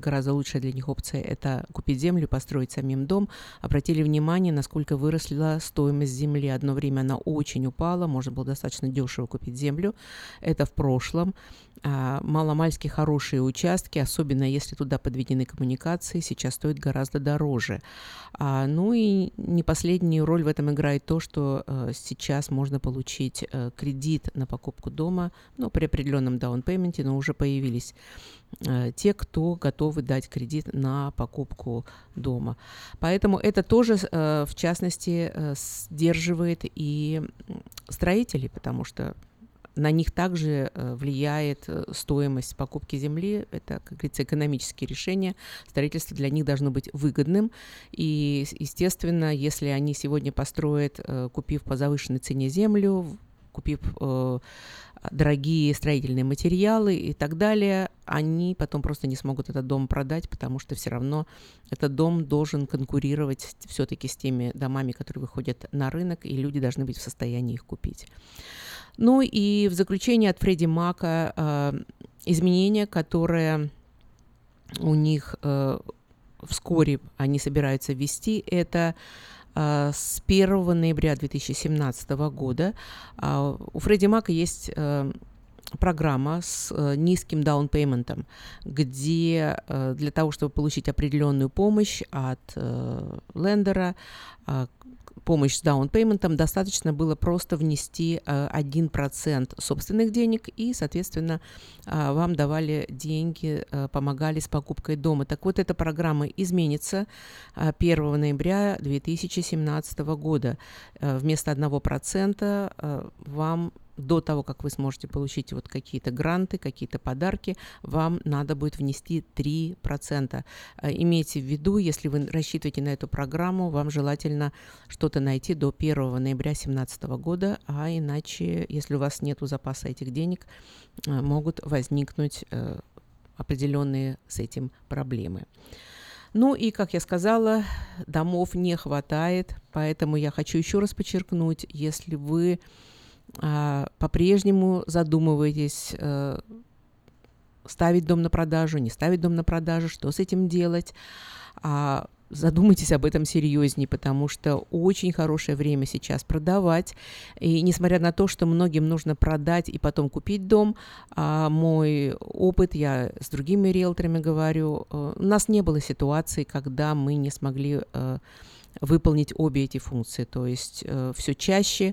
это купить землю, построить самим дом, обратили внимание, насколько выросла стоимость земли. Одно время она очень упала, можно было достаточно дешево купить землю. Это в прошлом. Маломальски хорошие участки, особенно если туда подведены коммуникации, сейчас стоят гораздо дороже. Ну и не последнюю роль в этом играет то, что сейчас можно получить кредит на покупку дома, ну, при определенном даунпейменте, но уже появились те, кто готовы дать кредит на покупку дома. Поэтому это тоже, в частности, сдерживает и строителей, потому что на них также влияет стоимость покупки земли. Это, как говорится, экономические решения. Строительство для них должно быть выгодным. И, естественно, если они сегодня построят, купив по завышенной цене землю, купив дорогие строительные материалы и так далее, они потом просто не смогут этот дом продать, потому что все равно этот дом должен конкурировать все-таки с теми домами, которые выходят на рынок, и люди должны быть в состоянии их купить. Ну и в заключение от Фредди Мака изменения, которые у них вскоре они собираются ввести, это с 1 ноября 2017 года. У Фредди Мака есть программа с низким даунпейментом, где для того, чтобы получить определенную помощь от лендера, помощь с даунпейментом, достаточно было просто внести 1% собственных денег, и, соответственно, вам давали деньги, помогали с покупкой дома. Так вот, эта программа изменится 1 ноября 2017 года. Вместо 1% вам до того, как вы сможете получить вот какие-то гранты, какие-то подарки, вам надо будет внести 3%. Имейте в виду, если вы рассчитываете на эту программу, вам желательно что-то найти до 1 ноября 2017 года, а иначе, если у вас нет запаса этих денег, могут возникнуть определенные с этим проблемы. Ну и, как я сказала, домов не хватает, поэтому я хочу еще раз подчеркнуть, если вы по-прежнему задумываетесь ставить дом на продажу, не ставить дом на продажу, что с этим делать, задумайтесь об этом серьезнее, потому что очень хорошее время сейчас продавать. И несмотря на то, что многим нужно продать и потом купить дом, мой опыт, я с другими риэлторами говорю, у нас не было ситуации, когда мы не смогли выполнить обе эти функции. То есть все чаще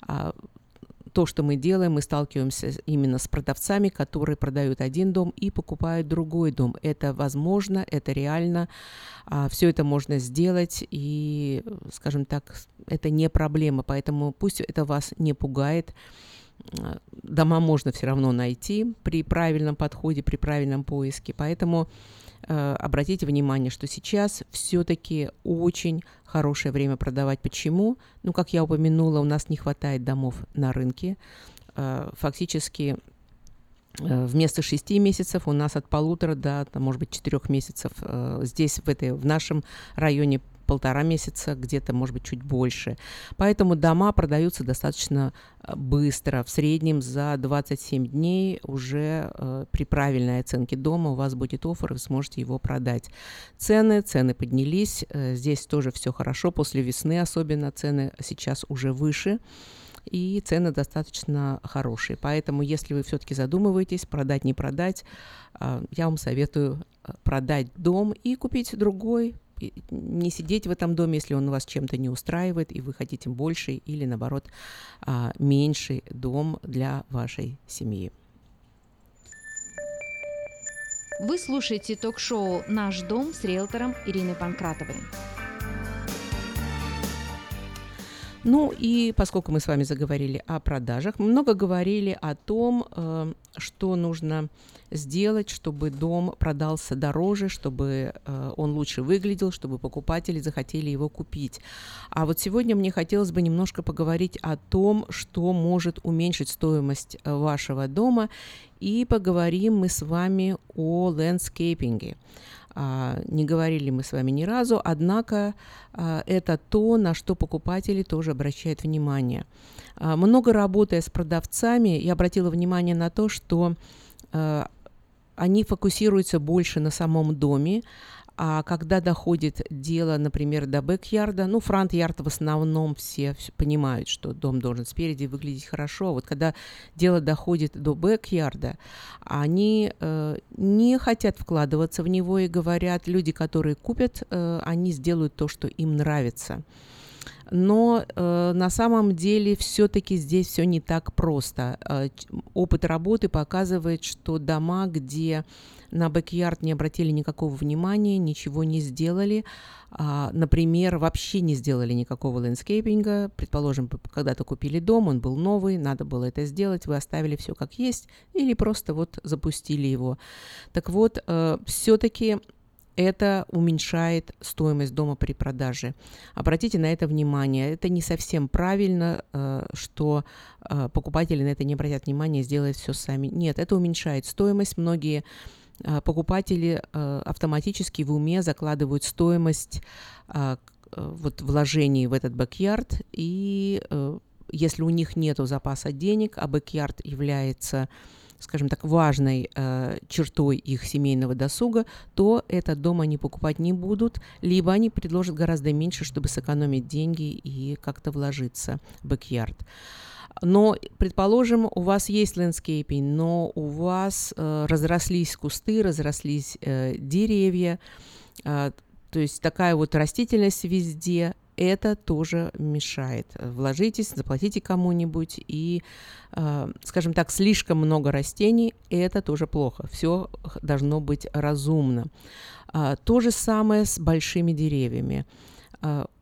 то, что мы делаем, мы сталкиваемся именно с продавцами, которые продают один дом и покупают другой дом. Это возможно, это реально, все это можно сделать, и, скажем так, это не проблема, поэтому пусть это вас не пугает. Дома можно все равно найти при правильном подходе, при правильном поиске, поэтому обратите внимание, что сейчас все-таки очень хорошее время продавать. Почему? Ну, как я упомянула, у нас не хватает домов на рынке. Фактически вместо 6 месяцев у нас от 1,5 до, может быть, 4 месяцев. Здесь, в нашем районе, 1,5 месяца, где-то, может быть, чуть больше. Поэтому дома продаются достаточно быстро. В среднем за 27 дней уже при правильной оценке дома у вас будет оффер, и вы сможете его продать. Цены поднялись. Здесь тоже все хорошо. После весны особенно цены сейчас уже выше. И цены достаточно хорошие. Поэтому, если вы все-таки задумываетесь, продать, не продать, я вам советую продать дом и купить другой. Не сидеть в этом доме, если он вас чем-то не устраивает, и вы хотите больший или, наоборот, меньший дом для вашей семьи. Вы слушаете ток-шоу «Наш дом» с риэлтором Ириной Панкратовой. Ну и поскольку мы с вами заговорили о продажах, мы много говорили о том, что нужно сделать, чтобы дом продался дороже, чтобы он лучше выглядел, чтобы покупатели захотели его купить. А вот сегодня мне хотелось бы немножко поговорить о том, что может уменьшить стоимость вашего дома, и поговорим мы с вами о лендскейпинге. Не говорили мы с вами ни разу, однако это то, на что покупатели тоже обращают внимание. Много работая с продавцами, я обратила внимание на то, что они фокусируются больше на самом доме, а когда доходит дело, например, до бэк-ярда, фронт-ярд в основном все понимают, что дом должен спереди выглядеть хорошо. А вот когда дело доходит до бэк-ярда, они не хотят вкладываться в него и говорят, люди, которые купят, они сделают то, что им нравится. Но на самом деле все-таки здесь все не так просто. Опыт работы показывает, что дома, где на бэк-ярд не обратили никакого внимания, ничего не сделали, например, вообще не сделали никакого лендскейпинга, предположим, когда-то купили дом, он был новый, надо было это сделать, вы оставили все как есть или просто запустили его. Так вот, все-таки это уменьшает стоимость дома при продаже. Обратите на это внимание. Это не совсем правильно, что покупатели на это не обратят внимания и сделают все сами. Нет, это уменьшает стоимость. Многие покупатели автоматически в уме закладывают стоимость вложений в этот бэк-ярд, и если у них нет запаса денег, а бэк-ярд является, скажем так, важной чертой их семейного досуга, то этот дом они покупать не будут, либо они предложат гораздо меньше, чтобы сэкономить деньги и как-то вложиться в бэк-ярд. Но, предположим, у вас есть лендскейпинг, но у вас разрослись кусты, разрослись деревья, то есть такая растительность везде, это тоже мешает. Вложитесь, заплатите кому-нибудь, и, скажем так, слишком много растений – это тоже плохо. Все должно быть разумно. То же самое с большими деревьями.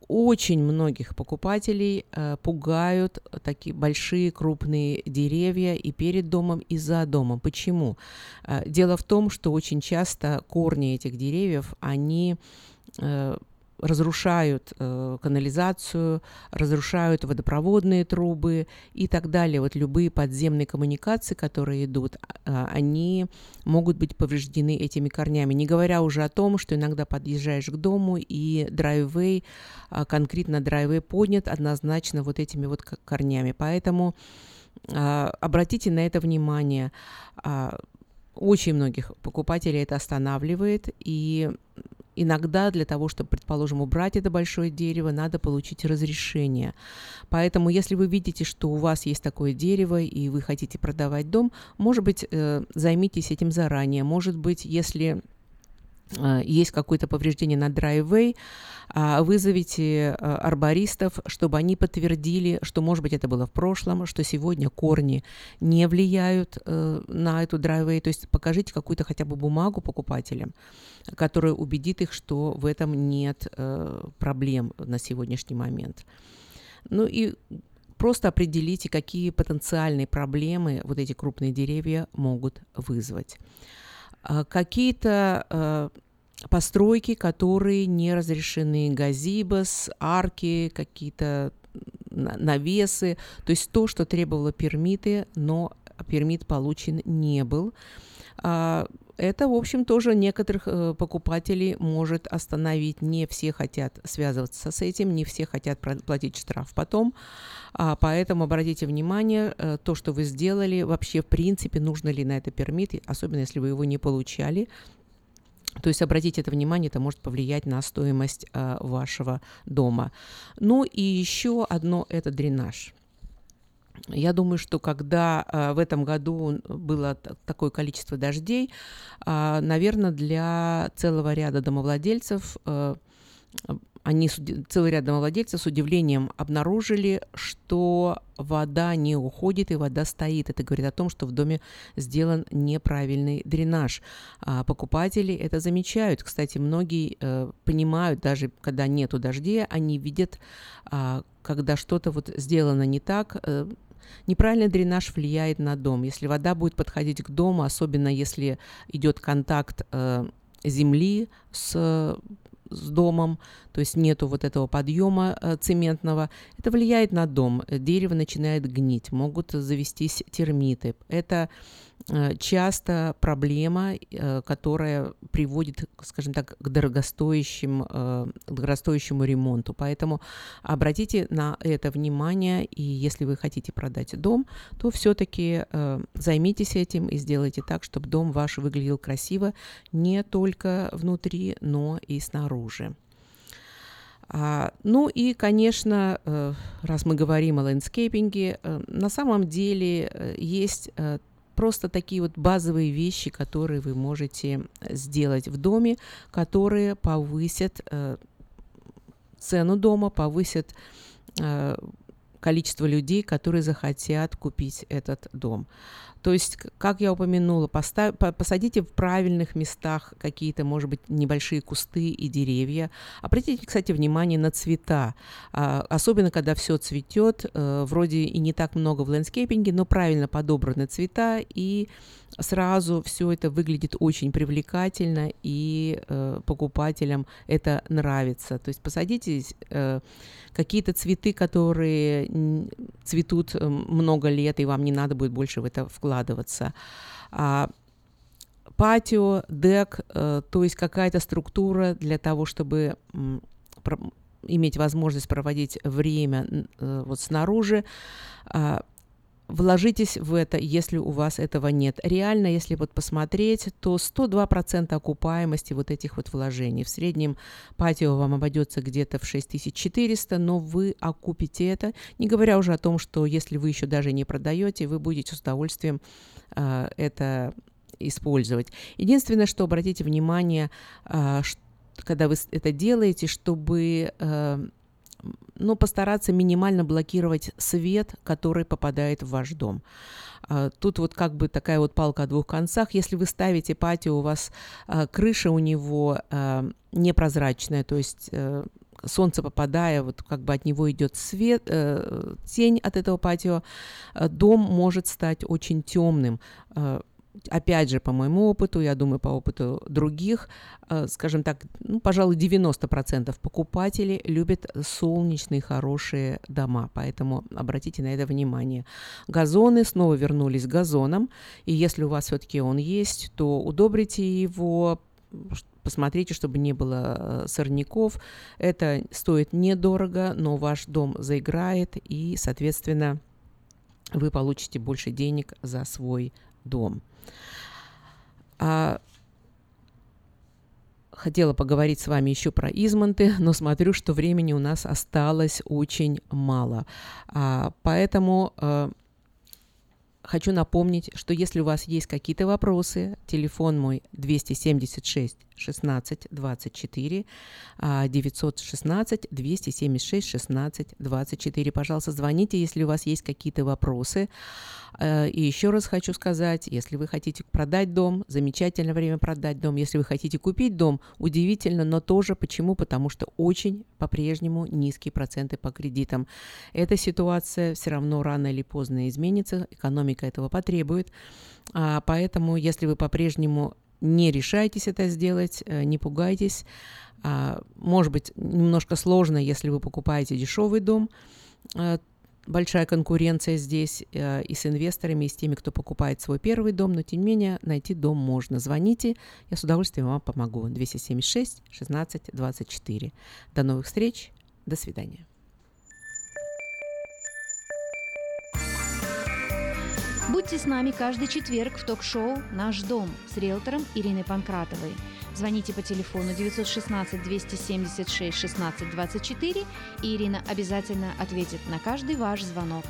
очень многих покупателей пугают такие большие крупные деревья и перед домом, и за домом. Почему? Дело в том, что очень часто корни этих деревьев, они разрушают канализацию, разрушают водопроводные трубы и так далее. Вот любые подземные коммуникации, которые идут, они могут быть повреждены этими корнями. Не говоря уже о том, что иногда подъезжаешь к дому, и драйвей, конкретно драйвей поднят однозначно вот этими вот корнями. Поэтому обратите на это внимание. Очень многих покупателей это останавливает, и иногда для того, чтобы, предположим, убрать это большое дерево, надо получить разрешение. Поэтому, если вы видите, что у вас есть такое дерево, и вы хотите продавать дом, может быть, займитесь этим заранее. Может быть, если есть какое-то повреждение на драйвей, вызовите арбористов, чтобы они подтвердили, что, может быть, это было в прошлом, что сегодня корни не влияют на эту драйвей. То есть покажите какую-то хотя бы бумагу покупателям, которая убедит их, что в этом нет проблем на сегодняшний момент. Ну и просто определите, какие потенциальные проблемы вот эти крупные деревья могут вызвать. Какие-то постройки, которые не разрешены, газибос, арки, какие-то навесы, то есть то, что требовало пермиты, но пермит получен не был. Это, в общем, тоже некоторых покупателей может остановить. Не все хотят связываться с этим, не все хотят платить штраф потом. Поэтому обратите внимание, то, что вы сделали, вообще, в принципе, нужно ли на это пермит, особенно если вы его не получали. То есть обратите это внимание, это может повлиять на стоимость вашего дома. Ну и еще одно – это дренаж. Я думаю, что когда в этом году было такое количество дождей, наверное, для целого ряда домовладельцев, целый ряд домовладельцев с удивлением обнаружили, что вода не уходит и вода стоит. Это говорит о том, что в доме сделан неправильный дренаж. Покупатели это замечают. Кстати, многие понимают, даже когда нету дождей, они видят, когда что-то вот сделано не так. Неправильный дренаж влияет на дом. Если вода будет подходить к дому, особенно если идет контакт земли с домом, то есть нету вот этого подъема цементного, это влияет на дом. Дерево начинает гнить, могут завестись термиты. Это часто проблема, которая приводит, скажем так, к дорогостоящему ремонту. Поэтому обратите на это внимание, и если вы хотите продать дом, то все-таки займитесь этим и сделайте так, чтобы дом ваш выглядел красиво не только внутри, но и снаружи. Ну и, конечно, раз мы говорим о лендскейпинге, на самом деле есть просто такие вот базовые вещи, которые вы можете сделать в доме, которые повысят цену дома, повысят количество людей, которые захотят купить этот дом. То есть, как я упомянула, посадите в правильных местах какие-то, может быть, небольшие кусты и деревья. Обратите, кстати, внимание на цвета. Особенно, когда все цветет, вроде и не так много в лендскейпинге, но правильно подобраны цвета, и сразу все это выглядит очень привлекательно, и покупателям это нравится. То есть посадите какие-то цветы, которые цветут много лет, и вам не надо будет больше в это вкладываться. Патио, дек, то есть какая-то структура для того, чтобы иметь возможность проводить время вот снаружи. Вложитесь в это, если у вас этого нет. Реально, если вот посмотреть, то 102% окупаемости вот этих вот вложений. В среднем патио вам обойдется где-то в 6400, но вы окупите это. Не говоря уже о том, что если вы еще даже не продаете, вы будете с удовольствием это использовать. Единственное, что обратите внимание, когда вы это делаете, чтобы постараться минимально блокировать свет, который попадает в ваш дом. Тут вот как бы такая вот палка о двух концах. Если вы ставите патио, у вас крыша у него непрозрачная, то есть солнце попадая, вот как бы от него идет свет, тень от этого патио, дом может стать очень темным. Опять же, по моему опыту, я думаю, по опыту других, скажем так, пожалуй, 90% покупателей любят солнечные, хорошие дома, поэтому обратите на это внимание. Газоны, снова вернулись к газонам, и если у вас все-таки он есть, то удобрите его, посмотрите, чтобы не было сорняков. Это стоит недорого, но ваш дом заиграет, и, соответственно, вы получите больше денег за свой дом. Хотела поговорить с вами еще про Измонты, но смотрю, что времени у нас осталось очень мало. Поэтому хочу напомнить, что если у вас есть какие-то вопросы, телефон мой 276 16 24, 916 276 16 24. Пожалуйста, звоните, если у вас есть какие-то вопросы. И еще раз хочу сказать, если вы хотите продать дом, замечательное время продать дом. Если вы хотите купить дом, удивительно, но тоже. Почему? Потому что очень по-прежнему низкие проценты по кредитам. Эта ситуация все равно рано или поздно изменится, экономика этого потребует. Поэтому, если вы по-прежнему не решаетесь это сделать, не пугайтесь. Может быть, немножко сложно, если вы покупаете дешевый дом. Большая конкуренция здесь и с инвесторами, и с теми, кто покупает свой первый дом, но тем не менее найти дом можно. Звоните, я с удовольствием вам помогу. 276 16 24. До новых встреч, до свидания. Будьте с нами каждый четверг в ток-шоу «Наш дом» с риэлтором Ириной Панкратовой. Звоните по телефону 916 276 16 24, и Ирина обязательно ответит на каждый ваш звонок.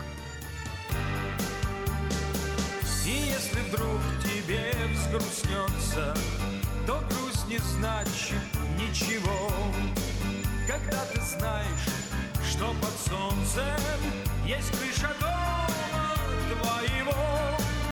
И если вдруг тебе взгрустнется, то грусть не значит ничего. Когда ты знаешь, что под солнцем есть крыша дома твоего.